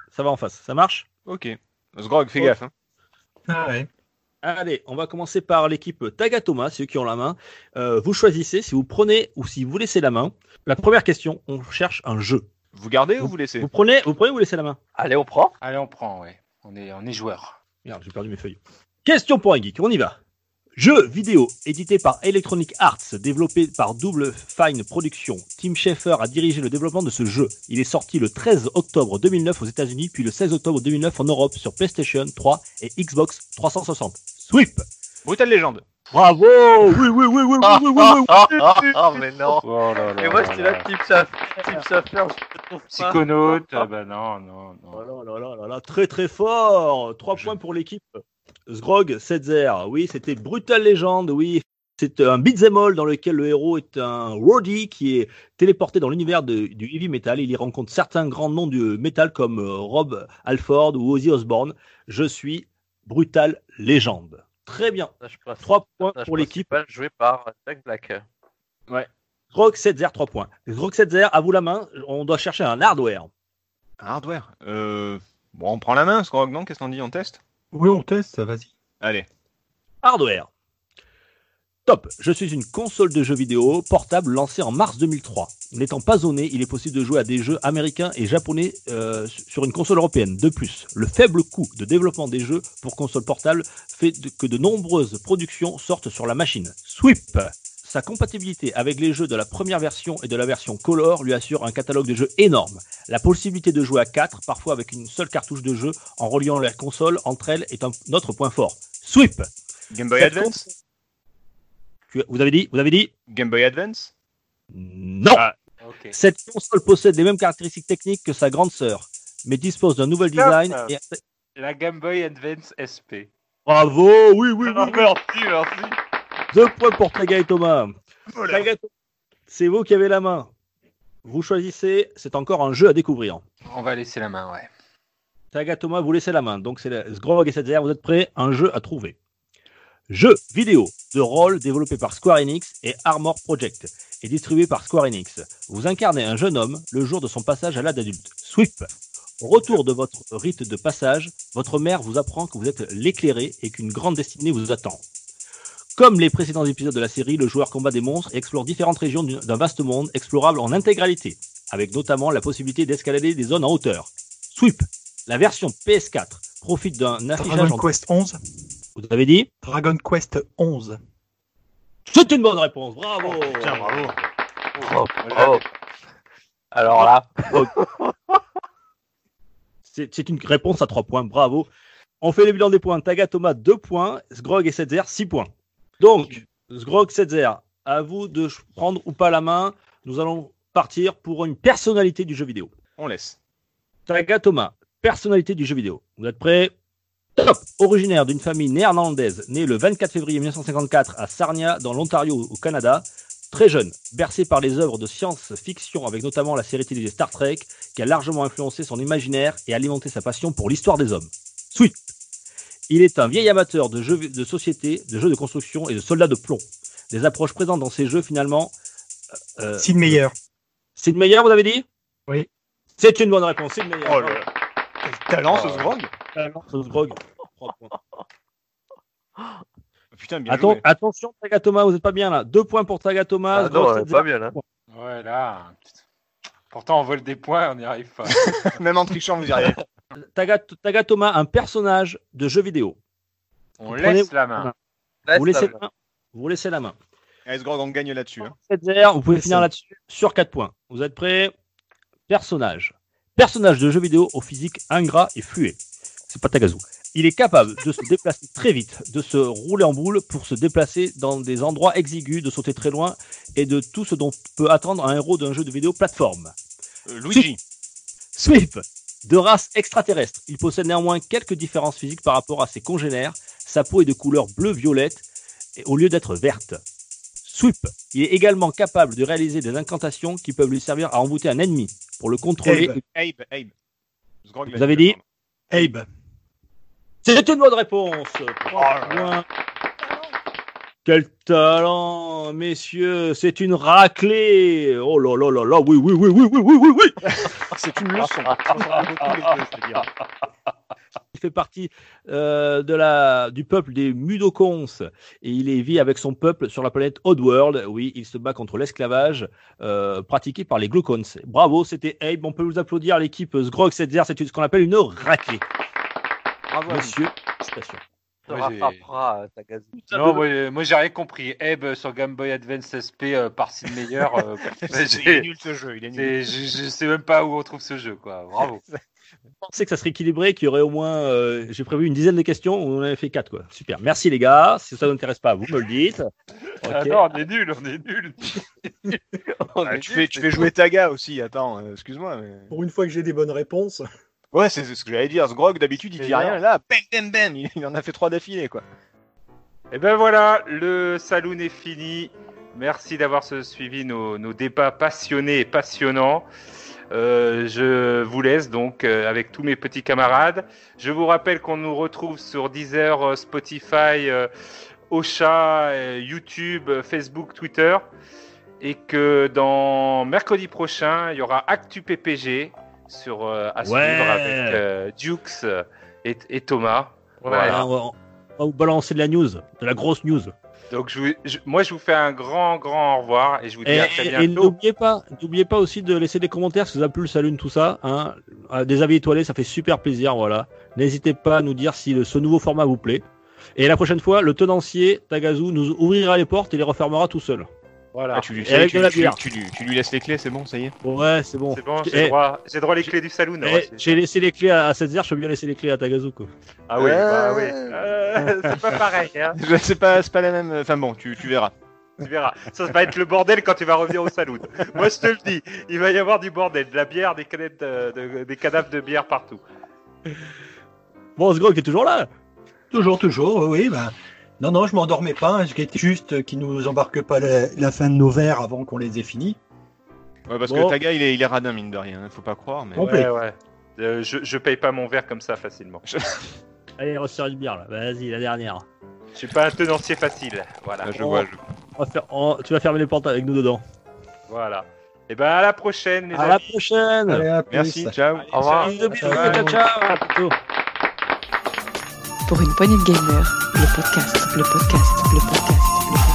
Ça va en face. Ça marche? Ok. Sgrog, fais Oh. gaffe. Hein. Ah ouais. Allez, on va commencer par l'équipe Tagatoma, c'est eux qui ont la main. Euh, vous choisissez si vous prenez ou si vous laissez la main. La première question, on cherche un jeu. Vous gardez ou vous laissez? Vous prenez, vous prenez ou vous laissez la main? Allez, on prend. Allez, on prend, ouais. On est, on est joueurs. Merde, j'ai perdu mes feuilles. Question pour un geek, on y va. Jeu vidéo édité par Electronic Arts, développé par Double Fine Productions. Tim Schafer a dirigé le développement de ce jeu. Il est sorti le treize octobre deux mille neuf aux États-Unis, puis le seize octobre deux mille neuf en Europe sur PlayStation trois et Xbox trois cent soixante. Sweep. Brutal Legend. Bravo. Oui, oui, oui, oui, oui, oui, oui, oui, oui. Oh, mais non. Oh là là Et moi, là je suis là. là, Team Schafer, Team Schafer, je te trouve pas. Psychonaute, ah bah non, non, Oh non. là là là là là, très très fort. Trois Je- points pour l'équipe. Sgrog, Setzer. Oui, c'était Brutal Legend, oui. C'est un beat'em all dans lequel le héros est un roadie qui est téléporté dans l'univers de- du heavy metal. Il y rencontre certains grands noms du metal comme euh, Rob Halford ou Ozzy Osbourne. Je suis Brutal Legend. Très bien. Personnage principal- Trois points personnage pour l'équipe. principal joué par Jack Black. Sgrog, Setzer, trois points. Sgrog, Setzer, à vous la main. On doit chercher un hardware. Hardware. Euh... Bon, on prend la main, Sgrog, non? Qu'est-ce qu'on dit? On teste? Oui, on teste, vas-y. Allez. Hardware. Top. Je suis une console de jeux vidéo portable lancée en mars deux mille trois. N'étant pas zoné, il est possible de jouer à des jeux américains et japonais euh, sur une console européenne. De plus, le faible coût de développement des jeux pour console portable fait de- que de nombreuses productions sortent sur la machine. Sweep. Sa compatibilité avec les jeux de la première version et de la version Color lui assure un catalogue de jeux énorme. La possibilité de jouer à quatre, parfois avec une seule cartouche de jeu, en reliant les consoles entre elles, est un autre point fort. Sweep. Game Boy Cette Advance? Tu- Vous avez dit Vous avez dit Game Boy Advance? Non. Ah. Ok. Cette console possède les mêmes caractéristiques techniques que sa grande sœur, mais dispose d'un nouvel design. Et... La Game Boy Advance S P. Bravo. Oui, oui, oui. oui. merci, merci. Deux points pour Taga et Thomas. Taga et Thomas, c'est vous qui avez la main. Vous choisissez. C'est encore un jeu à découvrir. On va laisser la main, ouais. Taga Thomas, vous laissez la main. Donc c'est la- Sgrog et Setzer, vous êtes prêts? Un jeu à trouver. Jeu vidéo de rôle développé par Square Enix et Armor Project et distribué par Square Enix. Vous incarnez un jeune homme le jour de son passage à l'âge adulte. Sweep. Au retour de votre rite de passage, votre mère vous apprend que vous êtes l'éclairé et qu'une grande destinée vous attend. Comme les précédents épisodes de la série, le joueur combat des monstres et explore différentes régions d'une- d'un vaste monde explorable en intégralité, avec notamment la possibilité d'escalader des zones en hauteur. Sweep. La version P S quatre profite d'un affichage Dragon en... Quest onze. Vous avez dit? Dragon Quest onze. C'est une bonne réponse, bravo. Tiens, bravo. Oh, oh. Alors là, C'est c'est une réponse à trois points, bravo. On fait le bilan des points. Taga Thomas, deux points. Sgrog et Setzer, six points. Donc, Sgrog, Setzer, à vous de ch- prendre ou pas la main. Nous allons partir pour une personnalité du jeu vidéo. On laisse. Taga Thomas, personnalité du jeu vidéo. Vous êtes prêts? Top. Originaire d'une famille néerlandaise, née le vingt-quatre février mille neuf cent cinquante-quatre à Sarnia, dans l'Ontario, au Canada. Très jeune, bercé par les œuvres de science-fiction avec notamment la série télévisée Star Trek, qui a largement influencé son imaginaire et alimenté sa passion pour l'histoire des hommes. Sweet. Il est un vieil amateur de jeux de société, de jeux de construction et de soldats de plomb. Des approches présentes dans ces jeux finalement. Euh, Sid Meier. Sid Meier, vous avez dit? Oui. C'est une bonne réponse, Sid Meier. Oh là là. Quel talent, ce Sgrog. Ce Sgrog. Trois points. Putain, bien Atten- joué. attention, Taga Thomas, vous n'êtes pas bien là. Deux points pour Taga Thomas. ah Sgrog, non, Setzer. pas bien là. Ouais, là. Pourtant, on vole des points, on n'y arrive pas. Même en trichant, vous y arrivez. Taga, Taga Thomas, un personnage de jeu vidéo. On Vous laisse prenez- la main. Vous laissez la main. Vous laissez la main. Allez, Sgrog, on gagne là-dessus. Hein. Setzer, vous pouvez Laissez. finir là-dessus sur quatre points. Vous êtes prêts? Personnage. Personnage de jeu vidéo au physique ingrat et fluet. C'est pas Tagazu. Il est capable de se déplacer très vite, de se rouler en boule pour se déplacer dans des endroits exigus, de sauter très loin et de tout ce dont peut attendre un héros d'un jeu de vidéo plateforme. Euh, Luigi. Sweep, de race extraterrestre. Il possède néanmoins quelques différences physiques par rapport à ses congénères. Sa peau est de couleur bleu-violette et- au lieu d'être verte. Sweep, il est également capable de réaliser des incantations qui peuvent lui servir à embouter un ennemi. Pour le contrôler, Abe. Abe, Abe. Sgrog, Vous avez dit? Abe. c'est une bonne réponse. Trois Oh là points. Quel talent, messieurs, c'est une raclée. Oh là là là là, oui, oui, oui, oui, oui, oui, oui, oui. C'est une leçon. Il fait partie euh, de la, du peuple des Mudokons et il est, vit avec son peuple sur la planète Oddworld. Oui, il se bat contre l'esclavage euh, pratiqué par les Glucons. Bravo, c'était Abe. On peut vous applaudir, l'équipe Zgrog Setzer. C'est ce qu'on appelle une raclée. Bravo, Monsieur, station. te Moi, j'ai- rattrapera, euh, Tagazu. Non, moi, euh, moi j'ai rien compris. Ebb sur Game Boy Advance S P euh, par Sid Meier. euh, C'est- j'ai- il est nul ce jeu, il est nul. c'est- je, je sais même pas où on trouve ce jeu, quoi. Bravo. Je pensais que ça serait équilibré, qu'il y aurait au moins, euh, j'ai prévu une dizaine de questions, on en avait fait quatre, quoi. Super. Merci les gars. Si ça vous intéresse pas, vous me le dites. Ah Ok. non, on est nul, on est nul. On Ah, est tu, nul, fais, tu c'est fais jouer Taga aussi, attends, euh, excuse-moi. Mais... Pour une fois que j'ai des bonnes réponses. Ouais, c'est c'est ce que j'allais dire. Ce grog, d'habitude, il dit Meilleur. rien. Là, bam, bam, bam, il, il en a fait trois d'affilée, quoi. Et ben voilà, le saloon est fini. Merci d'avoir se- suivi nos, nos débats passionnés et passionnants. Euh, je vous laisse donc euh, avec tous mes petits camarades. Je vous rappelle qu'on nous retrouve sur Deezer, euh, Spotify, euh, Ocha, euh, YouTube, euh, Facebook, Twitter. Et que dans mercredi prochain, il y aura Actu P P G sur, euh, à Ouais. suivre avec euh, Dukes et, et Thomas. Voilà. Voilà, on, va, on va vous balancer de la news, de la grosse news. Donc je, vous- je- moi je vous fais un grand grand au revoir et je vous dis Et, à très et- et bientôt. n'oubliez pas, n'oubliez pas aussi de laisser des commentaires si vous avez plu le saloon, tout ça. Hein. Euh, Des avis étoilés, ça fait super plaisir. Voilà. N'hésitez pas à nous dire si le- ce nouveau format vous plaît. Et la prochaine fois, le tenancier Tagazu nous ouvrira les portes et les refermera tout seul. Voilà. Ah, tu, lui, Et avec tu, de la tu- bière. tu lui- tu lui laisses les clés, c'est bon, ça y est. Ouais, c'est bon. C'est bon, Eh, j'ai droit, j'ai droit les clés du saloon. eh, ouais, c'est- j'ai laissé les clés à Setzer, je peux bien laisser les clés à Tagazu, quoi. Ah oui, bah oui. Euh. Euh, c'est pas pareil, hein. Je- C'est pas, c'est pas la même. Enfin bon, tu, tu verras. Tu verras. Ça va être le bordel quand tu vas revenir au saloon. Moi je te le dis, il va y avoir du bordel, de la bière, des canettes, de- de- des cadavres de bière partout. Bon, ce gros qui est toujours là. Toujours, toujours, oui. Ben, non, non, je m'endormais pas. Je guettais juste qu'ils nous embarquent pas la, la fin de nos verres avant qu'on les ait finis. Ouais, parce Bon. que Taga, il est, il est radin, mine de rien, hein, faut pas croire. Mais... Bon. Complet. Ouais, ouais. Euh, je, je paye pas mon verre comme ça facilement. Allez, resserre une bière là. Vas-y, la dernière. Je suis pas un tenancier facile. Voilà. Là, je vois, je... On va faire- on- Tu vas fermer les portes avec nous dedans. Voilà. Et ben à la prochaine les À la amis. prochaine. Allez, à plus. Merci, ciao. Au revoir. Bisous, bisous, Ciao. ciao, ciao. À bientôt. Pour une poignée de gamers, le podcast, le podcast, le podcast, le podcast.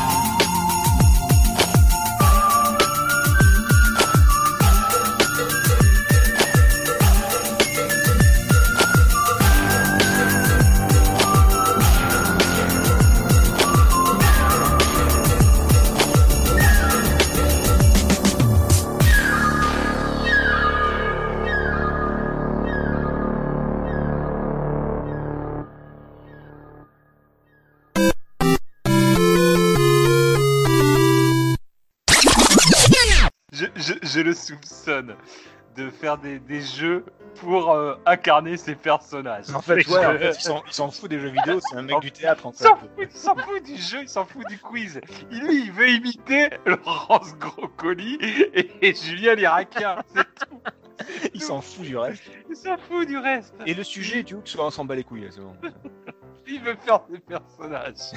Je, je, je le soupçonne de faire des, des jeux pour euh, incarner ses personnages. En fait, ouais, en Je- fait, il s'en- il s'en fout des jeux vidéo, c'est un mec du théâtre, en Il fait. s'en fout, il s'en fout du jeu, il s'en fout du quiz. Il, lui, il veut imiter Laurence Groscoli et, et Julien Liraquin. C'est tout. Il s'en fout du reste. Il s'en fout du reste. Et le sujet, tu vois, que on s'en bat les couilles, là, c'est bon. Il veut faire des personnages.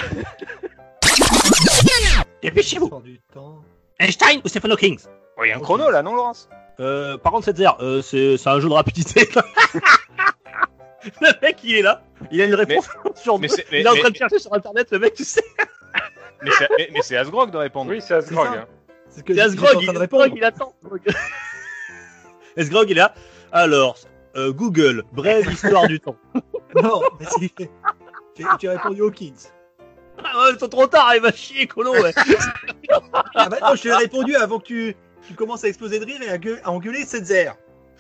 Dépêchez-vous. Sort du temps. Einstein ou Stephen Hawking? Oh, il y a un chrono, là, non, Laurence? Euh, par contre, Setzer, euh, c'est c'est un jeu de rapidité. Le mec, il est là. Il a une réponse sur mais deux. c'est- mais- Il est en mais- train de chercher sur internet, le mec, tu sais. Mais c'est mais, mais c'est Asgrog de répondre. Oui, c'est Asgrog. ça. hein. C'est ce que C'est j'étais Asgrog, en il, train de Asgrog, répondre. il attend. Asgrog, il est là. Alors, euh, Google, brève histoire du temps. Non, mais c'est... J'ai j'ai répondu aux kids. Ah ouais, c'est trop tard, il va chier, colo, ouais. Ah bah non, je t'ai répondu avant que tu, tu commences à exploser de rire et à, gueu- à engueuler Setzer.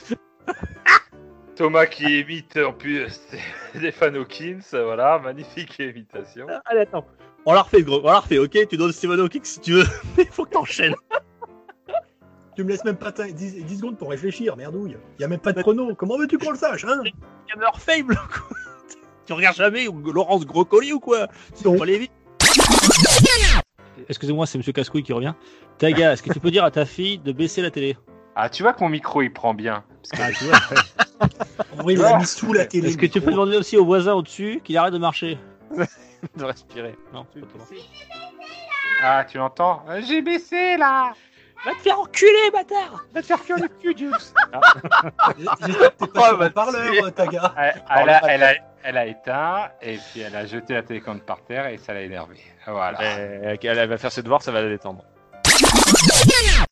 Thomas qui imite en plus Stéphane Hawkins. Voilà, magnifique imitation. Allez, attends. On la refait, gros. On la refait, ok? Tu donnes Stephen Hawking si tu veux. Mais il faut que t'enchaînes. Tu me laisses même pas dix, dix secondes pour réfléchir, merdouille. Y a même pas de chrono. Comment veux-tu qu'on le sache, hein? Gamer Fable, quoi. Tu regardes jamais ou Laurence Groscoli ou quoi? Non. Faut aller vite. Excusez-moi, c'est Monsieur Cascouille qui revient. Taga, est-ce que tu peux dire à ta fille de baisser la télé? Ah, tu vois que mon micro il prend bien. Parce que Ah, tu vois. En vrai, il l'a mis sous la télé. Est-ce que tu peux demander aussi au voisin au-dessus qu'il arrête de marcher? de respirer. Non, c'est pas toi. Ah, tu l'entends? Euh, J'ai baissé là. Va te faire enculer, bâtard! Va te faire cuire le cul, Jules. J'espère que t'es pas Oh, sur bah, le parleur, Taga. Elle, elle a, elle, a, elle a éteint et puis elle a jeté la télécommande par terre et ça l'a énervé. Voilà. Euh, elle va faire ses devoirs, ça va la détendre.